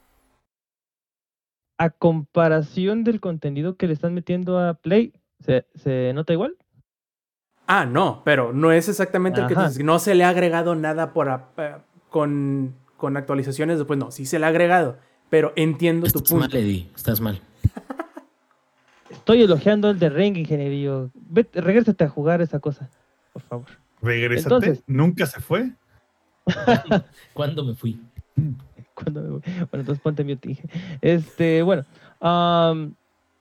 A comparación del contenido que le están metiendo a Play, ¿se, se nota igual? Ah, no, pero no es exactamente el que tú Ajá. dices. No se le ha agregado nada por a- eh, con, con actualizaciones después. No, sí se le ha agregado, pero entiendo tu Estás mal, punto. Eddie. Estás mal. Estoy elogiando el de Ring, ingeniería. Vete, regrésate a jugar esa cosa, por favor. Regrésate, Entonces, nunca se fue. ¿Cuándo me fui? cuando me voy- bueno, entonces ponte mute, dije. Este, bueno, am,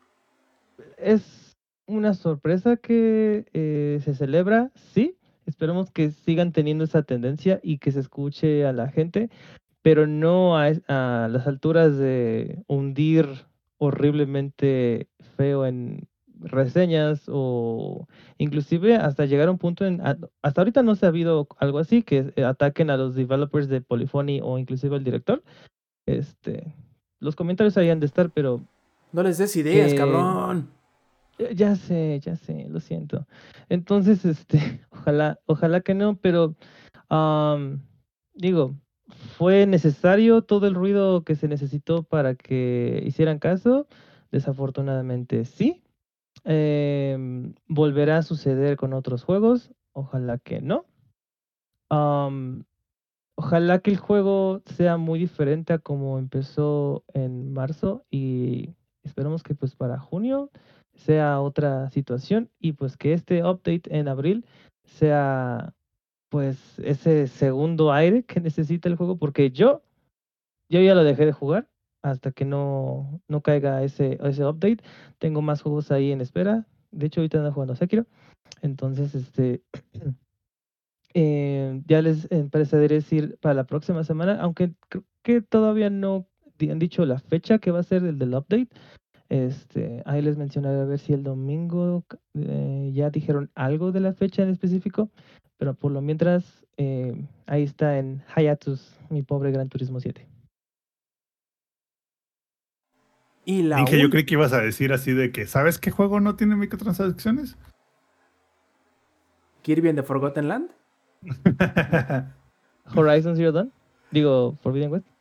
es una sorpresa que eh, se celebra, sí. Esperemos que sigan teniendo esa tendencia y que se escuche a la gente, pero no a, es- a las alturas de hundir horriblemente feo en reseñas o inclusive hasta llegar a un punto en... a- hasta ahorita no se ha habido algo así, que eh, ataquen a los developers de Polyphony o inclusive al director. Este, los comentarios ahí han de estar, pero No les des ideas, que cabrón. eh, ya sé, ya sé, lo siento. Entonces, este, ojalá, ojalá que no, pero am, digo, ¿fue necesario todo el ruido que se necesitó para que hicieran caso? Desafortunadamente sí. Em, ¿volverá a suceder con otros juegos? Ojalá que no. Am, ojalá que el juego sea muy diferente a como empezó en marzo y esperemos que pues para junio sea otra situación y pues que este update en abril sea pues ese segundo aire que necesita el juego porque yo yo ya lo dejé de jugar hasta que no, no caiga ese, ese update. Tengo más juegos ahí en espera. De hecho, ahorita ando jugando Sekiro. Entonces, este, eh, ya les empezaré a decir para la próxima semana, aunque creo que todavía no di- han dicho la fecha que va a ser el del update. Este, ahí les mencionaré a ver si el domingo eh, ya dijeron algo de la fecha en específico, pero por lo mientras eh, ahí está en hiatus mi pobre Gran Turismo siete. Y la Inge, yo última. creí que ibas a decir así de que, ¿sabes qué juego no tiene microtransacciones? Kirby and the Forgotten Land. Horizon Zero Dawn, digo, Forbidden West.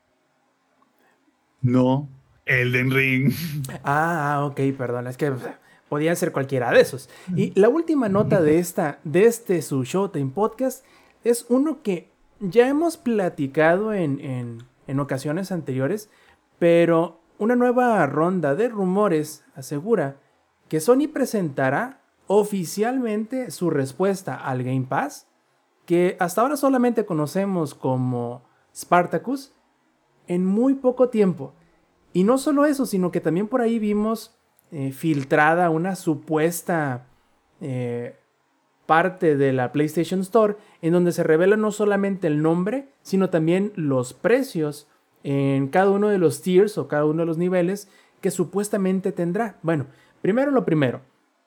No, Elden Ring. Ah, ah, ok, perdón. Es que pff, podían ser cualquiera de esos. Y la última nota de, esta, de este su Showtime Podcast es uno que ya hemos platicado en, en, en ocasiones anteriores, pero una nueva ronda de rumores asegura que Sony presentará oficialmente su respuesta al Game Pass, que hasta ahora solamente conocemos como Spartacus, en muy poco tiempo. Y no solo eso, sino que también por ahí vimos eh, filtrada una supuesta eh, parte de la PlayStation Store, en donde se revela no solamente el nombre, sino también los precios en cada uno de los tiers o cada uno de los niveles que supuestamente tendrá. Bueno, primero lo primero.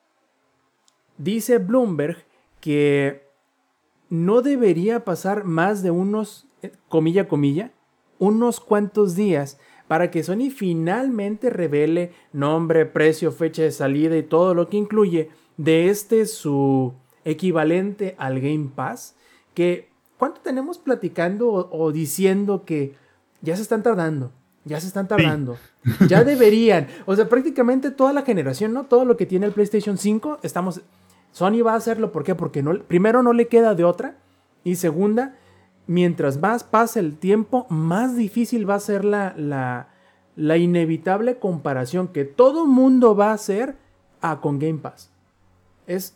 Dice Bloomberg que no debería pasar más de unos, comilla, comilla, unos cuantos días para que Sony finalmente revele nombre, precio, fecha de salida y todo lo que incluye de este su equivalente al Game Pass. Que, ¿cuánto tenemos platicando o, o diciendo que ya se están tardando? Ya se están tardando. Sí. Ya deberían. O sea, prácticamente toda la generación, ¿no? Todo lo que tiene el PlayStation cinco, estamos... Sony va a hacerlo, ¿por qué? Porque no, primero no le queda de otra, y segunda, mientras más pase el tiempo, más difícil va a ser la, la, la inevitable comparación que todo mundo va a hacer a con Game Pass. Es,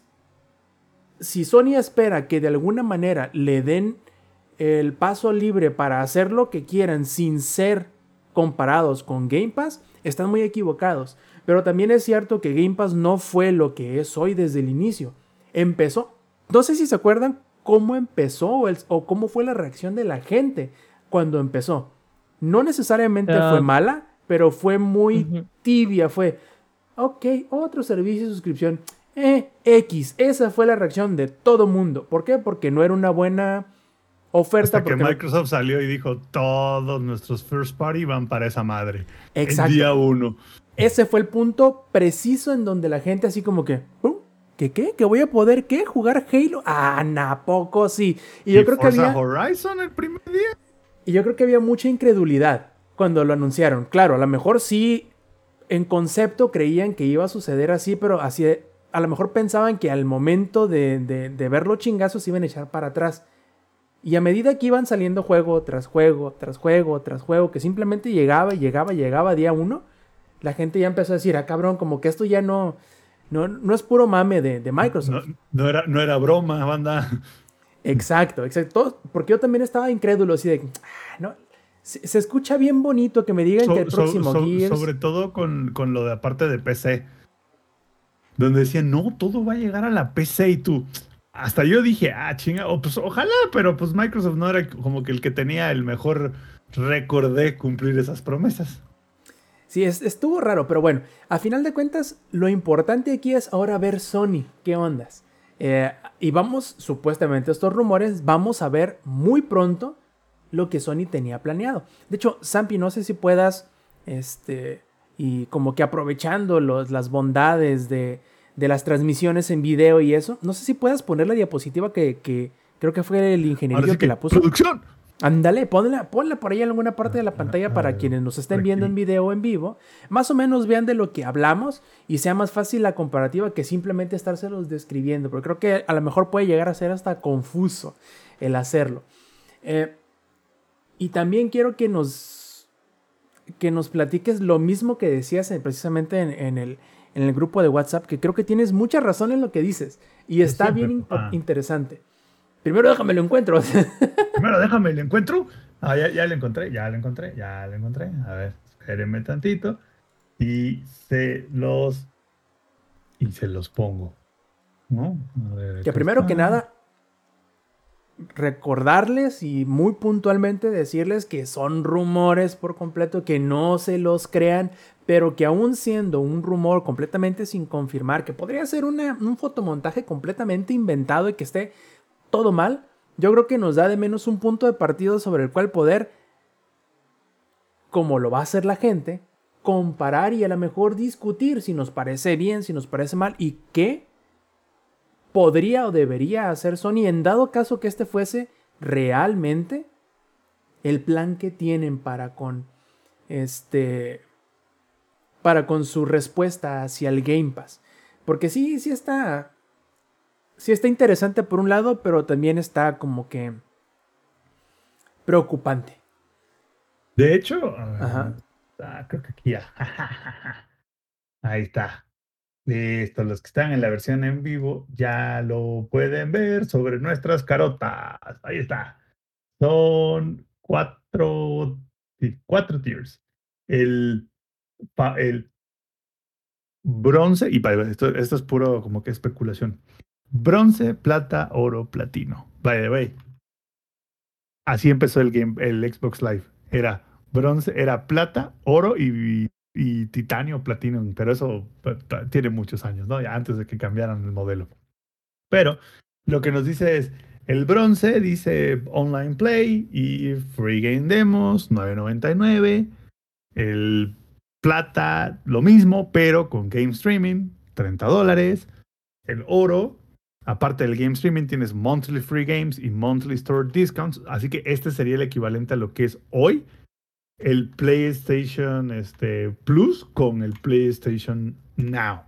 si Sony espera que de alguna manera le den el paso libre para hacer lo que quieran sin ser comparados con Game Pass, están muy equivocados. Pero también es cierto que Game Pass no fue lo que es hoy desde el inicio. Empezó, no sé si se acuerdan cómo empezó o, el, o cómo fue la reacción de la gente cuando empezó. No necesariamente uh, fue mala, pero fue muy uh-huh. tibia. Fue, ok, otro servicio de suscripción. Eh, X. Esa fue la reacción de todo mundo. ¿Por qué? Porque no era una buena oferta. Hasta que Microsoft no... salió y dijo, todos nuestros first party van para esa madre. Exacto. El día uno. Ese fue el punto preciso en donde la gente así como que, ¿qué qué? ¿Que voy a poder qué? ¿Jugar Halo? Ah, ¿a poco sí? Y yo ¿Y creo Forza que había Horizon el primer día? Y yo creo que había mucha incredulidad cuando lo anunciaron. Claro, a lo mejor sí en concepto creían que iba a suceder así, pero así a lo mejor pensaban que al momento de, de, de ver los chingazos iban a echar para atrás. Y a medida que iban saliendo juego tras juego, tras juego, tras juego, que simplemente llegaba y llegaba y llegaba día uno, la gente ya empezó a decir, ah, cabrón, como que esto ya no, no, no es puro mame de, de Microsoft. No, no, era, no era broma, banda. Exacto, exacto. Porque yo también estaba incrédulo, así de, ah, no, se, se escucha bien bonito que me digan so, que el próximo so, Gears... Sobre todo con, con lo de aparte de P C. Donde decían, no, todo va a llegar a la P C y tú... Hasta yo dije, ah, chinga, oh, pues ojalá, pero pues Microsoft no era como que el que tenía el mejor récord de cumplir esas promesas. Sí, es, estuvo raro, pero bueno, a final de cuentas, lo importante aquí es ahora ver Sony, qué ondas. Eh, y vamos, supuestamente estos rumores, vamos a ver muy pronto lo que Sony tenía planeado. De hecho, Zampi, no sé si puedas, este, y como que aprovechando los, las bondades de, de las transmisiones en video y eso, no sé si puedas poner la diapositiva que, que creo que fue el ingeniero sí que, que la puso. ¡Producción! Ándale, ponla, ponla por ahí en alguna parte de la pantalla para quienes nos estén viendo en video o en vivo. Más o menos vean de lo que hablamos y sea más fácil la comparativa que simplemente estárselos describiendo. Porque creo que a lo mejor puede llegar a ser hasta confuso el hacerlo. Eh, y también quiero que nos, que nos platiques lo mismo que decías precisamente en, en, el, en el grupo de WhatsApp, que creo que tienes mucha razón en lo que dices. Y está siempre, bien ah. interesante. Primero déjame lo encuentro. Primero déjame lo encuentro. Ah, ya, ya lo encontré, ya lo encontré, ya lo encontré. A ver, espérenme tantito. Y se los... Y se los pongo. ¿No? A ver, que primero está. que nada, recordarles y muy puntualmente decirles que son rumores por completo, que no se los crean, pero que aún siendo un rumor completamente sin confirmar, que podría ser una, un fotomontaje completamente inventado y que esté todo mal, yo creo que nos da de menos un punto de partida sobre el cual poder, como lo va a hacer la gente, comparar y a lo mejor discutir si nos parece bien, si nos parece mal y qué podría o debería hacer Sony en dado caso que este fuese realmente el plan que tienen para con este para con su respuesta hacia el Game Pass. Porque sí, sí está Sí está interesante por un lado, pero también está como que preocupante. De hecho, Ajá. Ah, creo que aquí ya. Ahí está. Listo, los que están en la versión en vivo ya lo pueden ver sobre nuestras carotas. Ahí está. Son cuatro, sí, cuatro tiers. El, pa- el bronce, y para esto, esto es puro como que especulación. Bronce, plata, oro, platino. By the way, así empezó el game, el Xbox Live. Era bronce, era plata, oro y, y titanio, platino. Pero eso pa- pa- tiene muchos años, ¿no? Ya antes de que cambiaran el modelo. Pero lo que nos dice es, el bronce dice online play y free game demos, nueve noventa y nueve. El plata, lo mismo, pero con game streaming, treinta dólares. El oro, aparte del game streaming, tienes monthly free games y monthly store discounts. Así que este sería el equivalente a lo que es hoy el PlayStation este, Plus con el PlayStation Now.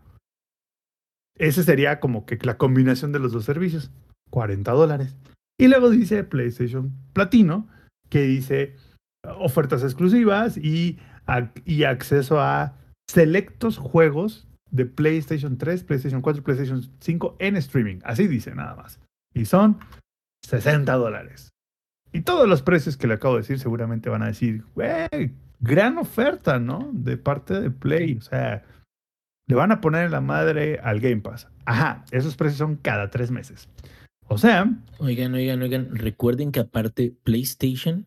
Ese sería como que la combinación de los dos servicios, cuarenta dólares. Y luego dice PlayStation Platino, que dice ofertas exclusivas y, y acceso a selectos juegos de PlayStation tres, PlayStation cuatro, PlayStation cinco en streaming. Así dice nada más. Y son sesenta dólares. Y todos los precios que le acabo de decir seguramente van a decir, güey, gran oferta, ¿no? De parte de Play. O sea, le van a poner en la madre al Game Pass. Ajá, esos precios son cada tres meses. O sea... Oigan, oigan, oigan, recuerden que aparte PlayStation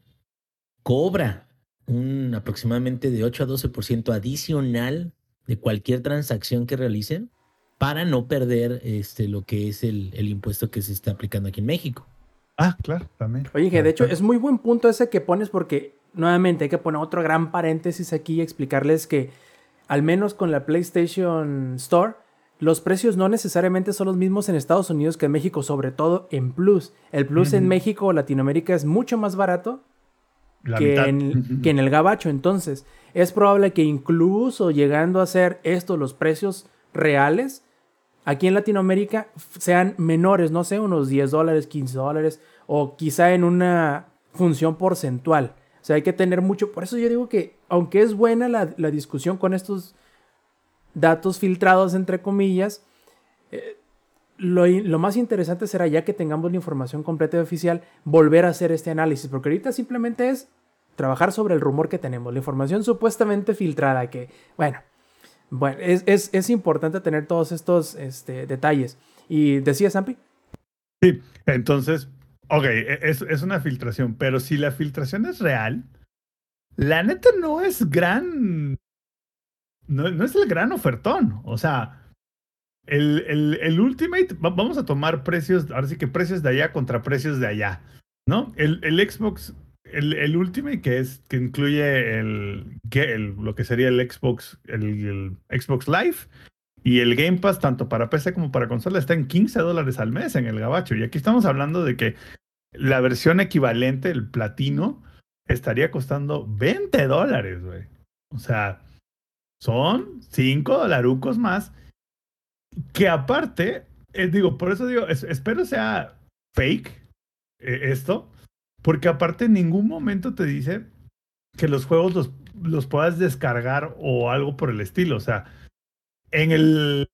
cobra un aproximadamente de ocho a doce por ciento adicional de cualquier transacción que realicen para no perder este, lo que es el, el impuesto que se está aplicando aquí en México. Ah, claro, también. Oye, que de hecho es muy buen punto ese que pones porque nuevamente hay que poner otro gran paréntesis aquí y explicarles que al menos con la PlayStation Store los precios no necesariamente son los mismos en Estados Unidos que en México, sobre todo en Plus. El Plus uh-huh. en México o Latinoamérica es mucho más barato que en, uh-huh. que en el gabacho. Entonces es probable que incluso llegando a ser estos los precios reales, aquí en Latinoamérica sean menores, no sé, unos diez dólares, quince dólares, o quizá en una función porcentual. O sea, hay que tener mucho. Por eso yo digo que, aunque es buena la, la discusión con estos datos filtrados, entre comillas, eh, lo, lo más interesante será, ya que tengamos la información completa y oficial, volver a hacer este análisis, porque ahorita simplemente es trabajar sobre el rumor que tenemos, la información supuestamente filtrada, que, bueno, bueno es, es, es importante tener todos estos este, detalles. ¿Y decía Sampi? Sí, entonces, ok, es, es una filtración, pero si la filtración es real, la neta no es gran... No, no es el gran ofertón. O sea, el, el, el Ultimate, vamos a tomar precios, ahora sí que precios de allá contra precios de allá, ¿no? El, el Xbox, el, el Ultimate, que es que incluye el, el, lo que sería el Xbox, el, el Xbox Live y el Game Pass, tanto para P C como para consola, está en quince dólares al mes en el gabacho. Y aquí estamos hablando de que la versión equivalente, el platino, estaría costando veinte dólares, güey. O sea... Son cinco dolarucos más. Que aparte, eh, digo, por eso digo, es, espero sea fake eh, esto. Porque aparte en ningún momento te dice que los juegos los, los puedas descargar o algo por el estilo. O sea, en el...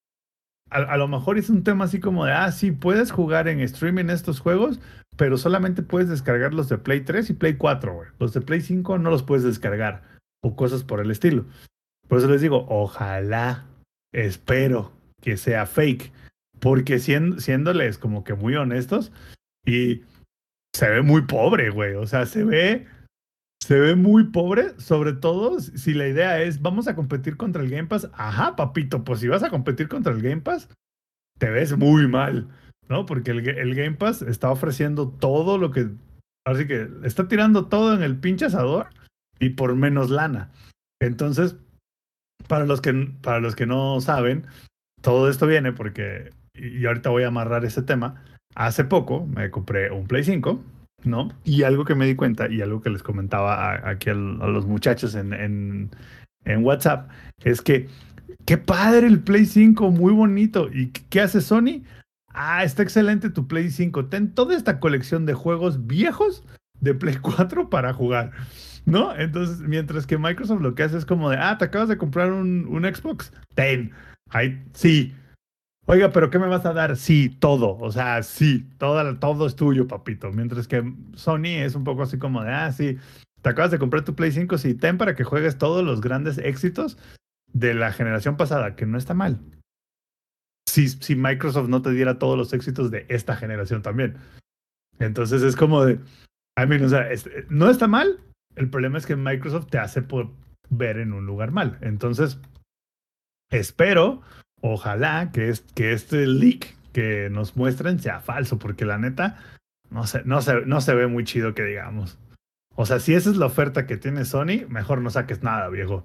A, a lo mejor es un tema así como de, ah, sí, puedes jugar en streaming estos juegos, pero solamente puedes descargar los de Play tres y Play cuatro, güey. Los de Play cinco no los puedes descargar. O cosas por el estilo. Por eso les digo, ojalá, espero que sea fake, porque siendo, siéndoles como que muy honestos, y se ve muy pobre, güey, o sea, se ve, se ve muy pobre, sobre todo si la idea es, vamos a competir contra el Game Pass, ajá, papito, pues si vas a competir contra el Game Pass, te ves muy mal, ¿no? Porque el, el Game Pass está ofreciendo todo lo que, así que está tirando todo en el pinche asador y por menos lana. Entonces, Para los, que, para los que no saben, todo esto viene porque, y ahorita voy a amarrar ese tema, hace poco me compré un Play cinco, ¿no? Y algo que me di cuenta, y algo que les comentaba a, aquí a, a los muchachos en, en, en WhatsApp, es que, qué padre el Play cinco, muy bonito. ¿Y qué hace Sony? Ah, está excelente tu Play cinco. Ten toda esta colección de juegos viejos de Play cuatro para jugar. ¿no? Entonces, mientras que Microsoft lo que hace es como de, ah, te acabas de comprar un, un Xbox, ten, ahí, sí. Oiga, ¿pero qué me vas a dar? Sí, todo, o sea, sí, todo, todo es tuyo, papito. Mientras que Sony es un poco así como de, ah, sí, te acabas de comprar tu Play cinco, sí, ten para que juegues todos los grandes éxitos de la generación pasada, que no está mal. Si, si Microsoft no te diera todos los éxitos de esta generación también. Entonces es como de, I mean, o sea, es, no está mal. El problema es que Microsoft te hace por ver en un lugar mal. Entonces, espero, ojalá que, es, que este leak que nos muestren sea falso, porque la neta no se, no, se, no se ve muy chido que digamos. O sea, si esa es la oferta que tiene Sony, mejor no saques nada, viejo.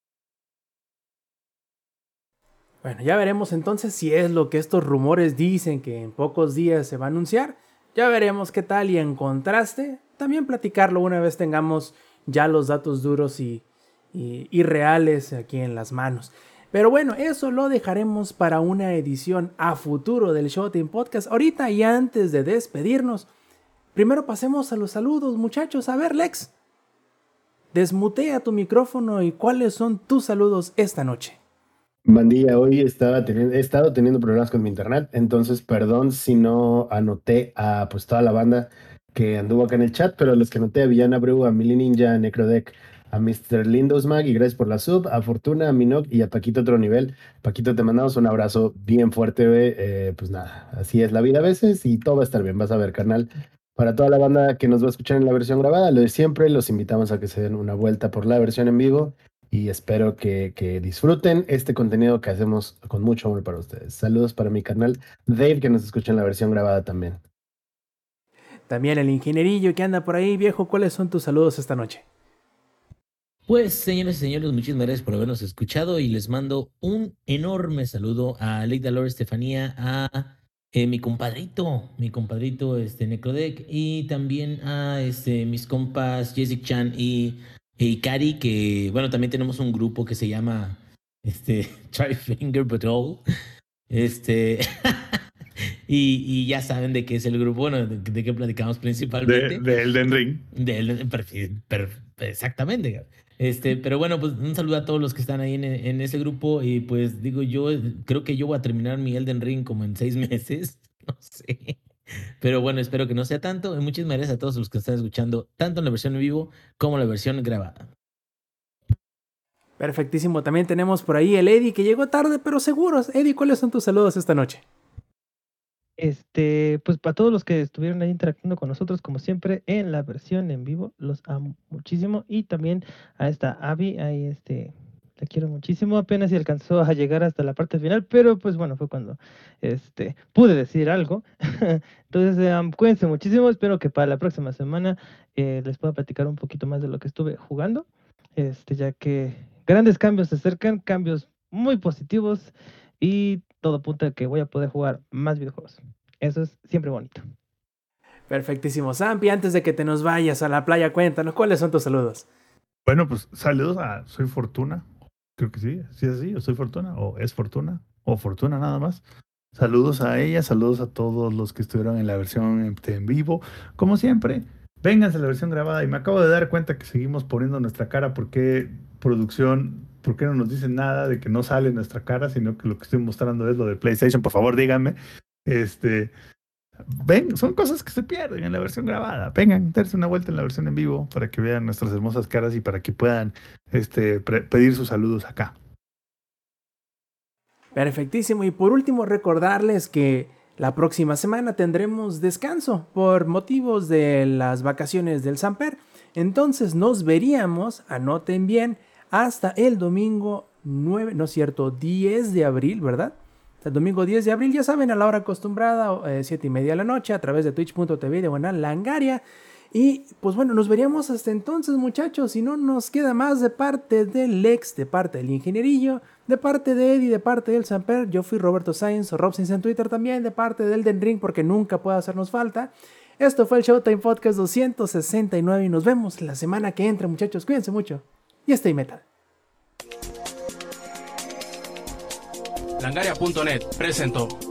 Bueno, ya veremos entonces si es lo que estos rumores dicen que en pocos días se va a anunciar. Ya veremos qué tal, y en contraste, también platicarlo una vez tengamos ya los datos duros y, y, y reales aquí en las manos. Pero bueno, eso lo dejaremos para una edición a futuro del Showtime Podcast. Ahorita y antes de despedirnos, primero pasemos a los saludos, muchachos. A ver, Lex, desmutea tu micrófono y cuáles son tus saludos esta noche. Bandilla, hoy estaba teniendo, he estado teniendo problemas con mi internet, entonces perdón si no anoté a pues toda la banda que anduvo acá en el chat, pero los que anoté a Villana Abreu, a Mili Ninja, a Necrodeck, a mister Lindos Mag, y gracias por la sub, a Fortuna, a Minoc y a Paquito Otro Nivel. Paquito, te mandamos un abrazo bien fuerte, güey. Eh, pues nada, así es la vida a veces y todo va a estar bien, vas a ver, carnal. Para toda la banda que nos va a escuchar en la versión grabada, lo de siempre, los invitamos a que se den una vuelta por la versión en vivo. Y espero que, que disfruten este contenido que hacemos con mucho amor para ustedes. Saludos para mi canal Dave, que nos escucha en la versión grabada también. También el ingenierillo que anda por ahí, viejo, ¿cuáles son tus saludos esta noche? Pues, señores y señores, muchísimas gracias por habernos escuchado y les mando un enorme saludo a Leida Lore, Estefanía, a eh, mi compadrito, mi compadrito este, Necrodeck, y también a este, mis compas Jessic Chan y Y Cari, que bueno, también tenemos un grupo que se llama este, Try Finger But All. Este, y, y ya saben de qué es el grupo, bueno, de, de qué platicamos principalmente. De, de Elden Ring. De Elden, per, per, exactamente. Este, pero bueno, pues un saludo a todos los que están ahí en, en ese grupo. Y pues digo, yo creo que yo voy a terminar mi Elden Ring como en seis meses. No sé. Pero bueno, espero que no sea tanto. Y muchísimas gracias a todos los que están escuchando, tanto en la versión en vivo como en la versión grabada. Perfectísimo. También tenemos por ahí el Eddie, que llegó tarde, pero seguros. Eddie, ¿cuáles son tus saludos esta noche? Este, pues para todos los que estuvieron ahí interactuando con nosotros, como siempre, en la versión en vivo, los amo muchísimo. Y también a esta Abby, ahí este... la quiero muchísimo, apenas si alcanzó a llegar hasta la parte final, pero pues bueno, fue cuando este, pude decir algo. Entonces, um, cuídense muchísimo, espero que para la próxima semana eh, les pueda platicar un poquito más de lo que estuve jugando, este, ya que grandes cambios se acercan, cambios muy positivos y todo apunta a que voy a poder jugar más videojuegos. Eso es siempre bonito. Perfectísimo, Zampi, antes de que te nos vayas a la playa, cuéntanos, ¿cuáles son tus saludos? Bueno, pues saludos a Soy Fortuna. Creo que sí, sí es así, o Soy Fortuna, o es Fortuna, o Fortuna nada más. Saludos a ella, saludos a todos los que estuvieron en la versión en, en vivo. Como siempre, vénganse a la versión grabada. Y me acabo de dar cuenta que seguimos poniendo nuestra cara. ¿Por qué producción, por qué no nos dicen nada de que no sale nuestra cara, sino que lo que estoy mostrando es lo de PlayStation? Por favor, díganme. Este... Ven, son cosas que se pierden en la versión grabada. Vengan, darse una vuelta en la versión en vivo para que vean nuestras hermosas caras y para que puedan este, pre- pedir sus saludos acá. Perfectísimo. Y por último, recordarles que la próxima semana tendremos descanso por motivos de las vacaciones del Samper. Entonces nos veríamos, anoten bien, hasta el domingo nueve, no es cierto, diez de abril, ¿verdad? El domingo diez de abril, ya saben, a la hora acostumbrada, eh, siete y media de la noche, a través de twitch punto tv de Buena Langaria. Y pues bueno, nos veríamos hasta entonces, muchachos. Si no nos queda más de parte del Lex, de parte del Ingenierillo, de parte de Eddie, de parte del Samper. Yo fui Roberto Sainz, o Rob Sainz en Twitter también, de parte del Elden Ring, porque nunca puede hacernos falta. Esto fue el Showtime Podcast doscientos sesenta y nueve y nos vemos la semana que entra, muchachos. Cuídense mucho y stay metal. Langaria punto net presentó